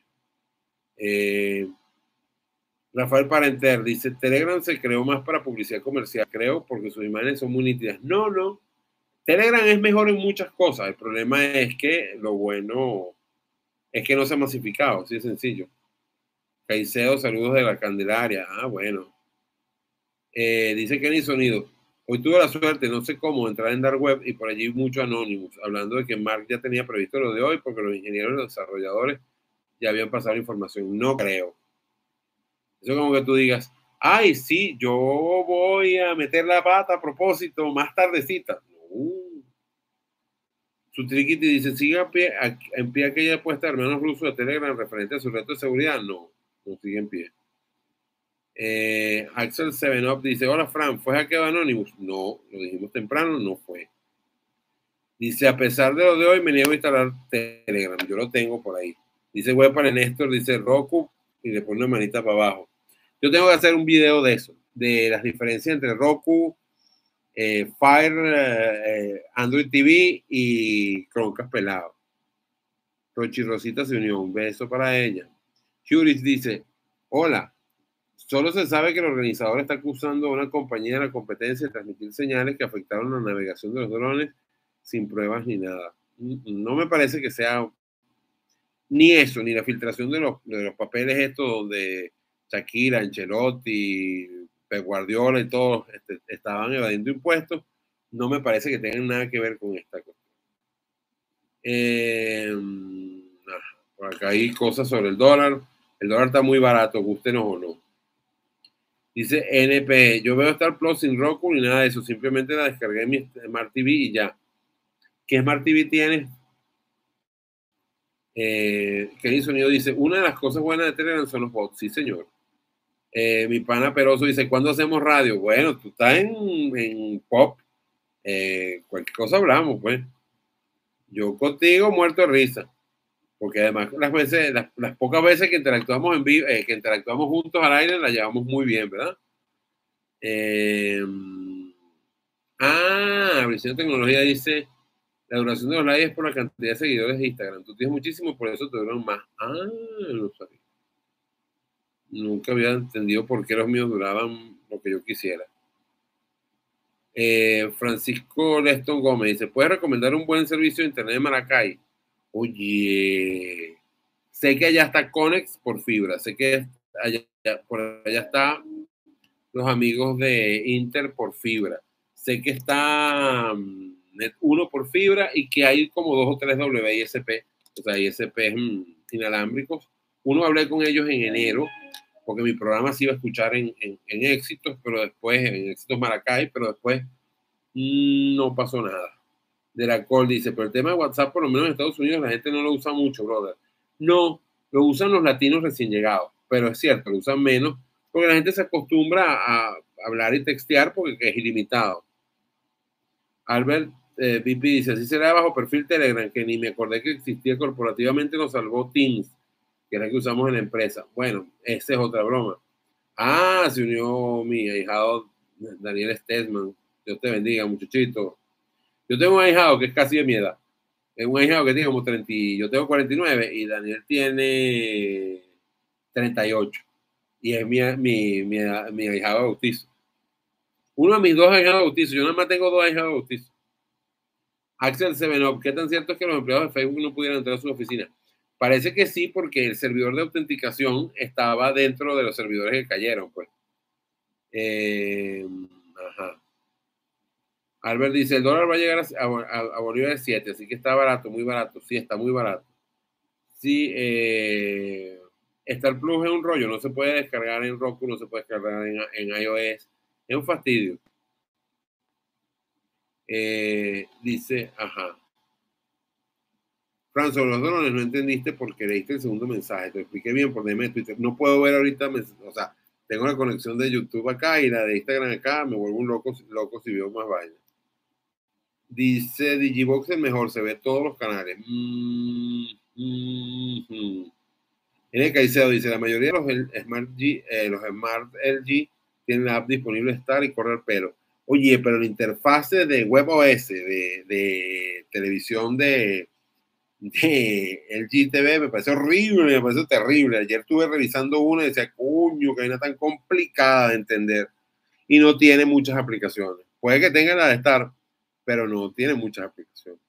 Rafael Parenter dice, Telegram se creó más para publicidad comercial, creo, porque sus imágenes son muy nítidas. No. Telegram es mejor en muchas cosas. El problema es que lo bueno es que no se ha masificado, así de sencillo. Caicedo, saludos de la Candelaria. Bueno. Dice Kenny Sonido. Hoy tuve la suerte, no sé cómo, entrar en Dark Web y por allí mucho Anonymous, hablando de que Mark ya tenía previsto lo de hoy porque los ingenieros y los desarrolladores ya habían pasado la información. No creo. Eso como que tú digas, ay, sí, yo voy a meter la pata a propósito más tardecita. No. Su triquiti dice, sigue en pie aquella apuesta de hermanos rusos de Telegram referente a su reto de seguridad. No sigue en pie. Axel 7up dice, hola Fran, ¿fue hackeo Anonymous? No, lo dijimos temprano, no fue. Dice, a pesar de lo de hoy, me niego a instalar Telegram. Yo lo tengo por ahí. Dice, web para Néstor, dice Roku, y le pone una manita para abajo. Yo tengo que hacer un video de eso, de las diferencias entre Roku, Fire, Android TV y Chromecast pelado. Rochi Rosita se unió, un beso para ella. Juris dice, hola, solo se sabe que el organizador está acusando a una compañía de la competencia de transmitir señales que afectaron la navegación de los drones sin pruebas ni nada. No me parece que sea ni eso, ni la filtración de los papeles estos donde Shakira, Ancelotti, Pep Guardiola y todos estaban evadiendo impuestos. No me parece que tengan nada que ver con esta cosa. Por acá hay cosas sobre el dólar. El dólar está muy barato, gústenos o no. Dice NP, yo veo Star Plus sin Roku ni nada de eso, simplemente la descargué en mi Smart TV y ya. ¿Qué Smart TV tienes? Kenny Sonido dice, una de las cosas buenas de Telegram son los bots, sí señor. Mi pana Peroso dice, ¿cuándo hacemos radio? Bueno, tú estás en pop, cualquier cosa hablamos, pues. Yo contigo muerto de risa, porque además las pocas veces que interactuamos en vivo, que interactuamos juntos al aire, la llevamos muy bien, ¿verdad? Visión Tecnología dice, la duración de los lives es por la cantidad de seguidores de Instagram. Tú tienes muchísimo, por eso te duran más. No sabía. Nunca había entendido por qué los míos duraban lo que yo quisiera. Francisco Leston Gómez dice, ¿puedes recomendar un buen servicio de internet de Maracay? Oye, sé que allá está Conex por fibra, sé que por allá está los amigos de Inter por fibra. Sé que está Net 1 por fibra y que hay como 2 o 3 WISP, o sea, ISP inalámbricos. Uno hablé con ellos en enero, porque mi programa se iba a escuchar en Éxitos, pero después, en Éxitos Maracay, pero después no pasó nada. De la Col dice, pero el tema de WhatsApp, por lo menos en Estados Unidos, la gente no lo usa mucho, brother. No, lo usan los latinos recién llegados, pero es cierto, lo usan menos, porque la gente se acostumbra a hablar y textear porque es ilimitado. Albert Pipi dice, así será bajo perfil Telegram, que ni me acordé que existía corporativamente, nos salvó Teams, que es la que usamos en la empresa. Bueno, esa es otra broma. Ah, se unió mi ahijado Daniel Stesman. Dios te bendiga, muchachito. Yo tengo un ahijado que es casi de mi edad. Es un ahijado que tiene como 30, yo tengo 49 y Daniel tiene 38. Y es mi ahijado bautizo. Uno de mis dos ahijados bautizos. Yo nada más tengo dos ahijados bautizos. Axel Sevenop, ¿qué tan cierto es que los empleados de Facebook no pudieran entrar a su oficina? Parece que sí, porque el servidor de autenticación estaba dentro de los servidores que cayeron, pues. Ajá. Albert dice, el dólar va a llegar a Bolívar de 7, así que está barato, muy barato. Sí, está muy barato. Sí, Star Plus es un rollo, no se puede descargar en Roku, no se puede descargar en iOS. Es un fastidio. Dice, ajá. Fran, sobre los drones no entendiste porque leíste el segundo mensaje. Te expliqué bien por DM de Twitter. No puedo ver ahorita, o sea, tengo la conexión de YouTube acá y la de Instagram acá. Me vuelvo un loco si veo más vainas. Dice Digibox es mejor, se ve todos los canales. En Caicedo dice, la mayoría de los Smart LG tienen la app disponible Star y corre el pelo. Oye, pero la interfase de WebOS, de televisión de LG TV me parece horrible, me parece terrible. Ayer estuve revisando una y decía, coño, que hay una tan complicada de entender y no tiene muchas aplicaciones. Puede que tenga la de Star, pero no tiene muchas aplicaciones.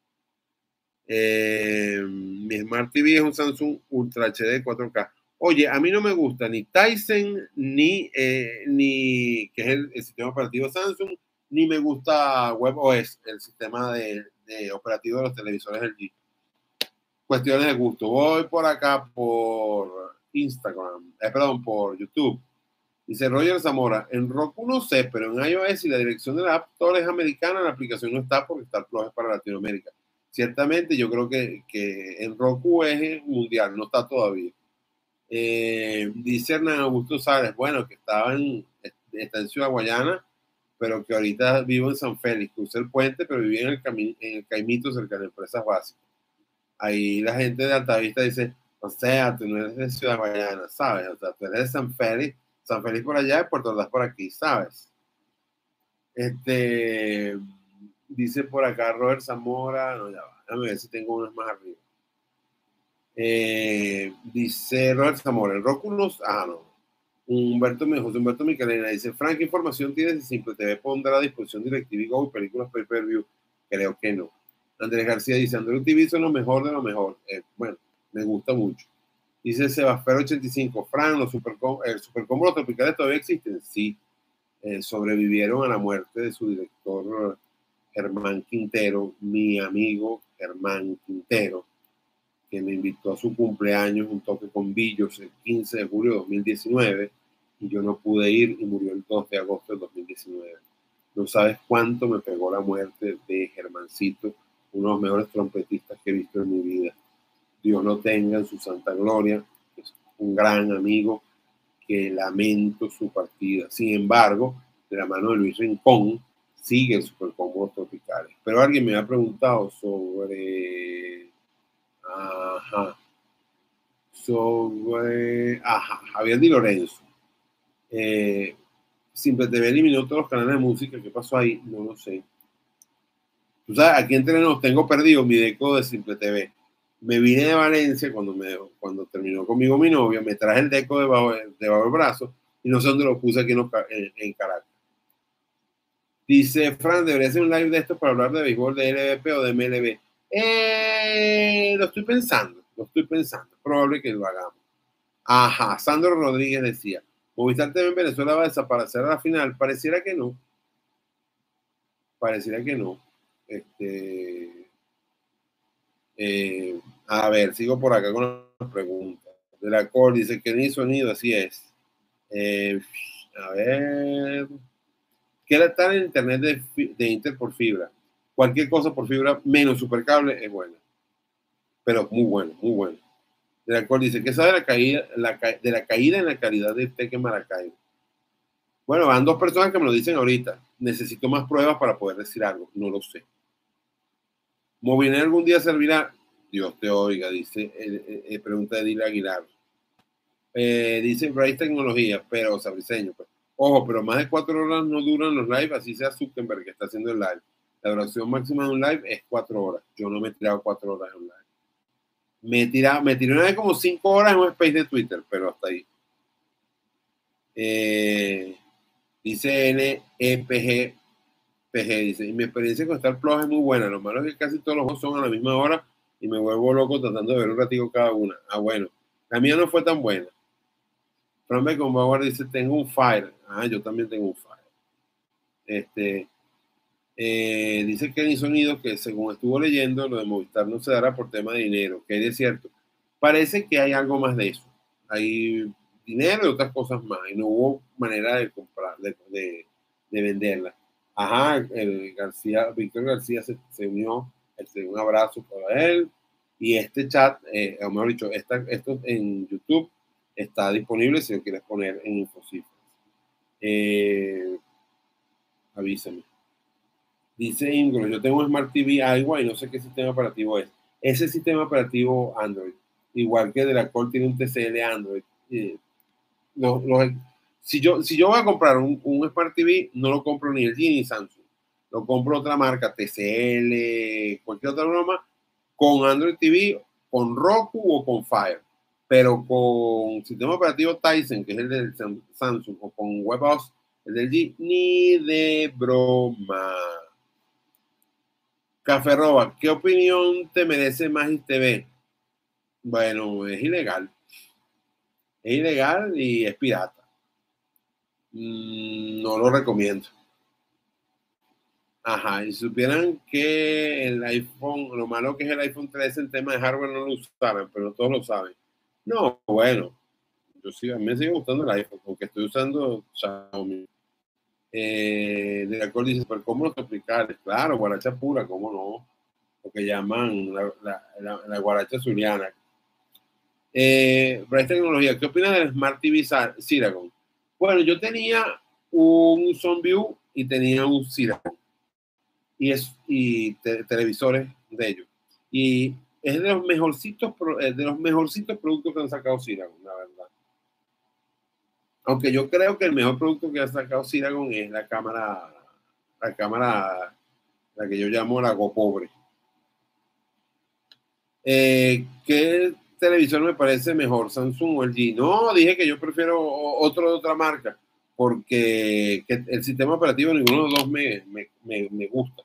Mi Smart TV es un Samsung Ultra HD 4K. Oye, a mí no me gusta ni Tizen, ni que es el sistema operativo Samsung, ni me gusta WebOS, el sistema de operativo de los televisores LG. Cuestiones de gusto. Voy por acá por Instagram, perdón, por YouTube. Dice Roger Zamora, en Roku no sé, pero en iOS y la dirección de la App Store es americana, la aplicación no está porque Star Plus es para Latinoamérica. Ciertamente yo creo que en Roku es mundial, no está todavía. Dice Hernán Augusto Sárez, bueno, que está en Ciudad Guayana, pero que ahorita vivo en San Félix, crucé el puente, pero vivía en el Caimito, cerca de empresas básicas. Ahí la gente de Altavista dice, o sea, tú no eres de Ciudad Guayana, ¿sabes? O sea, tú eres de San Félix por allá y Puerto Ordaz por aquí, ¿sabes? Dice por acá Robert Zamora, no, ya va, déjame ver si tengo unos más arriba. Dice Robert Zamora, el Roku no, no. José Humberto Michelena dice, Frank, ¿qué información tienes de Simple TV pondrá a disposición DirecTV Go y películas pay-per-view? Creo que no. Andrés García dice, Android TV son lo mejor de lo mejor. Bueno, me gusta mucho. Dice Sebastián 85, Fran, los supercombos tropicales todavía existen. Sí, sobrevivieron a la muerte de su director Germán Quintero, mi amigo Germán Quintero, que me invitó a su cumpleaños, un toque con Billos, el 15 de julio de 2019, y yo no pude ir y murió el 2 de agosto de 2019. No sabes cuánto me pegó la muerte de Germancito, uno de los mejores trompetistas que he visto en mi vida. Dios lo tenga en su santa gloria, es un gran amigo que lamento su partida. Sin embargo, de la mano de Luis Rincón, sigue el Supercombos Tropicales. Pero alguien me ha preguntado sobre... Javier Di Lorenzo. Simple TV eliminó todos los canales de música. ¿Qué pasó ahí? No lo sé. Tú sabes, aquí entre nos tengo perdido mi deco de Simple TV. Me vine de Valencia cuando terminó conmigo mi novia, me traje el deco debajo del brazo y no sé dónde lo puse aquí en Caracas. Dice Fran, debería hacer un live de esto para hablar de béisbol de LVP o de MLB. Lo estoy pensando. Probable que lo hagamos. Ajá, Sandro Rodríguez decía, Movistar TV en Venezuela va a desaparecer a la final. Pareciera que no. Pareciera que no. A ver, sigo por acá con las preguntas. De la Cor dice que ni sonido, así es. A ver. ¿Qué tal el internet de Inter por fibra? Cualquier cosa por fibra menos supercable es buena. Pero muy bueno, muy bueno. De la Cor dice, ¿qué sabe de la caída en la calidad del Teque Maracaibo? Bueno, van dos personas que me lo dicen ahorita. Necesito más pruebas para poder decir algo. No lo sé. ¿Movilnet algún día servirá? Dios te oiga, dice, pregunta Edil Aguilar. Dice Bright Tecnología, pero Sabriseño. Pues. Ojo, pero más de 4 horas no duran los live, así sea Zuckerberg que está haciendo el live. La duración máxima de un live es 4 horas. Yo no me he tirado 4 horas en un live. Me tiré una vez como 5 horas en un space de Twitter, pero hasta ahí. Dice NEPG, dice, y mi experiencia con Star Plus es muy buena. Lo malo es que casi todos los juegos son a la misma hora y me vuelvo loco tratando de ver un ratito cada una. Ah, bueno. La mía no fue tan buena. Fran Beckenbauer dice, tengo un Fire. Ah, yo también tengo un Fire. Dice Kenny Sonido que según estuvo leyendo, lo de Movistar no se dará por tema de dinero, que es cierto. Parece que hay algo más de eso. Hay dinero y otras cosas más. Y no hubo manera de comprar, de venderla. Ajá, Víctor García se unió, un abrazo para él. Y este chat, o mejor dicho, esto en YouTube está disponible si lo quieres poner en Infocifras. Avísame. Dice Ingro, yo tengo un Smart TV Agua y no sé qué sistema operativo es. Ese sistema operativo Android, igual que de la Col tiene un TCL Android. Si yo voy a comprar un Smart TV, no lo compro ni LG ni Samsung. Lo compro otra marca, TCL, cualquier otra broma, con Android TV, con Roku o con Fire. Pero con sistema operativo Tizen, que es el del Samsung, o con WebOS, el del LG, ni de broma. Café Roba, ¿qué opinión te merece Magis TV? Bueno, es ilegal. Es ilegal y es pirata. No lo recomiendo. Ajá, y supieran que el iPhone, lo malo que es el iPhone 13 en tema de hardware no lo usaban, pero todos lo saben. No, bueno, a mí me sigue gustando el iPhone, porque estoy usando Xiaomi. De la cual dice, pero ¿cómo lo explicar? Claro, guaracha pura, ¿cómo no? Lo que llaman la guaracha zuliana. Bryce Tecnología, ¿qué opinas del Smart TV Ceragon? Bueno, yo tenía un Sonview y tenía un Ceragon y televisores de ellos. Y es de los mejorcitos productos que han sacado Ceragon, la verdad. Aunque yo creo que el mejor producto que ha sacado Ceragon es la cámara, la que yo llamo la GoPobre. ¿Qué televisor me parece mejor, Samsung o LG? No, dije que yo prefiero otro de otra marca, porque el sistema operativo ninguno de los dos me gusta.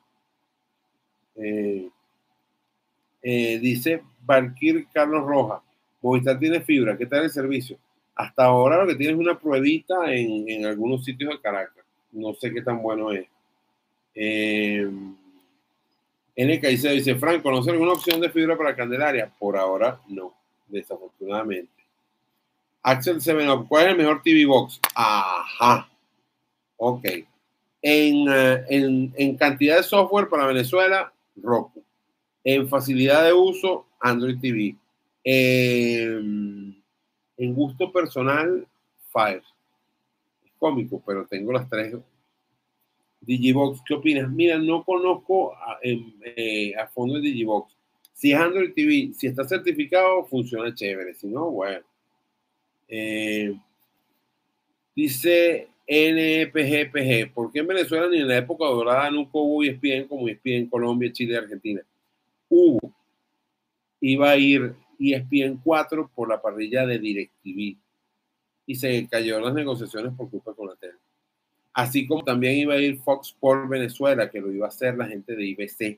Dice Valkyr Carlos Rojas, Movistar tiene fibra, ¿qué tal el servicio? Hasta ahora lo que tiene es una pruebita en algunos sitios de Caracas. No sé qué tan bueno es. NKIC dice, Frank, ¿conoce alguna opción de fibra para Candelaria? Por ahora no, desafortunadamente. Axel Sevenop, ¿cuál es el mejor TV Box? Ajá. Ok. En cantidad de software para Venezuela, Roku. En facilidad de uso, Android TV. En gusto personal, Fire. Es cómico, pero tengo las tres. Digibox, ¿qué opinas? Mira, no conozco a fondo el Digibox. Si es Android TV, si está certificado, funciona chévere. Si no, bueno. Dice NPGPG, ¿por qué en Venezuela ni en la época dorada nunca hubo ESPN como ESPN en Colombia, Chile y Argentina? Hubo. Iba a ir ESPN 4 por la parrilla de DirecTV y se cayó las negociaciones por culpa con la tele. Así como también iba a ir Fox Sports Venezuela, que lo iba a hacer la gente de IBC.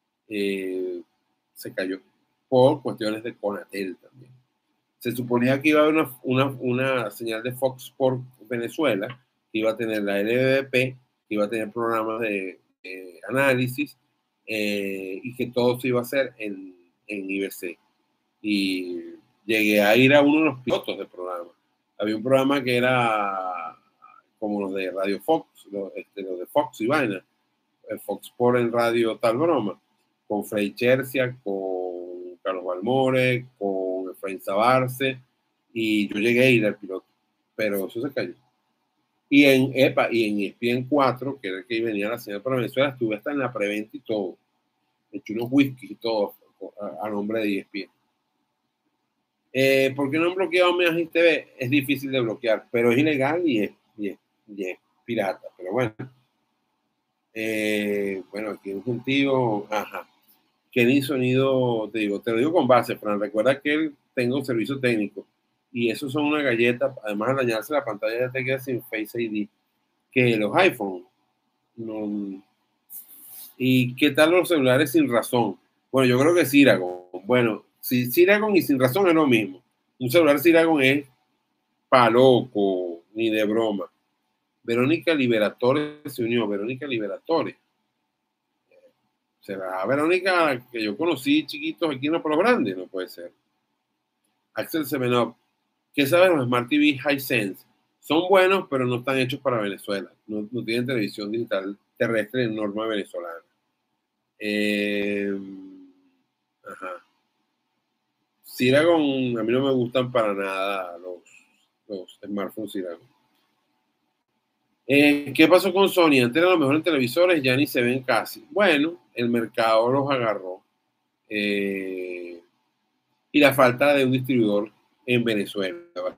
Se cayó por cuestiones de Conatel también. Se suponía que iba a haber una señal de Fox Sports Venezuela, que iba a tener la LVP, que iba a tener programas de análisis, y que todo se iba a hacer en IBC. Y llegué a ir a uno de los pilotos del programa. Había un programa que era como los de Radio Fox, los de Fox y vaina, Fox Sports en Radio Tal Broma, con Frey Chercia, con Carlos Balmore, con Efraín Sabarce, y yo llegué a ir al piloto, pero eso se cayó. Y en ESPN 4, que era el que venía la señal para Venezuela, estuve hasta en la preventa y todo. He hecho unos whisky y todo a nombre de ESPN. ¿Por qué no han bloqueado Magis TV? Es difícil de bloquear, pero es ilegal y es pirata. Pero bueno. Bueno, aquí un gentío. Ajá. Kenny Sonido, te lo digo con base, Fran. Recuerda que él tengo un servicio técnico y eso son una galleta. Además, al dañarse la pantalla ya te queda sin Face ID. Que los iPhone. No. ¿Y qué tal los celulares sin razón? Bueno, yo creo que Ciragon. Bueno, si Ciragon y sin razón es lo mismo. Un celular Ciragon es pa' loco, ni de broma. Verónica Liberatore se unió. Verónica Liberatore. ¿Será Verónica que yo conocí chiquitos aquí en los Pueblos Grandes? No puede ser. Axel Semenov. ¿Qué sabes los Smart TV Hisense? Son buenos, pero no están hechos para Venezuela. No tienen televisión digital terrestre en norma venezolana. Ajá. Ciragon, a mí no me gustan para nada los smartphones Ciragon. ¿Qué pasó con Sony? Antes eran los mejores televisores, ya ni se ven casi. Bueno, el mercado los agarró. Y la falta de un distribuidor en Venezuela.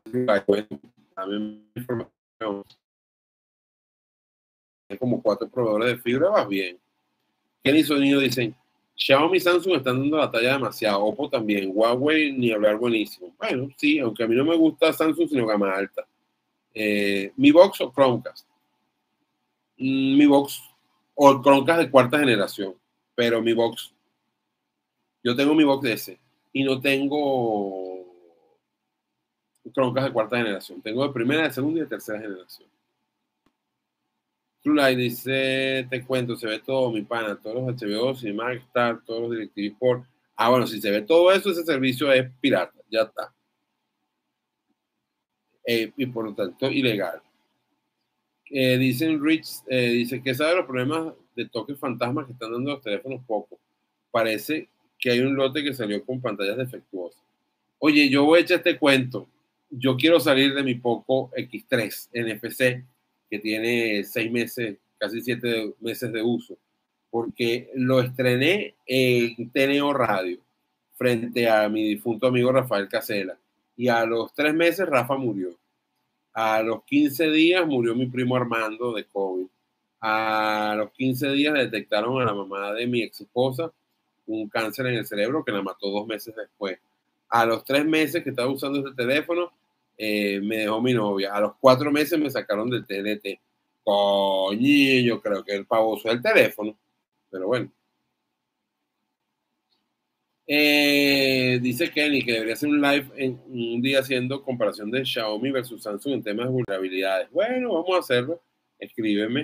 Hay como 4 proveedores de fibra, vas bien. Kenny Sonido dicen, Xiaomi y Samsung están dando la talla demasiado, Oppo también, Huawei ni hablar buenísimo. Bueno, sí, aunque a mí no me gusta Samsung, sino gama alta. Mi Box o Chromecast. Mi Box o Chromecast de 4ª generación, pero mi Box, yo tengo mi Box S y no tengo Chromecast de 4ª generación, tengo de 1ª, de 2ª y de 3ª generación. True dice, te cuento, se ve todo, mi pana, todos los HBO, Cinema Star, todos los DirecTV por. Bueno, si se ve todo eso, ese servicio es pirata, ya está. Y por lo tanto, ilegal. Dicen Rich, dice que sabe los problemas de toques fantasmas que están dando los teléfonos poco. Parece que hay un lote que salió con pantallas defectuosas. Oye, yo voy a echar este cuento. Yo quiero salir de mi Poco X3 NFC, que tiene 6 meses, casi 7 meses de uso, porque lo estrené en TNO Radio, frente a mi difunto amigo Rafael Casela. Y a los 3 meses Rafa murió. A los 15 días murió mi primo Armando de COVID. A los 15 días detectaron a la mamá de mi ex esposa un cáncer en el cerebro que la mató 2 meses después. A los 3 meses que estaba usando ese teléfono, me dejó mi novia. A los 4 meses me sacaron del TDT. Coño, yo creo que el pavoso es el teléfono. Pero bueno. Dice Kenny que debería hacer un live en un día haciendo comparación de Xiaomi versus Samsung en temas de vulnerabilidades. Bueno, vamos a hacerlo. Escríbeme.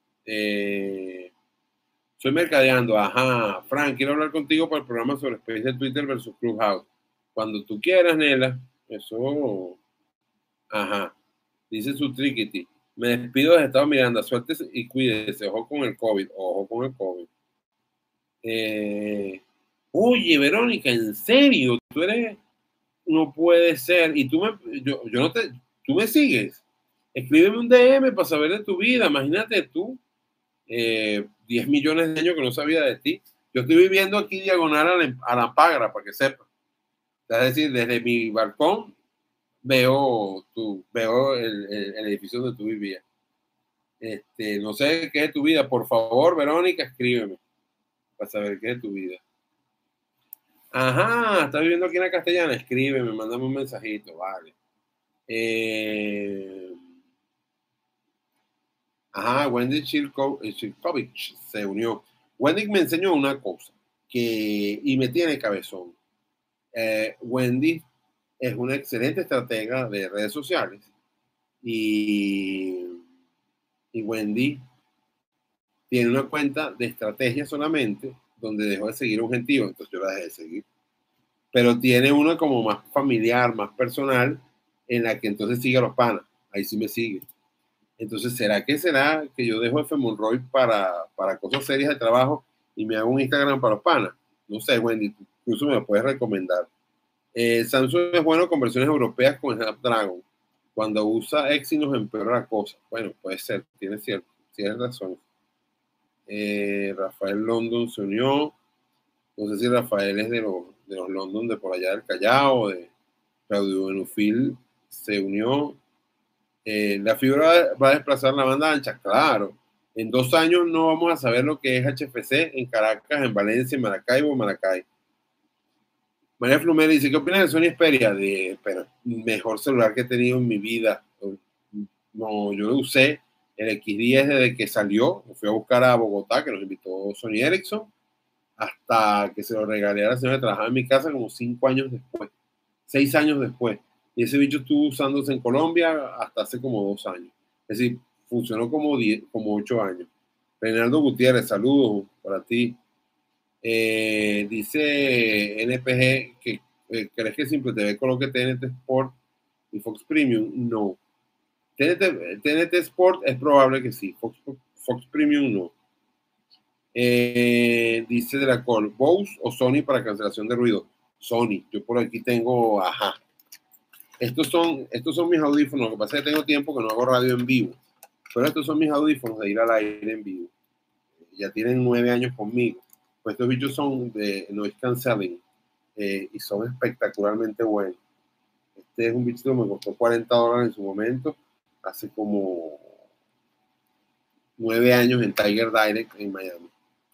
Soy mercadeando. Ajá. Frank, quiero hablar contigo para el programa sobre Space de Twitter versus Clubhouse. Cuando tú quieras, Nela. Eso. Ajá. Dice su Trickity. Me despido de Estado Miranda. Suerte y cuídese. Ojo con el COVID. Ojo con el COVID. Oye, Verónica, ¿en serio? Tú eres. No puede ser. Y tú yo no te. Tú me sigues. Escríbeme un DM para saber de tu vida. Imagínate tú. 10 millones de años que no sabía de ti. Yo estoy viviendo aquí diagonal a la Pagra, para que sepas. Es decir, desde mi balcón veo el edificio donde tú vivías. No sé qué es tu vida. Por favor, Verónica, escríbeme para saber qué es tu vida. Ajá, ¿estás viviendo aquí en la Castellana? Escríbeme, mándame un mensajito, vale. Ajá, Wendy Chilkovich se unió. Wendy me enseñó una cosa y me tiene cabezón. Wendy es una excelente estratega de redes sociales y Wendy tiene una cuenta de estrategia solamente, donde dejó de seguir un gentío, entonces yo la dejé de seguir. Pero tiene una como más familiar, más personal, en la que entonces sigue a los panas. Ahí sí me sigue. Entonces, ¿será que yo dejo F. Monroy para cosas serias de trabajo y me hago un Instagram para los panas? No sé, Wendy, incluso me lo puedes recomendar. Samsung es bueno con versiones europeas con Snapdragon. Cuando usa Exynos empeora la cosa. Bueno, puede ser, tienes razón. Rafael London se unió. No sé si Rafael es de los London de por allá del Callao, de Claudio Benufil se unió. La fibra va a desplazar la banda ancha, claro. En 2 años no vamos a saber lo que es HFC en Caracas, en Valencia, en Maracaibo, Maracay. María Flumera dice, ¿qué opinas de Sony Xperia? Pero mejor celular que he tenido en mi vida. No, yo lo usé el X10 desde que salió. Lo fui a buscar a Bogotá, que nos invitó Sony Ericsson, hasta que se lo regalé a la señora que trabajaba en mi casa como 5 años después, 6 años después. Y ese bicho estuvo usándose en Colombia hasta hace como 2 años. Es decir, funcionó como 8 años. Reinaldo Gutiérrez, saludos para ti. Dice NPG que crees que Simple TV coloque TNT Sport y Fox Premium. No. TNT Sport es probable que sí. Fox Premium no. Dice Dracol, Bose o Sony para cancelación de ruido. Sony. Yo por aquí tengo, ajá. Estos son mis audífonos. Lo que pasa es que tengo tiempo que no hago radio en vivo. Pero estos son mis audífonos de ir al aire en vivo. Ya tienen 9 años conmigo. Pues estos bichos son de noise canceling y son espectacularmente buenos. Este es un bichito que me costó $40 en su momento, hace como 9 años en Tiger Direct en Miami.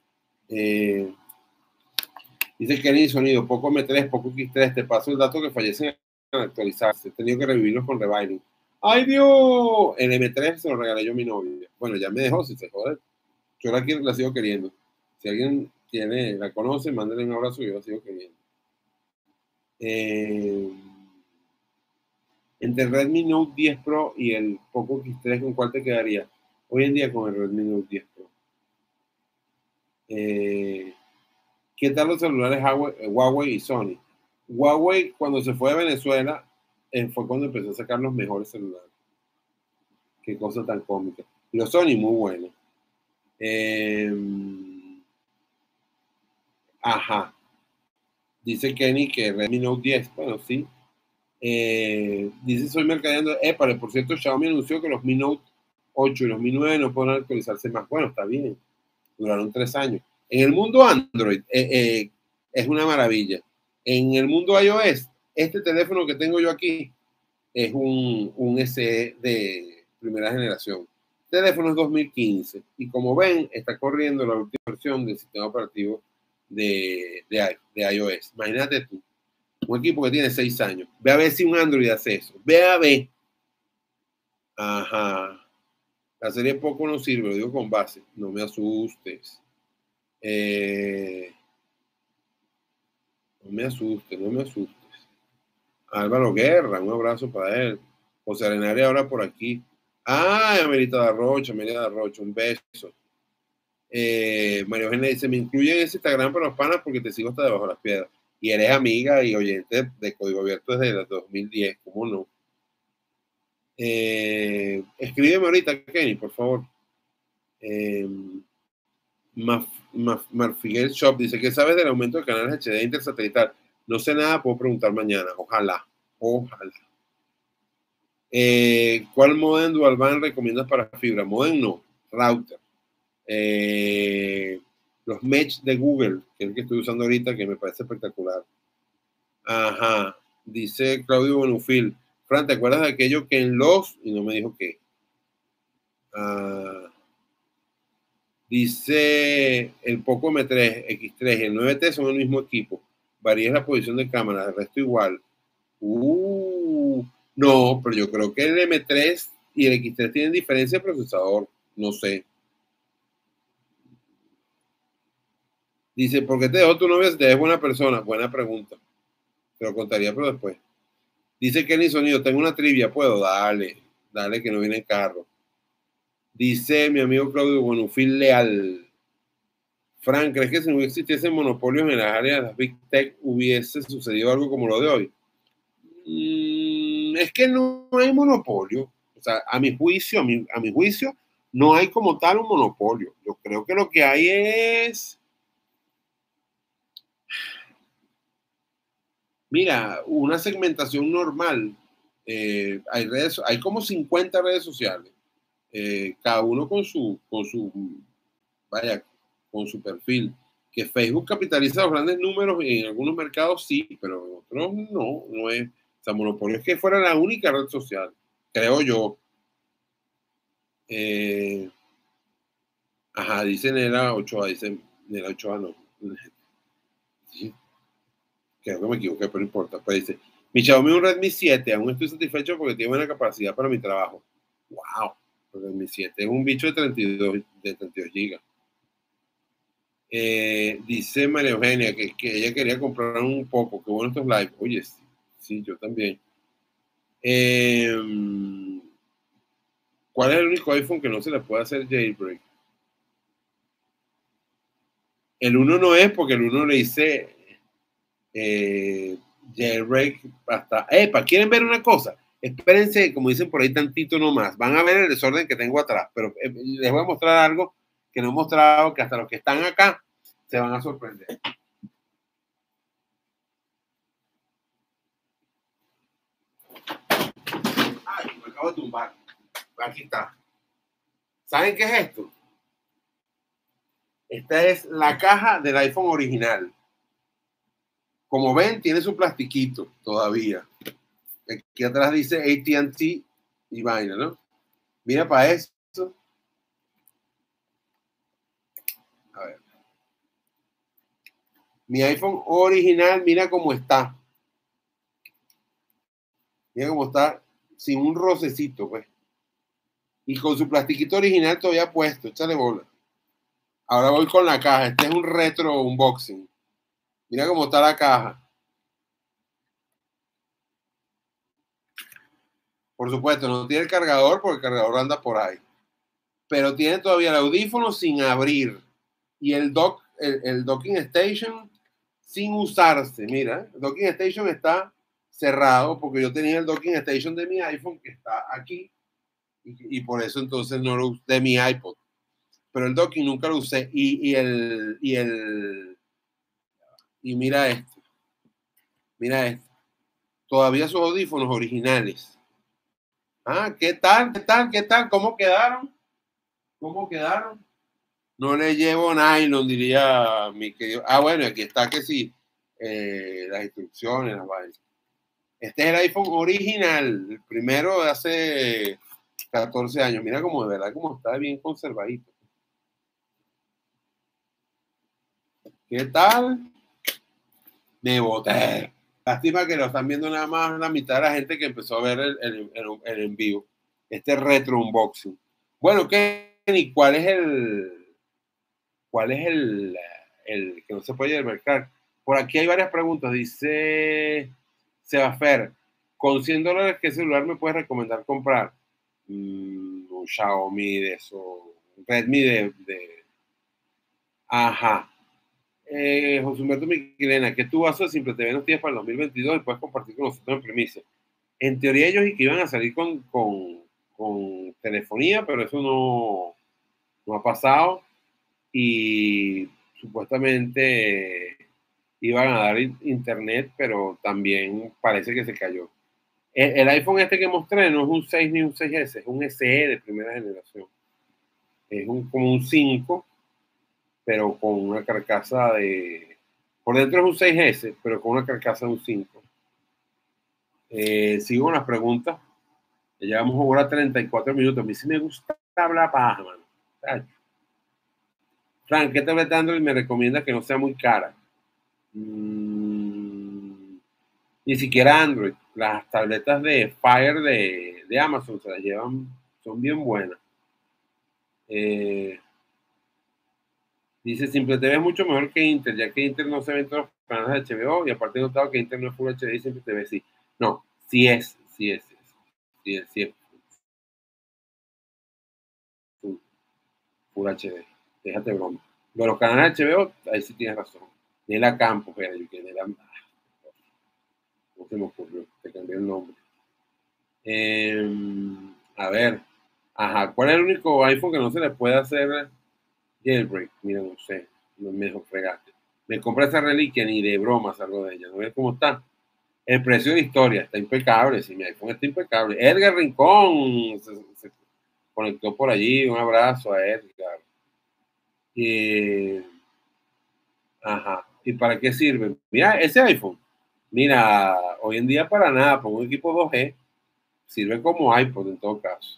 Dice Kenny Sonido, poco M3, poco X3, te paso el dato que fallecen al actualizarse. He tenido que revivirlos con reviling. ¡Ay, Dios! El M3 se lo regalé yo a mi novia. Bueno, ya me dejó, si se jode. Yo la sigo queriendo. Si alguien la conoce, mándale un abrazo, yo la sigo queriendo. Entre el Redmi Note 10 Pro y el Poco X3, ¿con cuál te quedaría? Hoy en día con el Redmi Note 10 Pro. ¿Qué tal los celulares Huawei y Sony? Huawei, cuando se fue a Venezuela, fue cuando empezó a sacar los mejores celulares. Qué cosa tan cómica. Y los Sony, muy buenos. Ajá. Dice Kenny que Redmi Note 10. Bueno, sí. Dice soy mercadeando. Por cierto, Xiaomi anunció que los Mi Note 8 y los Mi 9 no podrán actualizarse más. Bueno, está bien. Duraron 3 años. En el mundo Android es una maravilla. En el mundo iOS, este teléfono que tengo yo aquí es un SE de primera generación. El teléfono es 2015 y como ven, está corriendo la última versión del sistema operativo de iOS. Imagínate tú, un equipo que tiene 6 años. Ve a ver si un Android hace eso. Ve a ver. Ajá. La serie poco no sirve, lo digo con base. No me asustes. No me asustes, no me asustes. Álvaro Guerra, un abrazo para él. José Arenaria ahora por aquí. Ah, Amelita Darrocha, un beso. María Eugenia dice, me incluyen en ese Instagram para los panas porque te sigo hasta debajo de las piedras. Y eres amiga y oyente de Código Abierto desde el 2010, ¿cómo no? Escríbeme ahorita, Kenny, por favor. Marfiguel Shop dice, ¿qué sabes del aumento de canales HD intersatelital? No sé nada, puedo preguntar mañana. Ojalá. ¿Cuál modem dual band recomiendas para fibra? Modem no, router. Los Mesh de Google, que es el que estoy usando ahorita, que me parece espectacular. Ajá. Dice Claudio Bonufil. Fran, ¿te acuerdas de aquello que en los... Y no me dijo qué. Dice el Poco M3, X3 y el 9T son el mismo equipo. Varía la posición de cámara, el resto igual. No, pero yo creo que el M3 y el X3 tienen diferencia de procesador. No sé. Dice, ¿por qué te dejó tu novia si te es buena persona? Buena pregunta. Te lo contaría, pero después. Dice Kenny Sonido, tengo una trivia, ¿puedo? Dale que no viene en carro. Dice mi amigo Claudio Bonufil Leal. Frank, ¿crees que si no existiesen monopolios en las áreas de las Big Tech hubiese sucedido algo como lo de hoy? Es que no hay monopolio. O sea, a mi juicio, no hay como tal un monopolio. Yo creo que lo que hay es, mira, una segmentación normal. Hay como 50 redes sociales, cada uno vaya, con su perfil. Que Facebook capitaliza los grandes números en algunos mercados, sí, pero en otros no es. O sea, monopolio es que fuera la única red social, creo yo. Ajá, dice Nela Ochoa, dice Nela Ochoa, no. Sí, creo que me equivoqué, pero no importa. Pues dice, mi Xiaomi es un Redmi 7, aún estoy satisfecho porque tiene buena capacidad para mi trabajo. Wow, el Redmi 7 es un bicho de 32 gigas. Dice María Eugenia que ella quería comprar un poco, que bueno estos live. Oye, sí, yo también. ¿Cuál es el único iPhone que no se le puede hacer jailbreak? El 1 no es porque el 1 le hice jailbreak hasta... ¿quieren ver una cosa? Espérense, como dicen por ahí, tantito nomás. Van a ver el desorden que tengo atrás, pero les voy a mostrar algo que no he mostrado, que hasta los que están acá se van a sorprender. Ay, me acabo de tumbar. Aquí está. ¿Saben qué es esto? Esta es la caja del iPhone original. Como ven, tiene su plastiquito todavía. Aquí atrás dice AT&T y vaina, ¿no? Mira para eso. A ver. Mi iPhone original, mira cómo está. Mira cómo está, sin un rocecito, pues. Y con su plastiquito original todavía puesto. Échale bola. Ahora voy con la caja. Este es un retro unboxing. Mira cómo está la caja. Por supuesto, no tiene el cargador porque el cargador anda por ahí. Pero tiene todavía el audífono sin abrir. Y el docking station sin usarse. Mira, el docking station está cerrado porque yo tenía el docking station de mi iPhone que está aquí y por eso entonces no lo usé, de mi iPod. Pero el docking nunca lo usé y mira esto. Todavía sus audífonos originales. Ah, ¿qué tal? ¿Qué tal? ¿Qué tal? ¿Cómo quedaron? ¿Cómo quedaron? No le llevo nylon, diría mi querido. Ah, bueno, aquí está que sí, las instrucciones, las vainas. Este es el iPhone original, el primero de hace 14 años. Mira cómo de verdad, cómo está bien conservadito. ¿Qué tal? Me boté. Lástima que lo están viendo nada más la mitad de la gente que empezó a ver el en vivo. Este retro unboxing. Bueno, Kenny, ¿cuál es el que no se puede marcar? Por aquí hay varias preguntas. Dice Sebafer, con $100, ¿qué celular me puedes recomendar comprar? Un Xiaomi de eso, un Redmi Ajá. José Humberto Miquelena, que tú vas a Simple TV Noticias para el 2022 y puedes compartir con nosotros en primicia. En teoría ellos y que iban a salir con telefonía, pero eso no ha pasado y supuestamente iban a dar internet, pero también parece que se cayó. El iPhone este que mostré no es un 6 ni un 6S, es un SE de primera generación. Es como un 5, pero con una carcasa de... Por dentro es un 6S, pero con una carcasa de un 5. Sigo con las preguntas. Ya llevamos ahora 34 minutos. A mí sí me gusta hablar paja, mano. Frank, ¿qué tableta Android me recomienda que no sea muy cara? Ni siquiera Android. Las tabletas de Fire de Amazon se las llevan, son bien buenas. Dice, Simple TV es mucho mejor que Inter, ya que Inter no se ven todos los canales de HBO y aparte he notado que Inter no es Full HD y Simple TV sí. No, sí es Full Full HD. Déjate broma. De los canales HBO, ahí sí tienes razón. Nela Campos, era yo que Nela. No se me ocurrió, te cambié el nombre. A ver. Ajá, ¿cuál es el único iPhone que no se le puede hacer jailbreak? Mira, no sé. No me dejó fregaste. Me compré esa reliquia, ni de broma salgo de ella. ¿No ves cómo está? El precio de historia está impecable. Si mi iPhone está impecable. Edgar Rincón se conectó por allí. Un abrazo a Edgar. Ajá. ¿Y para qué sirve? Mira, ese iPhone. Mira, hoy en día para nada, por un equipo 2G, sirve como iPod en todo caso.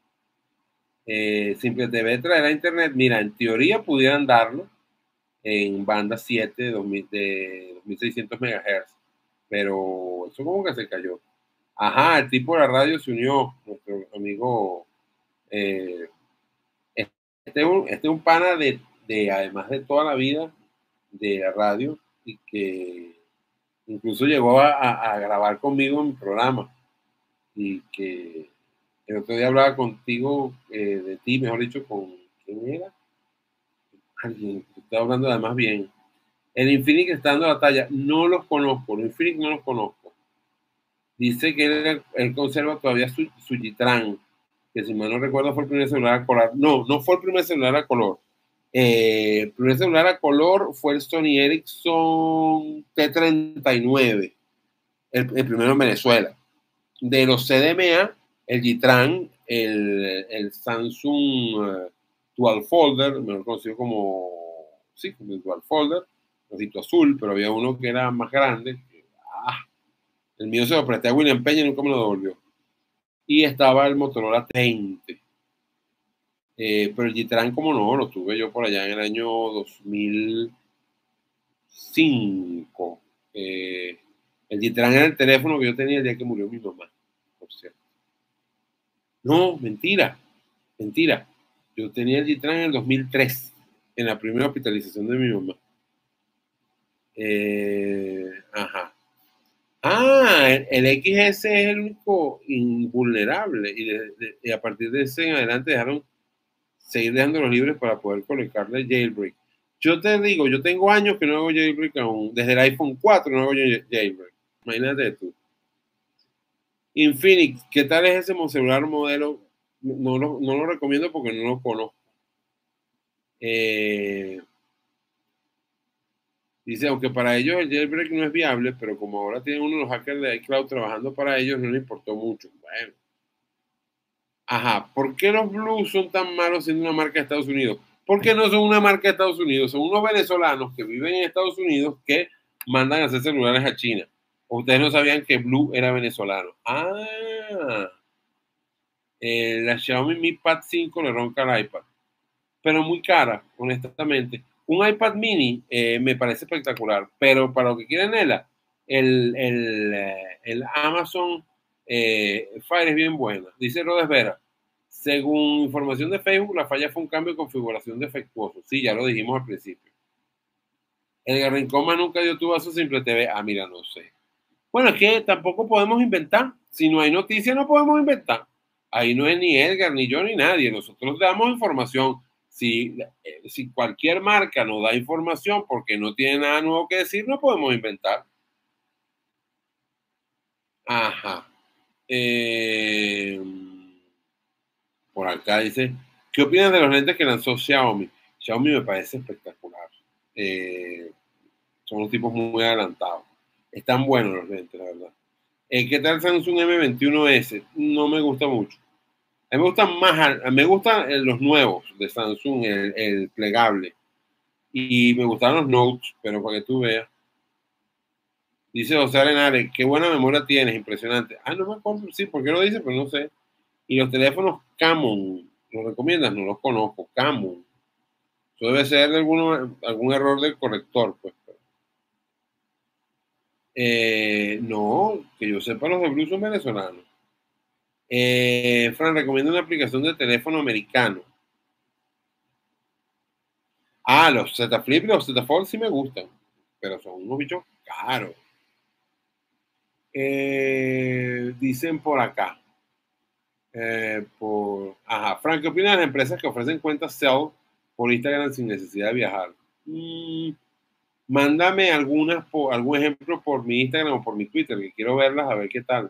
Simple TV traerá internet. Mira, en teoría pudieran darlo en banda 7 de 2600 MHz, pero eso como que se cayó. Ajá, el tipo de la radio se unió, nuestro amigo. eh, este es un pana además de toda la vida de la radio y que incluso llegó a grabar conmigo en mi programa y que el otro día hablaba contigo, de ti, mejor dicho, con quién era, alguien que estaba hablando además bien. El Infinix está dando la talla, no los conozco, el Infinix no los conozco. Dice que él conserva todavía su Gitran, que si mal no recuerdo fue el primer celular a color. No, no fue el primer celular a color. El primer celular a color fue el Sony Ericsson T39, el primero en Venezuela. De los CDMA, el Gitran, el Samsung Dual Folder, mejor conocido como, sí, como el Dual Folder, rosito azul, pero había uno que era más grande. El mío se lo presté a William Peña y nunca me lo devolvió. Y estaba el Motorola 30. Pero el Gitran, como no, lo tuve yo por allá en el año 2005. El Gitran era el teléfono que yo tenía el día que murió mi mamá, por cierto. No, mentira, mentira. Yo tenía el Gitran en el 2003, en la primera hospitalización de mi mamá. Ajá. El XS es el único invulnerable y a partir de ese en adelante dejaron seguir dejándolos libres para poder colocarle jailbreak. Yo te digo, yo tengo años que no hago jailbreak aún. Desde el iPhone 4 no hago jailbreak. Imagínate tú. Infinix, ¿qué tal es ese celular modelo? No lo recomiendo porque no lo conozco. Dice, aunque para ellos el jailbreak no es viable, pero como ahora tienen uno de los hackers de iCloud trabajando para ellos, no les importó mucho. Bueno. Ajá, ¿por qué los Blues son tan malos siendo una marca de Estados Unidos? Porque no son una marca de Estados Unidos, son unos venezolanos que viven en Estados Unidos que mandan a hacer celulares a China. Ustedes no sabían que Blue era venezolano. La Xiaomi Mi Pad 5 le ronca al iPad, pero muy cara, honestamente. Un iPad mini me parece espectacular, pero para lo que quiere Nela, el Amazon Fire es bien bueno. Dice Rodes Vera, según información de Facebook, la falla fue un cambio de configuración defectuoso. Sí, ya lo dijimos al principio. El Rincón más nunca dio tu vaso simple TV. Mira, no sé. Bueno, es que tampoco podemos inventar. Si no hay noticias, no podemos inventar. Ahí no es ni Edgar, ni yo, ni nadie. Nosotros damos información. Si cualquier marca nos da información porque no tiene nada nuevo que decir, no podemos inventar. Ajá. Por acá dice, ¿qué opinas de los lentes que lanzó Xiaomi? Xiaomi me parece espectacular. Son unos tipos muy adelantados. Están buenos los lentes, la verdad. ¿Qué tal Samsung M21S? No me gusta mucho. A mí me gustan más, me gustan los nuevos de Samsung, el plegable. Y me gustaron los Notes, pero para que tú veas. Dice José Arenales, qué buena memoria tienes, impresionante. No me acuerdo, sí, ¿por qué lo dice? Pero no sé. Y los teléfonos Camon, ¿los recomiendas? No los conozco, Camon. Eso debe ser algún error del corrector, pues. No, que yo sepa, los de Blue son venezolanos. Fran, recomiendo una aplicación de teléfono americano. Los Z Flip y los Z Fold sí me gustan, pero son unos bichos caros. Dicen por acá. Frank, ¿qué opinas de las empresas que ofrecen cuentas Cell por Instagram sin necesidad de viajar. Mándame algún ejemplo por mi Instagram o por mi Twitter, que quiero verlas a ver qué tal.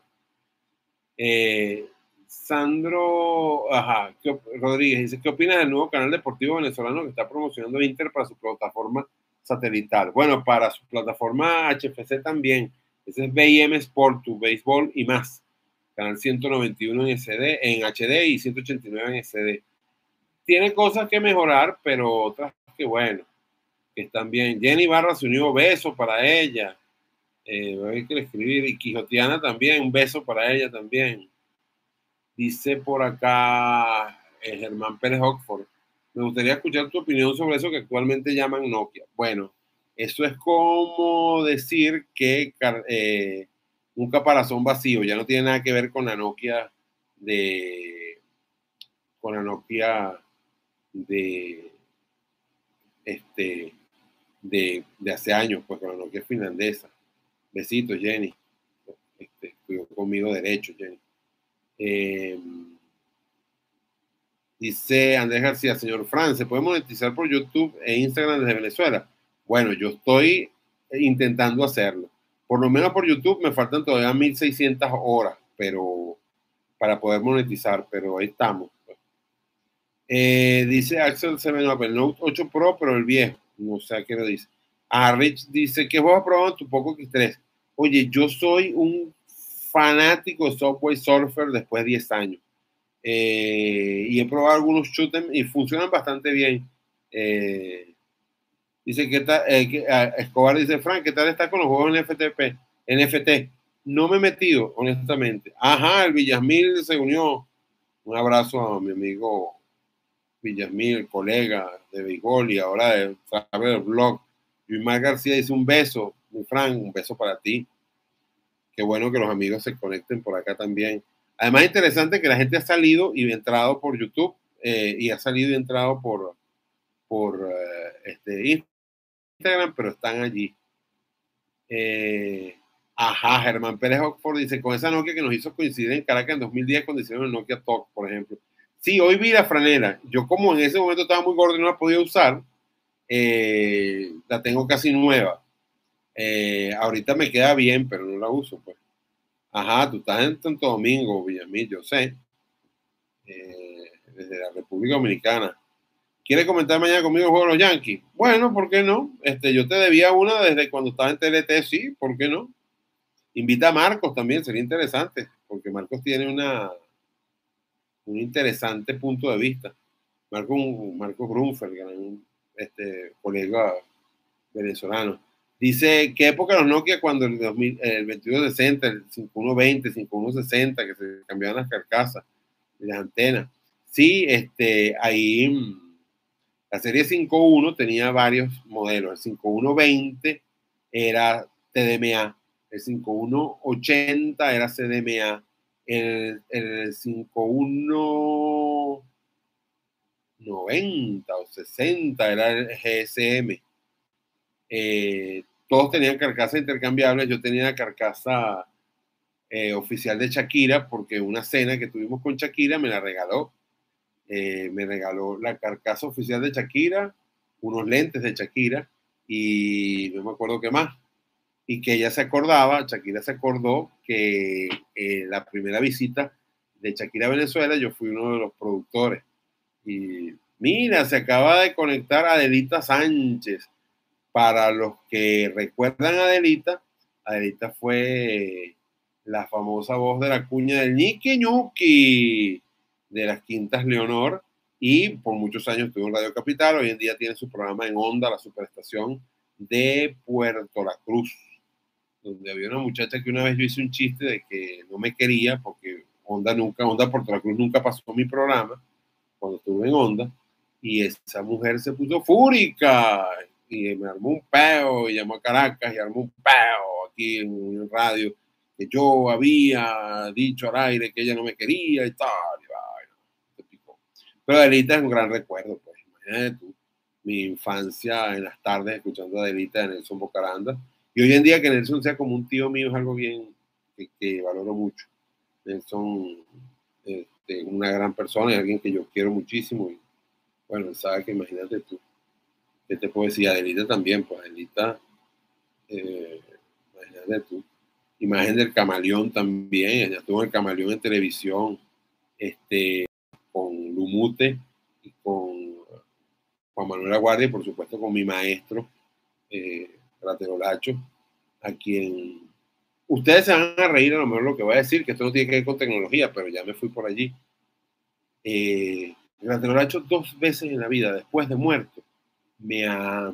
Sandro Rodríguez dice, ¿qué opinas del nuevo canal deportivo venezolano que está promocionando Inter para su plataforma satelital? Bueno, para su plataforma HFC también. Ese es BIM Sport, tu béisbol y más. Canal 191 en HD y 189 en SD. Tiene cosas que mejorar, pero otras que bueno, que están bien. Jenny Barra se unió, beso para ella. Hay que escribir. Y Quijotiana también, un beso para ella también. Dice por acá Germán Pérez Oxford. Me gustaría escuchar tu opinión sobre eso que actualmente llaman Nokia. Bueno, eso es como decir que un caparazón vacío ya no tiene nada que ver con la Nokia de de de hace años, pues con la Nokia finlandesa. Besitos, Jenny. Estudió conmigo derecho, Jenny. Dice Andrés García, señor Fran, ¿se puede monetizar por YouTube e Instagram desde Venezuela? Bueno, yo estoy intentando hacerlo. Por lo menos por YouTube me faltan todavía 1600 horas, pero para poder monetizar, pero ahí estamos. Dice Axel Seven el Note 8 Pro, pero el viejo. No sé a qué lo dice. Rich dice que vos has probado en tu Poco X3. Oye, yo soy un fanático de Subway Surfer después de 10 años. Y he probado algunos shooters y funcionan bastante bien. Dice que Escobar dice, Frank, ¿qué tal está con los juegos NFT? No me he metido, honestamente. Ajá, el Villasmil se unió. Un abrazo a mi amigo Villasmil, colega de béisbol y ahora de saber el blog. Luis García dice un beso, mi Frank, un beso para ti. Qué bueno que los amigos se conecten por acá también. Además, es interesante que la gente ha salido y entrado por YouTube y ha salido y entrado por Instagram, pero están allí. Germán Pérez Oxford dice, con esa Nokia que nos hizo coincidir en Caracas en 2010 cuando hicieron el Nokia Talk, por ejemplo. Sí, hoy vi la franela. Yo como en ese momento estaba muy gordo y no la podía usar, la tengo casi nueva. Ahorita me queda bien, pero no la uso, pues. Tú estás en Santo Domingo, Villamil, yo sé. Desde la República Dominicana. ¿Quieres comentar mañana conmigo el juego de los Yankees? Bueno, ¿por qué no? Yo te debía una desde cuando estaba en TLT, sí, ¿por qué no? Invita a Marcos también, sería interesante, porque Marcos tiene un interesante punto de vista. Marcos Grunfeld, colega venezolano. Dice, ¿qué época los Nokia cuando el 2260, el 5120, 5160, que se cambiaban las carcasas y las antenas? Sí, ahí la serie 5.1 tenía varios modelos. El 5120 era TDMA, el 5180 era CDMA, el 5190 o 60 era el GSM. Todos tenían carcasas intercambiables. Yo tenía la carcasa oficial de Shakira porque una cena que tuvimos con Shakira me la regaló. Me regaló la carcasa oficial de Shakira, unos lentes de Shakira y no me acuerdo qué más. Y que ella se acordaba, Shakira se acordó que la primera visita de Shakira a Venezuela yo fui uno de los productores. Y mira, se acaba de conectar Adelita Sánchez. Para los que recuerdan a Adelita, Adelita fue la famosa voz de la cuña del Ñiqui Ñuqui de las Quintas Leonor y por muchos años estuvo en Radio Capital. Hoy en día tiene su programa en Onda, la superestación de Puerto La Cruz, donde había una muchacha que una vez yo hice un chiste de que no me quería porque Onda Puerto La Cruz nunca pasó mi programa cuando estuve en Onda, y esa mujer se puso fúrica y me armó un peo y llamó a Caracas y armó un peo aquí en radio que yo había dicho al aire que ella no me quería y tal. Pero Adelita es un gran recuerdo, pues imagínate tú, mi infancia en las tardes escuchando a Adelita de Nelson Bocaranda, y hoy en día que Nelson sea como un tío mío es algo bien que valoro mucho. Nelson una gran persona y alguien que yo quiero muchísimo Bueno, sabe que imagínate tú, ¿qué te puedo decir? Adelita también, pues Adelita, imagínate tú. Imagen del Camaleón también, ella estuvo en el Camaleón en televisión, con Lumute y con Juan Manuel Aguardia y por supuesto con mi maestro, Ratero Lacho, a quien ustedes se van a reír a lo mejor lo que voy a decir, que esto no tiene que ver con tecnología, pero ya me fui por allí. Ratero Lacho 2 veces en la vida, después de muerto, me ha,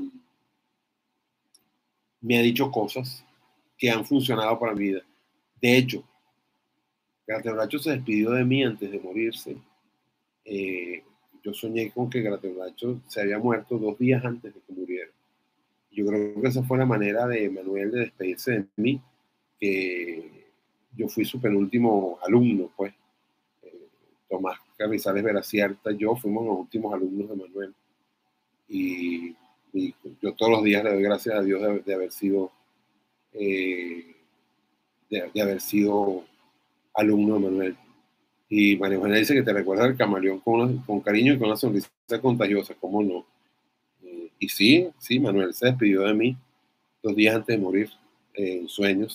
me ha dicho cosas que han funcionado para mi vida. De hecho, Grateunacho se despidió de mí antes de morirse. Eh, yo soñé con que Grateunacho se había muerto 2 días antes de que muriera. Yo creo que esa fue la manera de Manuel de despedirse de mí, que yo fui su penúltimo alumno, pues. Eh, Tomás Carrizales Veracierta, yo fuimos los últimos alumnos de Manuel. Y, y yo todos los días le doy gracias a Dios de haber sido eh, de haber sido alumno de Manuel. Y María Eugenia dice que te recuerda al Camaleón con cariño y con una sonrisa contagiosa, ¿cómo no? Y sí, sí, Manuel se despidió de mí 2 días antes de morir, en sueños.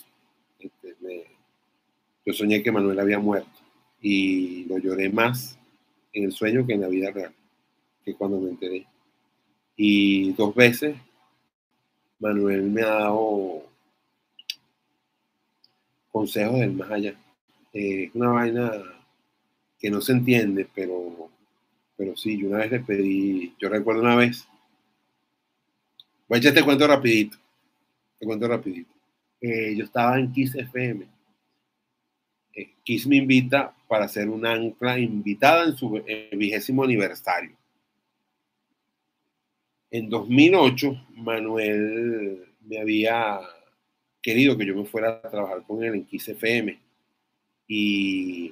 Yo soñé que Manuel había muerto y lo lloré más en el sueño que en la vida real, que cuando me enteré. Y 2 veces Manuel me ha dado consejos del más allá. Es una vaina que no se entiende, pero sí, yo una vez le pedí, yo recuerdo una vez, voy a echar este cuento rapidito, te cuento rapidito. Yo estaba en Kiss FM. Kiss me invita para ser una ancla invitada en su 20º aniversario. En 2008, Manuel me había querido que yo me fuera a trabajar con él en Kiss FM. Y,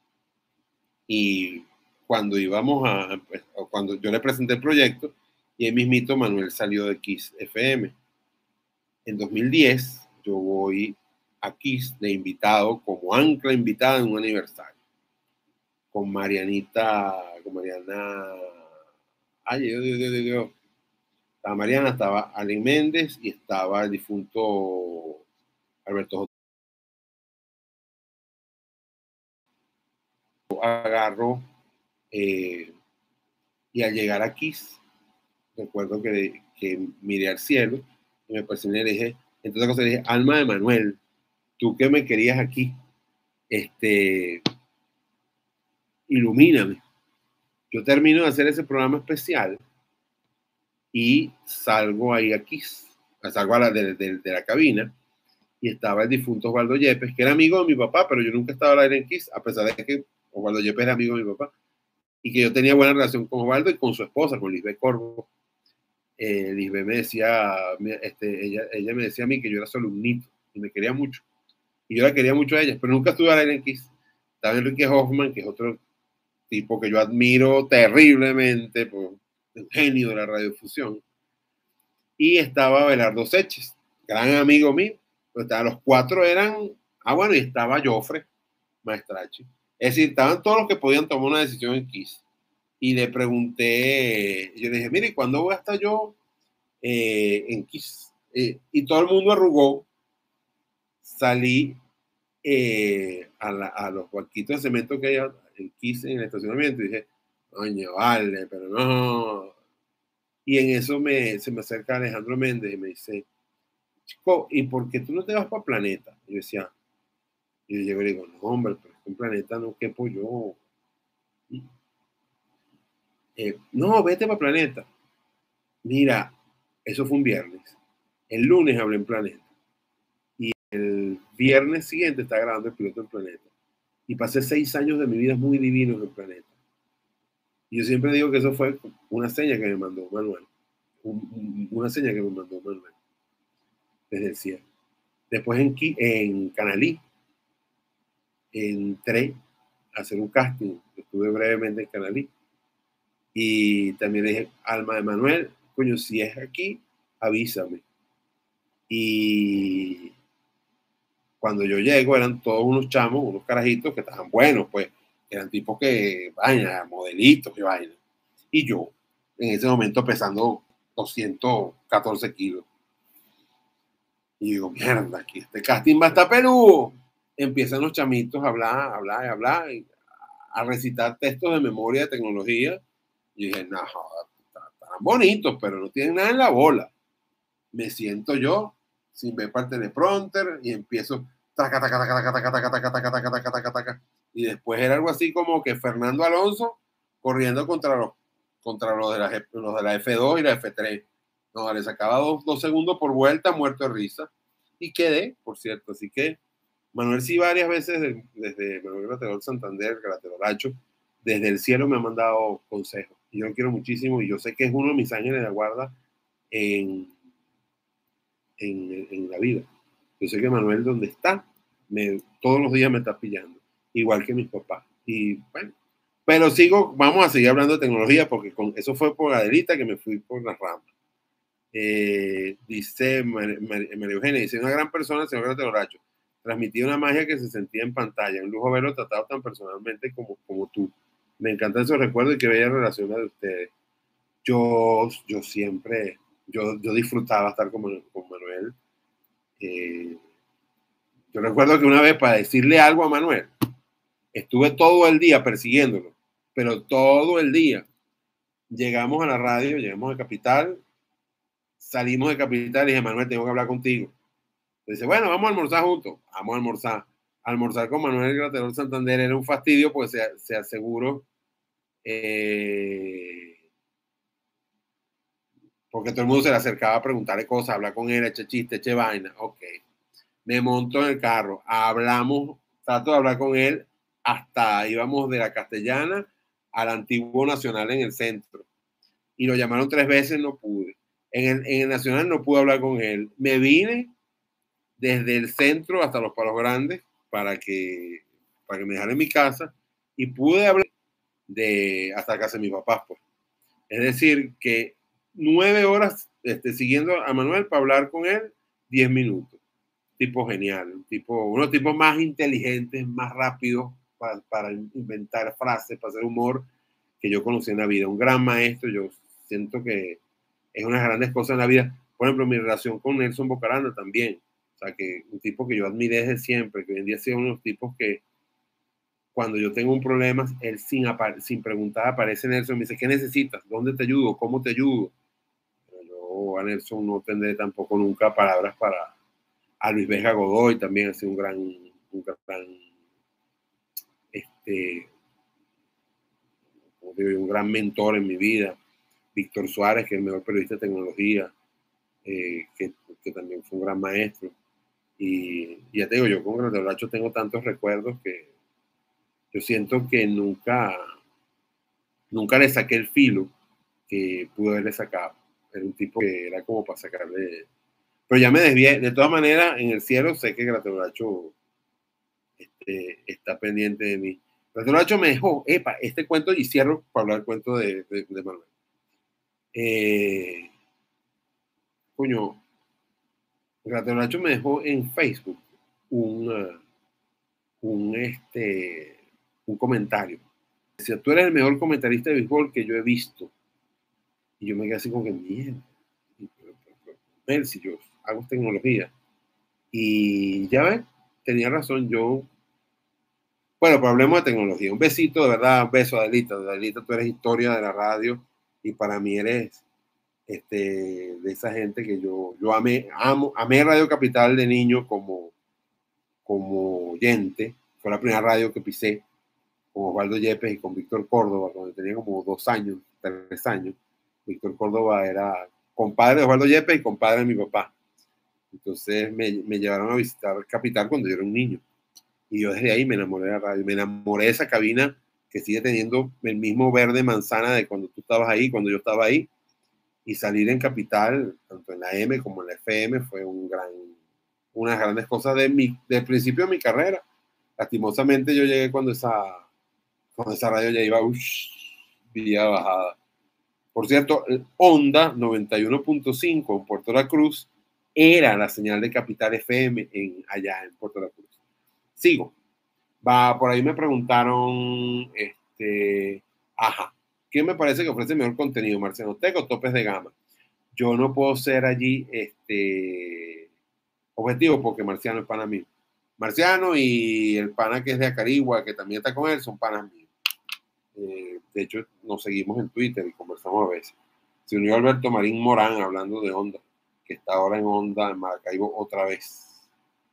y cuando cuando yo le presenté el proyecto, y ahí mismito Manuel salió de Kiss FM. En 2010 yo voy a Kiss de invitado, como ancla invitada en un aniversario, con Mariana, ay Dios, estaba Mariana, estaba Allen Méndez y estaba el difunto Alberto Agarro, y al llegar a Kiss, recuerdo que miré al cielo y me persigné y le dije, entonces le dije, alma de Manuel, tú que me querías aquí, ilumíname. Yo termino de hacer ese programa especial y salgo ahí aquí, salgo de la cabina y estaba el difunto Osvaldo Yepes, que era amigo de mi papá, pero yo nunca estaba al aire en Kiss, a pesar de que Osvaldo Yepes era amigo de mi papá y que yo tenía buena relación con Osvaldo y con su esposa, con Lisbeth Corvo. Lisbeth me decía, ella me decía a mí que yo era su alumnito y me quería mucho. Y yo la quería mucho a ella, pero nunca estuve al aire en Kiss. Estaba Enrique Hoffman, que es otro tipo que yo admiro terriblemente, por el genio de la radiodifusión. Y estaba Belardo Seches, gran amigo mío. Los 4 eran, bueno, y estaba Joffre, Maestrachi. Es decir, estaban todos los que podían tomar una decisión en Kiss. Y le pregunté, yo le dije, mire, ¿cuándo voy a estar yo en Kiss? Y todo el mundo arrugó. Salí a los banquitos de cemento que hay en Kiss en el estacionamiento y dije, coño, vale, pero no. Y en eso se me acerca Alejandro Méndez y me dice, chico, ¿y por qué tú no te vas para Planeta? Y yo decía, y yo llego y le digo, no, hombre, pero es que en Planeta no quepo yo. No, vete para Planeta. Mira, eso fue un viernes. El lunes hablé en Planeta. Y el viernes siguiente estaba grabando el piloto en Planeta. Y pasé 6 años de mi vida muy divinos en Planeta. Y yo siempre digo que eso fue una seña que me mandó Manuel. Una seña que me mandó Manuel desde el cielo. Después en Canalí entré a hacer un casting. Estuve brevemente en Canalí. Y también le dije, alma de Manuel, coño, si es aquí, avísame. Y cuando yo llego eran todos unos chamos, unos carajitos que estaban buenos, pues, eran tipos que, vaina, modelitos y vaina. Y yo, en ese momento pesando 214 kilos. Y digo, mierda, aquí este casting va a estar peludo. Empiezan los chamitos a hablar, a recitar textos de memoria de tecnología. Y dije, no, están bonitos, pero no tienen nada en la bola. Me siento yo, sin ver para el teleprompter, y empiezo, y después era algo así como que Fernando Alonso corriendo contra los de la F2 y la F3. No, le sacaba 2 segundos por vuelta, muerto de risa. Y quedé, por cierto. Así que Manuel sí varias veces, desde Manuel Graterol Santander, Graterolacho, desde el cielo me ha mandado consejos. Y yo lo quiero muchísimo y yo sé que es uno de mis ángeles de la guarda en la vida. Yo sé que Manuel, donde está, todos los días me está pillando, igual que mis papás. Y bueno, pero vamos a seguir hablando de tecnología porque eso fue por Adelita que me fui por las ramas. Dice María Eugenia, dice, una gran persona, señor Graterolacho, transmitía una magia que se sentía en pantalla, un lujo haberlo tratado tan personalmente como tú. Me encantan esos recuerdos y qué bella relación de ustedes. Yo siempre, yo disfrutaba estar con Manuel. Yo recuerdo que una vez, para decirle algo a Manuel, estuve todo el día persiguiéndolo, pero todo el día. Llegamos a la radio, llegamos a Capital, salimos de Capital y dije, Manuel, tengo que hablar contigo. Dice, bueno, vamos a almorzar juntos. Vamos a almorzar. Almorzar con Manuel Graterol Santander era un fastidio, pues se aseguró. Porque todo el mundo se le acercaba a preguntarle cosas, hablar con él, eche chiste, eche vaina. Ok. Me monto en el carro, hablamos, trato de hablar con él, hasta íbamos de la Castellana al Antiguo Nacional en el centro. Y lo llamaron 3 veces, no pude. En el Nacional no pude hablar con él. Me vine desde el centro hasta los Palos Grandes para que me dejara en mi casa y pude hablar hasta casa de mis papás, pues. Es decir, que 9 horas siguiendo a Manuel para hablar con él, 10 minutos. Tipo genial, unos tipos más inteligentes, más rápidos para inventar frases, para hacer humor que yo conocí en la vida. Un gran maestro, yo siento que es una de las grandes cosas en la vida. Por ejemplo, mi relación con Nelson Bocaranda también. O sea, que un tipo que yo admiré desde siempre, que hoy en día ha sido uno de los tipos que cuando yo tengo un problema, él sin preguntar aparece Nelson y me dice, ¿qué necesitas? ¿Dónde te ayudo? ¿Cómo te ayudo? Pero yo a Nelson no tendré tampoco nunca palabras para... A Luis Vega Godoy también ha sido un gran un gran mentor en mi vida. Víctor Suárez, que es el mejor periodista de tecnología, que también fue un gran maestro. Y ya te digo, yo con Graterolacho tengo tantos recuerdos que yo siento que nunca le saqué el filo que pude haberle sacado. Era un tipo que era como para sacarle... Pero ya me desvié. De todas maneras, en el cielo sé que Graterolacho está pendiente de mí. Graterolacho me dejó, este cuento, y cierro para hablar del cuento de Manuel. Coño, Graterolacho me dejó en Facebook un comentario. Decía, tú eres el mejor comentarista de béisbol que yo he visto. Y yo me quedé así como que, mierda. Ver si yo hago tecnología. Y ya ves, tenía razón, bueno, pero hablemos de tecnología. Un besito, de verdad, un beso, Adelita. Adelita, tú eres historia de la radio y para mí eres de esa gente que yo amé Radio Capital de niño como oyente. Fue la primera radio que pisé con Osvaldo Yepes y con Víctor Córdoba, cuando tenía como 2 años, 3 años. Víctor Córdoba era compadre de Osvaldo Yepes y compadre de mi papá. Entonces me llevaron a visitar Capital cuando yo era un niño. Y yo desde ahí me enamoré de la radio, me enamoré de esa cabina que sigue teniendo el mismo verde manzana de cuando tú estabas ahí, cuando yo estaba ahí. Y salir en Capital, tanto en la M como en la FM, fue una de las grandes cosas del principio de mi carrera. Lastimosamente yo llegué cuando esa radio ya iba vía bajada. Por cierto, Onda 91.5 en Puerto La Cruz era la señal de Capital FM allá en Puerto La Cruz. Sigo. Por ahí me preguntaron, ¿Qué me parece que ofrece mejor contenido? Marciano Tech o Topes de Gama. Yo no puedo ser allí objetivo porque Marciano es pana mío. Marciano y el pana que es de Acarigua, que también está con él, son panas míos. De hecho, nos seguimos en Twitter y conversamos a veces. Se unió Alberto Marín Morán hablando de Honda, que está ahora en Honda en Maracaibo otra vez.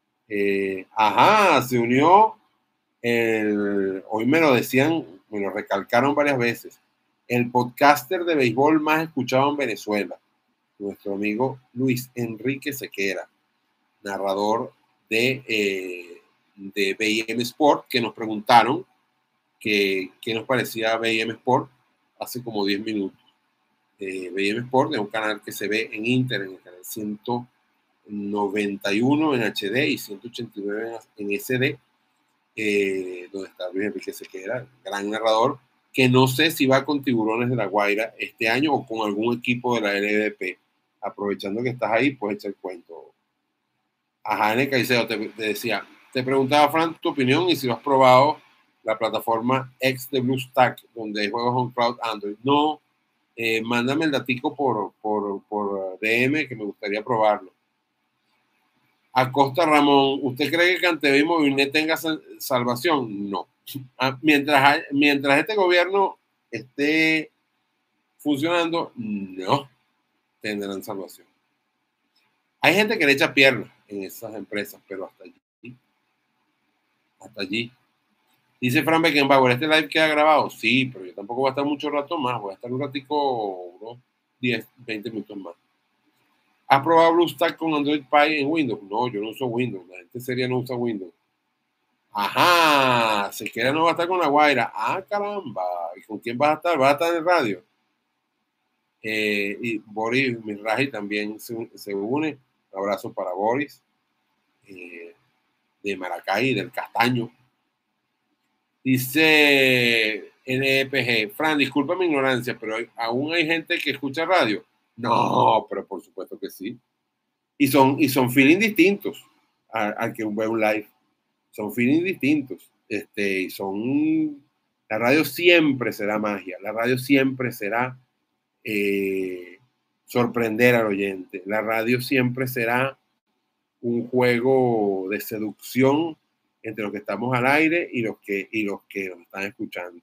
Se unió, hoy me lo decían, me lo recalcaron varias veces, el podcaster de béisbol más escuchado en Venezuela, nuestro amigo Luis Enrique Sequera, narrador de BM Sport, que nos preguntaron qué nos parecía BM Sport hace como 10 minutos. BM Sport es un canal que se ve en Inter, en el canal 191 en HD y 189 en SD, donde está Luis Enrique Sequera, gran narrador, que no sé si va con Tiburones de La Guaira este año o con algún equipo de la LDP. Aprovechando que estás ahí, puedes echar el cuento. N. Caicedo te decía, te preguntaba, Fran, tu opinión y si lo has probado la plataforma X de BlueStack, donde hay juegos on cloud Android. No, mándame el datico por DM, que me gustaría probarlo. Acosta Ramón, ¿usted cree que Cantv y Movilnet tenga salvación? No. Mientras este gobierno esté funcionando, no tendrán salvación. Hay gente que le echa piernas en esas empresas, pero hasta allí. Hasta allí. Dice Fran Beckenbauer, ¿este live queda grabado? Sí, pero yo tampoco voy a estar mucho rato más. Voy a estar un ratico, unos 10, 20 minutos más. ¿Has probado BlueStack con Android Pie en Windows? No, yo no uso Windows. La gente seria no usa Windows. Ajá, Sequera no va a estar con La Guaira. Ah, caramba. ¿Y con quién vas a estar? ¿Vas a estar en el radio? Y Boris Miraji también se une. Un abrazo para Boris. De Maracay, del Castaño. Dice NPG, Fran, disculpa mi ignorancia, pero aún hay gente que escucha radio. No, pero por supuesto que sí. Y son feeling distintos al que ve un live. Son feeling distintos. Y la radio siempre será magia. La radio siempre será sorprender al oyente. La radio siempre será un juego de seducción entre los que estamos al aire y los que nos están escuchando.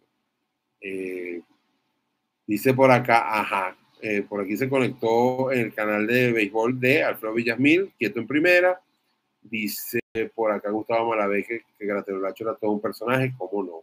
Dice por acá, por aquí se conectó el canal de béisbol de Alfredo Villasmil, quieto en primera. Dice por acá Gustavo Malavé que Graterolacho era todo un personaje, ¿cómo no?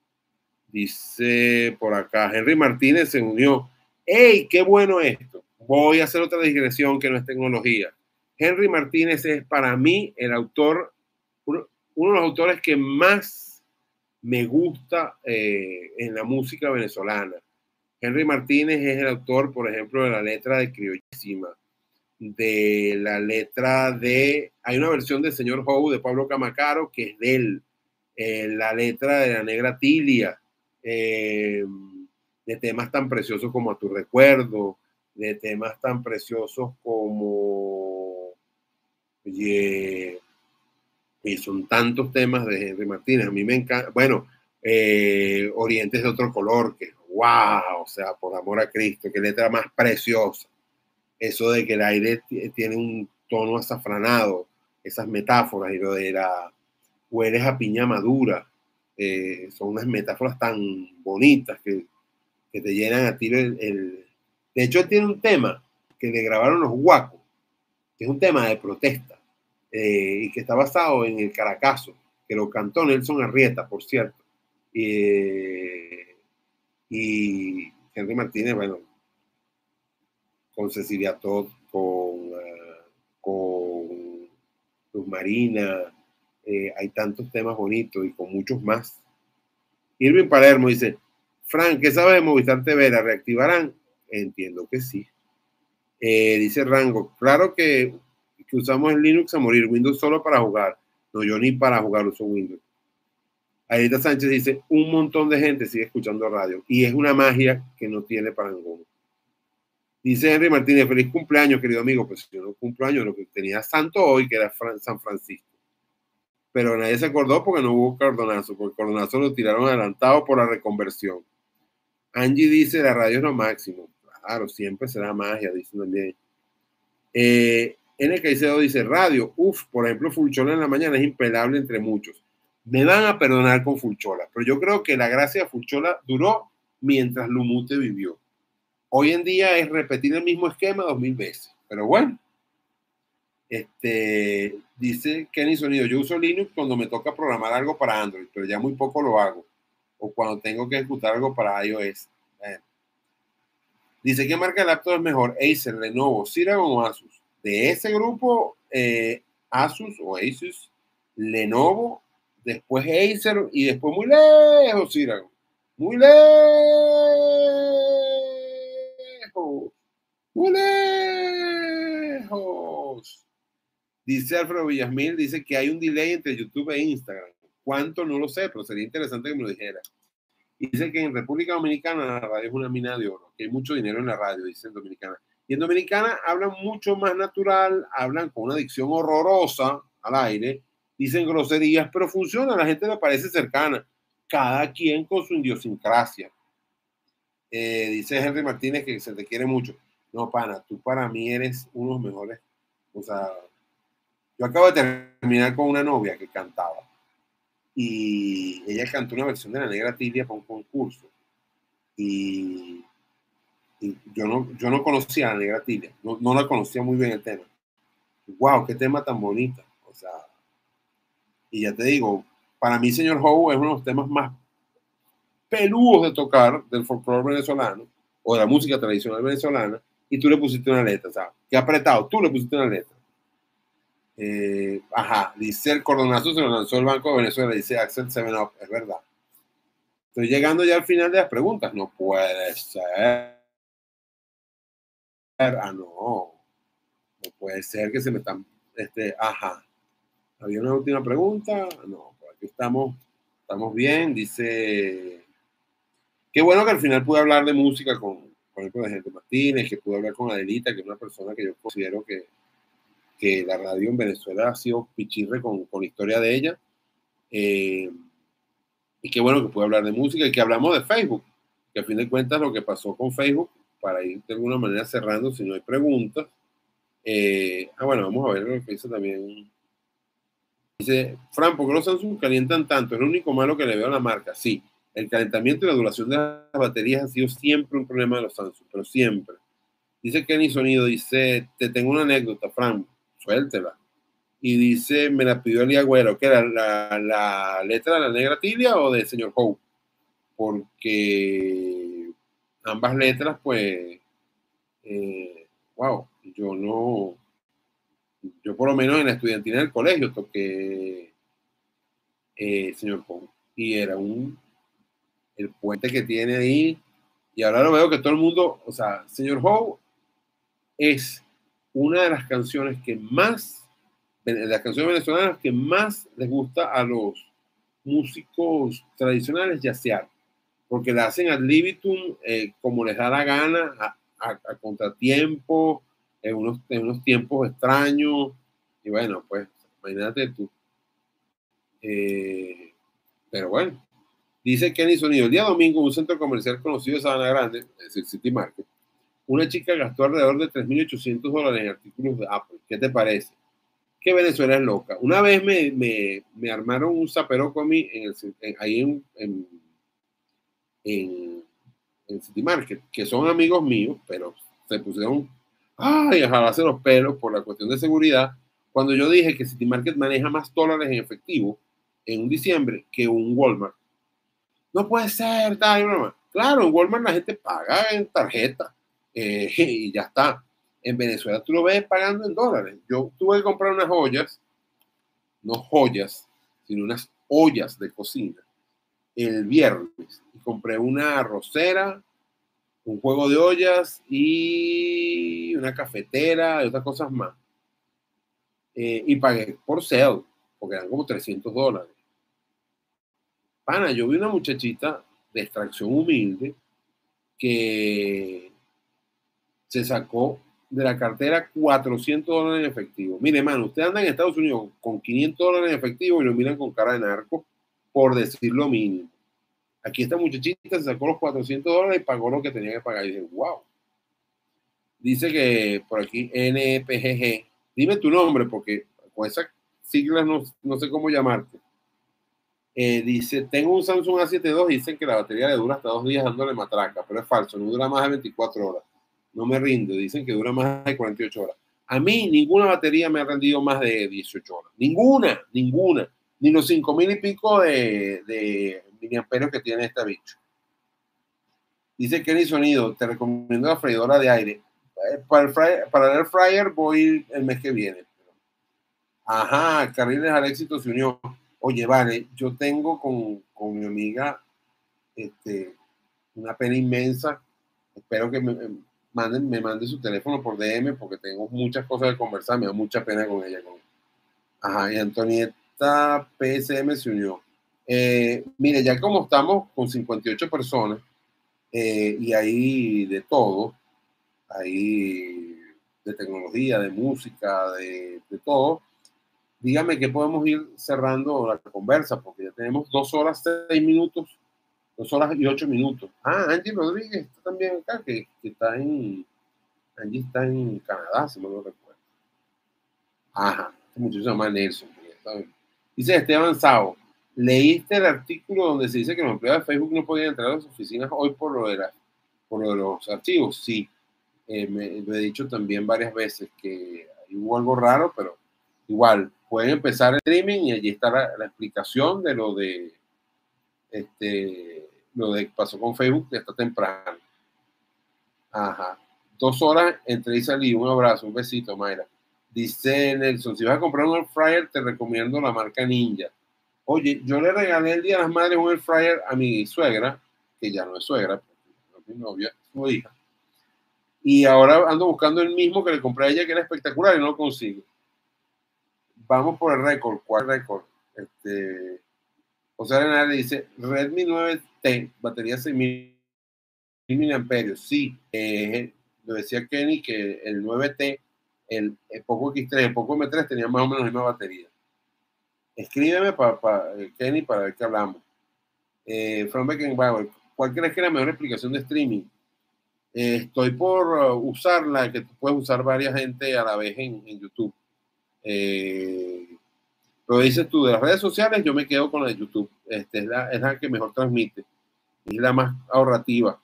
Dice por acá, Henry Martínez se unió. ¡Ey, qué bueno esto! Voy a hacer otra digresión que no es tecnología. Henry Martínez es para mí el autor, uno de los autores que más me gusta en la música venezolana. Henry Martínez es el autor, por ejemplo, de la letra de Criollísima, de la letra de... Hay una versión del Señor Howe de Pablo Camacaro que es de él. La letra de La Negra Tilia, de temas tan preciosos como A Tu Recuerdo, de temas tan preciosos como... y son tantos temas de Henry Martínez. A mí me encanta... Bueno, Orientes de Otro Color, que wow, o sea, por amor a Cristo, qué letra más preciosa. Eso de que el aire tiene un tono azafranado, esas metáforas, y lo de la hueles a piña madura, son unas metáforas tan bonitas que te llenan a ti De hecho, él tiene un tema que le grabaron los Guacos, que es un tema de protesta, y que está basado en el Caracazo, que lo cantó Nelson Arrieta, por cierto. Y Henry Martínez, bueno, con Cecilia Todd, con Luz Marina, hay tantos temas bonitos y con muchos más. Irving Palermo dice, Frank, ¿qué sabes de Movistar TV? ¿La reactivarán? Entiendo que sí. Dice Rango, claro que usamos el Linux a morir, Windows solo para jugar. No, yo ni para jugar uso Windows. Aida Sánchez dice, un montón de gente sigue escuchando radio y es una magia que no tiene parangón. Dice Henry Martínez, feliz cumpleaños, querido amigo. Pues yo no cumplo años, lo que tenía santo hoy, que era San Francisco. Pero nadie se acordó porque no hubo cordonazo, porque el cordonazo lo tiraron adelantado por la reconversión. Angie dice, la radio es lo máximo. Claro, siempre será magia, dicen también. NK dice, radio, por ejemplo, Fulchola en la mañana es impelable entre muchos. Me van a perdonar con Fulchola, pero yo creo que la gracia de Fulchola duró mientras Lumute vivió. Hoy en día es repetir el mismo esquema 2000 veces, pero bueno. Dice Kenny Sonido, yo uso Linux cuando me toca programar algo para Android, pero ya muy poco lo hago, o cuando tengo que ejecutar algo para iOS. Dice, ¿qué marca de laptop es mejor? Acer, Lenovo, Ceragon o Asus. De ese grupo, Asus o Asus, Lenovo, después Acer y después muy lejos Ceragon. Muy lejos. Muy lejos. Dice Alfredo Villasmil, dice que hay un delay entre YouTube e Instagram. ¿Cuánto? No lo sé, pero sería interesante que me lo dijera. Y dice que en República Dominicana la radio es una mina de oro, que hay mucho dinero en la radio, dice en Dominicana. Y en Dominicana hablan mucho más natural, hablan con una dicción horrorosa al aire, dicen groserías, pero funciona, a la gente le parece cercana. Cada quien con su idiosincrasia. Dice Henry Martínez que se te quiere mucho. No, pana, tú para mí eres uno de los mejores. O sea, yo acabo de terminar con una novia que cantaba. Y ella cantó una versión de La Negra Tilia para un concurso. Y yo no conocía a La Negra Tilia, no la conocía muy bien el tema. ¡Wow! ¡Qué tema tan bonito! O sea, y ya te digo, para mí, Señor Howe es uno de los temas más peludos de tocar del folclore venezolano o de la música tradicional venezolana, y tú le pusiste una letra, ¿sabes? Qué apretado, tú le pusiste una letra. Dice el cordonazo se lo lanzó el Banco de Venezuela, dice Axel 7up, es verdad. Estoy llegando ya al final de las preguntas, no puede ser. No puede ser que se me están, había una última pregunta, no, por aquí estamos bien, dice, qué bueno que al final pude hablar de música con ejemplo, de Gente Martínez, que pude hablar con Adelita, que es una persona que yo considero que la radio en Venezuela ha sido pichirre con la historia de ella. Y qué bueno que pude hablar de música y que hablamos de Facebook, que a fin de cuentas lo que pasó con Facebook, para ir de alguna manera cerrando, si no hay preguntas. Bueno, vamos a ver lo que dice también. Dice, Fran, ¿por qué los Samsung calientan tanto? Es lo único malo que le veo a la marca. Sí, el calentamiento y la duración de las baterías ha sido siempre un problema de los Samsung, pero siempre. Dice Kenny Sonido, dice, te tengo una anécdota, Fran, suéltela. Y dice, me la pidió el Agüero, que era la letra de La Negra Tilia o de Señor Hope, porque ambas letras, pues, wow, yo por lo menos en la estudiantina del colegio toqué Señor Hope, y era el puente que tiene ahí, y ahora lo veo que todo el mundo, o sea, Señor Hope es una de las canciones las canciones venezolanas que más les gusta a los músicos tradicionales yacear, porque la hacen ad libitum, como les da la gana, a contratiempo, en unos tiempos extraños, y bueno, pues imagínate tú. Pero bueno, dice Kenny Sonido, el día domingo en un centro comercial conocido de Sabana Grande, es decir, City Market, una chica gastó alrededor de $3,800 en artículos de Apple. ¿Qué te parece? Que Venezuela es loca. Una vez me armaron un zaperoco a mí ahí en City Market, que son amigos míos, pero se pusieron a jalarse los pelos por la cuestión de seguridad, cuando yo dije que City Market maneja más dólares en efectivo en un diciembre que un Walmart. No puede ser, tal, broma. Claro, en Walmart la gente paga en tarjeta, y ya está. En Venezuela tú lo ves pagando en dólares. Yo tuve que comprar unas joyas, no joyas, sino unas ollas de cocina el viernes. Y compré una arrocera, un juego de ollas y una cafetera y otras cosas más. Y pagué por sale, porque eran como $300. Pana, yo vi una muchachita de extracción humilde que se sacó de la cartera $400 en efectivo. Mire, mano, usted anda en Estados Unidos con $500 en efectivo y lo miran con cara de narco, por decir lo mínimo. Aquí esta muchachita se sacó los $400 y pagó lo que tenía que pagar. Y dije, wow. Dice que por aquí NPGG. Dime tu nombre porque con esas siglas no sé cómo llamarte. Dice, tengo un Samsung A7 II, dicen que la batería le dura hasta 2 días dándole matraca, pero es falso, no dura más de 24 horas. No me rindo, dicen que dura más de 48 horas. A mí ninguna batería me ha rendido más de 18 horas. Ninguna. Ni los 5,000 y pico de miliamperios que tiene esta bicho. Dice Kenny Sonido, te recomiendo la freidora de aire. Para el air fryer voy el mes que viene. Ajá, Carriles al Éxito se unió. Oye, vale, yo tengo con mi amiga una pena inmensa. Espero que me mande su teléfono por DM porque tengo muchas cosas de conversar. Me da mucha pena con ella. Ajá, y Antonieta PSM se unió. Mire, ya como estamos con 58 personas y hay de todo, hay de tecnología, de música, de todo. Dígame que podemos ir cerrando la conversa, porque ya tenemos 2 horas, 6 minutos, 2 horas y 8 minutos. Ah, Angie Rodríguez está también acá, que está Angie está en Canadá, si no lo recuerdo. Ajá, este muchacho se llama Nelson. Dice Esteban Sao, ¿leíste el artículo donde se dice que los empleados de Facebook no podían entrar a las oficinas hoy por lo de los archivos? Sí, lo he dicho también varias veces que hubo algo raro, pero igual pueden empezar el streaming y allí está la explicación de lo de lo de que pasó con Facebook, que está temprano. Ajá. 2 horas entre y salir. Un abrazo, un besito, Mayra. Dice Nelson, si vas a comprar un air fryer, te recomiendo la marca Ninja. Oye, yo le regalé el Día de las Madres un air fryer a mi suegra, que ya no es suegra, porque es mi novia, su hija. Y ahora ando buscando el mismo que le compré a ella, que era espectacular, y no lo consigo. Vamos por el récord. ¿Cuál récord? José Arenal le dice, Redmi 9T, batería 6,000 miliamperios. Sí, lo decía Kenny que el 9T, el Poco X3, el Poco M3 tenía más o menos la misma batería. Escríbeme, Kenny, para ver qué hablamos. From Beckenbauer, ¿cuál crees que es la mejor explicación de streaming? Estoy por usarla, que tú puedes usar varias gente a la vez en YouTube. Pero dices tú, de las redes sociales, yo me quedo con la de YouTube. Es la que mejor transmite. Es la más ahorrativa.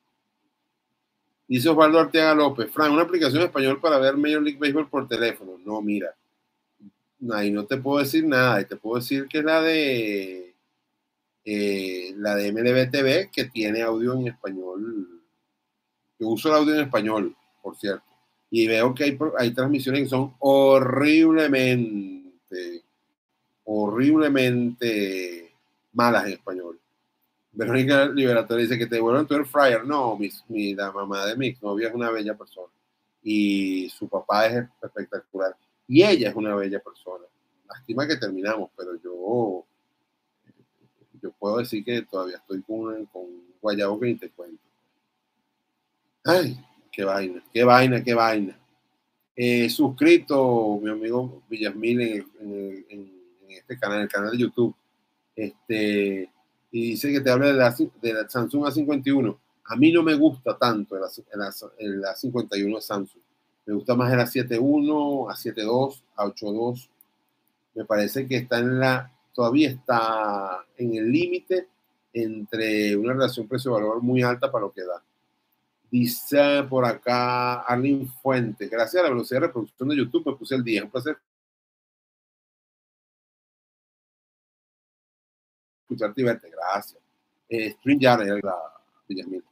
Dice Osvaldo Arteaga López, Fran, una aplicación en español para ver Major League Baseball por teléfono. No, mira, ahí no te puedo decir nada. Y te puedo decir que es la de MLB TV, que tiene audio en español. Yo uso el audio en español, por cierto. Y veo que hay transmisiones que son horriblemente malas en español. Verónica Liberatoria dice que te devuelven tu air fryer. No, la mamá de mi novia es una bella persona. Y su papá es espectacular. Y ella es una bella persona. Lástima que terminamos, pero yo puedo decir que todavía estoy con un guayabo que ni te cuento. Ay, qué vaina. Suscrito, mi amigo Villasmil, en este canal, en el canal de YouTube. Y dice que te habla de la Samsung A51. A mí no me gusta tanto el A51 de Samsung. Me gusta más el A71, A72, A82. Me parece que todavía está en el límite entre una relación precio-valor muy alta para lo que da. Dice por acá Arlene Fuentes, gracias a la velocidad de reproducción de YouTube me puse el día. Un placer escucharte y verte, gracias. StreamYard era la Villamil.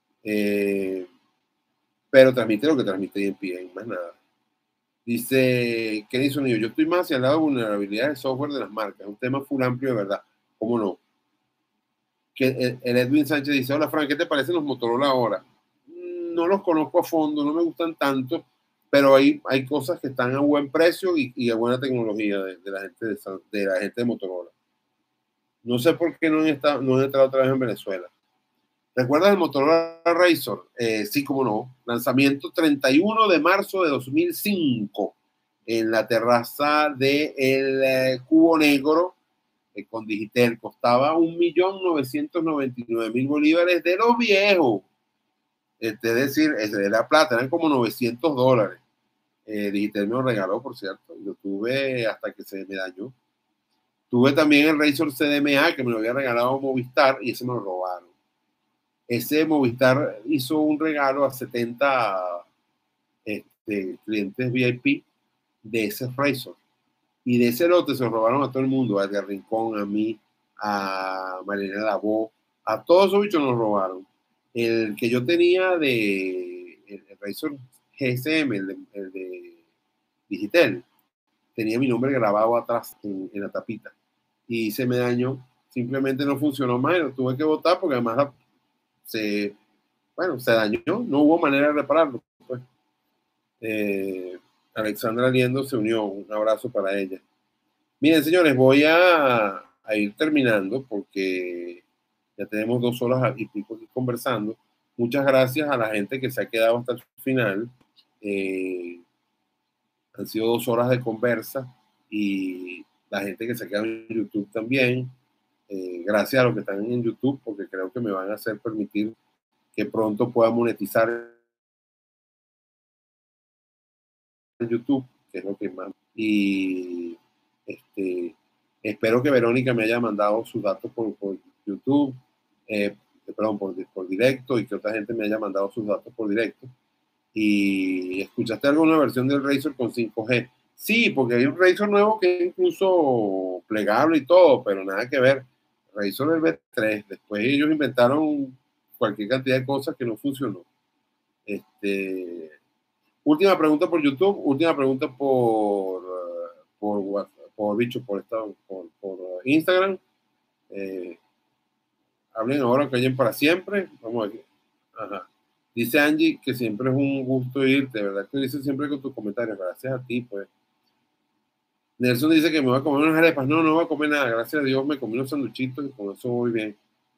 Pero transmite lo que transmite en pie, más nada. Dice Kenny Sonido, yo estoy más hacia el lado de vulnerabilidad del software de las marcas, es un tema full amplio de verdad, ¿cómo no? Que el Edwin Sánchez dice, hola Frank, ¿qué te parecen los Motorola ahora? No los conozco a fondo, no me gustan tanto, pero hay cosas que están a buen precio y a buena tecnología de la gente de Motorola. No sé por qué no han entrado otra vez en Venezuela. ¿Recuerdas el Motorola Razr? Sí, como no. Lanzamiento 31 de marzo de 2005 en la terraza del Cubo Negro con Digitel. Costaba 1.999.000 bolívares de los viejos. Es decir, era plata, eran como $900. Digitel me lo regaló, por cierto. Lo tuve hasta que se me dañó. Tuve también el Razor CDMA, que me lo había regalado Movistar, y ese me lo robaron. Ese Movistar hizo un regalo a 70 clientes VIP de ese Razor. Y de ese lote se lo robaron a todo el mundo, a Edgar Rincón, a mí, a Marilena Lavó, a todos esos bichos nos robaron. El que yo tenía el Razor GSM, el de Digital, tenía mi nombre grabado atrás en la tapita. Y se me dañó, simplemente no funcionó más, lo tuve que botar porque además se dañó, no hubo manera de repararlo. Pues. Alexandra Liendo se unió, un abrazo para ella. Miren, señores, voy a ir terminando porque ya tenemos 2 horas y pico aquí conversando. Muchas gracias a la gente que se ha quedado hasta el final. Han sido 2 horas de conversa y la gente que se ha quedado en YouTube también. Gracias a los que están en YouTube porque creo que me van a hacer permitir que pronto pueda monetizar en YouTube, que es lo que más. Y espero que Verónica me haya mandado sus datos por YouTube, perdón, por directo, y que otra gente me haya mandado sus datos por directo. ¿Y escuchaste alguna versión del Razor con 5G? Sí, porque hay un Razor nuevo que es incluso plegable y todo, pero nada que ver. Razor el V3, después ellos inventaron cualquier cantidad de cosas que no funcionó. Última pregunta por YouTube, última pregunta por Instagram. Hablen ahora, callen para siempre. Vamos aquí. Ajá. Dice Angie que siempre es un gusto irte, de verdad que dice siempre con tus comentarios. Gracias a ti, pues. Nelson dice que me voy a comer unas arepas. No, no voy a comer nada. Gracias a Dios me comí unos sanduchitos y con eso voy bien.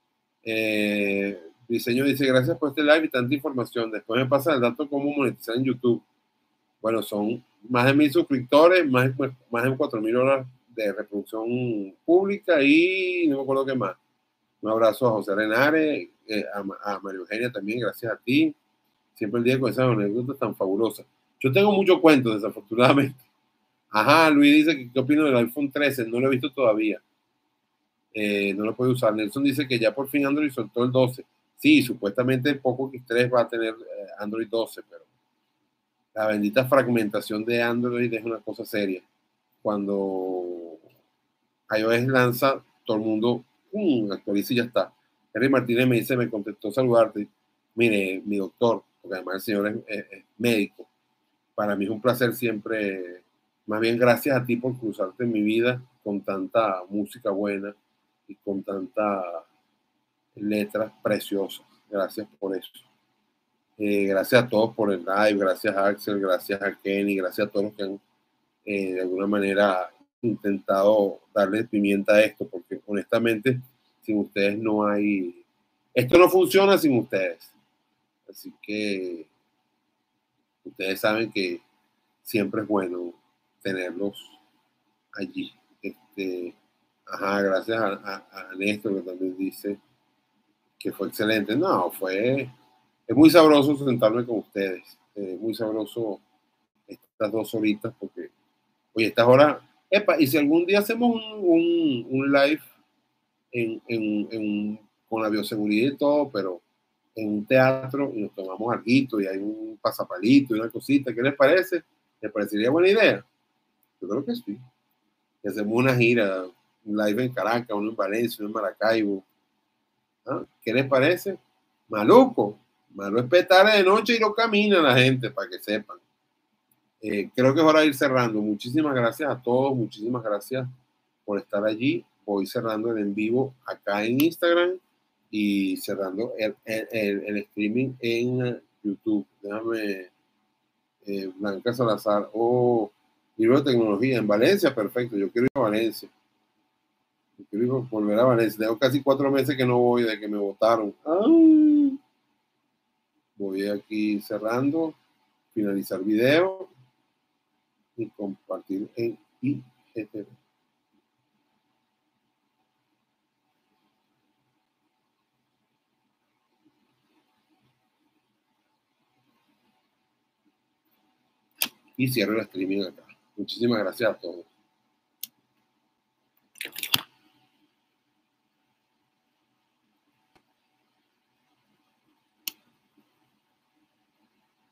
Diseño dice gracias por este live y tanta información. Después me pasa el dato cómo monetizar en YouTube. Bueno, son más de 1.000 suscriptores, más de 4.000 horas de reproducción pública y no me acuerdo qué más. Un abrazo a José Renares, a María Eugenia también, gracias a ti. Siempre el día con esas anécdotas tan fabulosas. Yo tengo muchos cuentos, desafortunadamente. Ajá, Luis dice que qué opino del iPhone 13, no lo he visto todavía. No lo puede usar. Nelson dice que ya por fin Android soltó el 12. Sí, supuestamente el Poco X3 va a tener Android 12, pero la bendita fragmentación de Android es una cosa seria. Cuando iOS lanza, todo el mundo actualiza y ya está. Henry Martínez me dice, me contestó saludarte. Mire, mi doctor, porque además el señor es médico. Para mí es un placer siempre, más bien gracias a ti por cruzarte en mi vida con tanta música buena y con tantas letras preciosas. Gracias por eso. Gracias a todos por el live, gracias a Axel, gracias a Kenny, gracias a todos los que han de alguna manera intentado darle pimienta a esto, porque honestamente sin ustedes no hay, esto no funciona sin ustedes. Así que ustedes saben que siempre es bueno tenerlos allí. Gracias a Néstor que también dice que fue excelente. No, es muy sabroso sentarme con ustedes, muy sabroso estas 2 horitas porque, oye, estas horas, y si algún día hacemos un live con la bioseguridad y todo, pero en un teatro y nos tomamos algo y hay un pasapalito y una cosita, ¿qué les parece? ¿Les parecería buena idea? Yo creo que sí. Y hacemos una gira, un live en Caracas, uno en Valencia, uno en Maracaibo. ¿Ah? ¿Qué les parece? Maluco. Malo es petar de noche y no camina la gente, para que sepan. Creo que es hora de ir cerrando. Muchísimas gracias a todos, muchísimas gracias por estar allí. Voy cerrando el en vivo acá en Instagram y cerrando el streaming en YouTube. Déjame, Blanca Salazar, libro de tecnología en Valencia, perfecto. Yo quiero ir a Valencia. Yo quiero ir a volver a Valencia. Tengo casi 4 meses que no voy de que me votaron. Voy aquí cerrando, finalizar video y compartir en IGTV. y cierro el streaming acá. Muchísimas gracias a todos.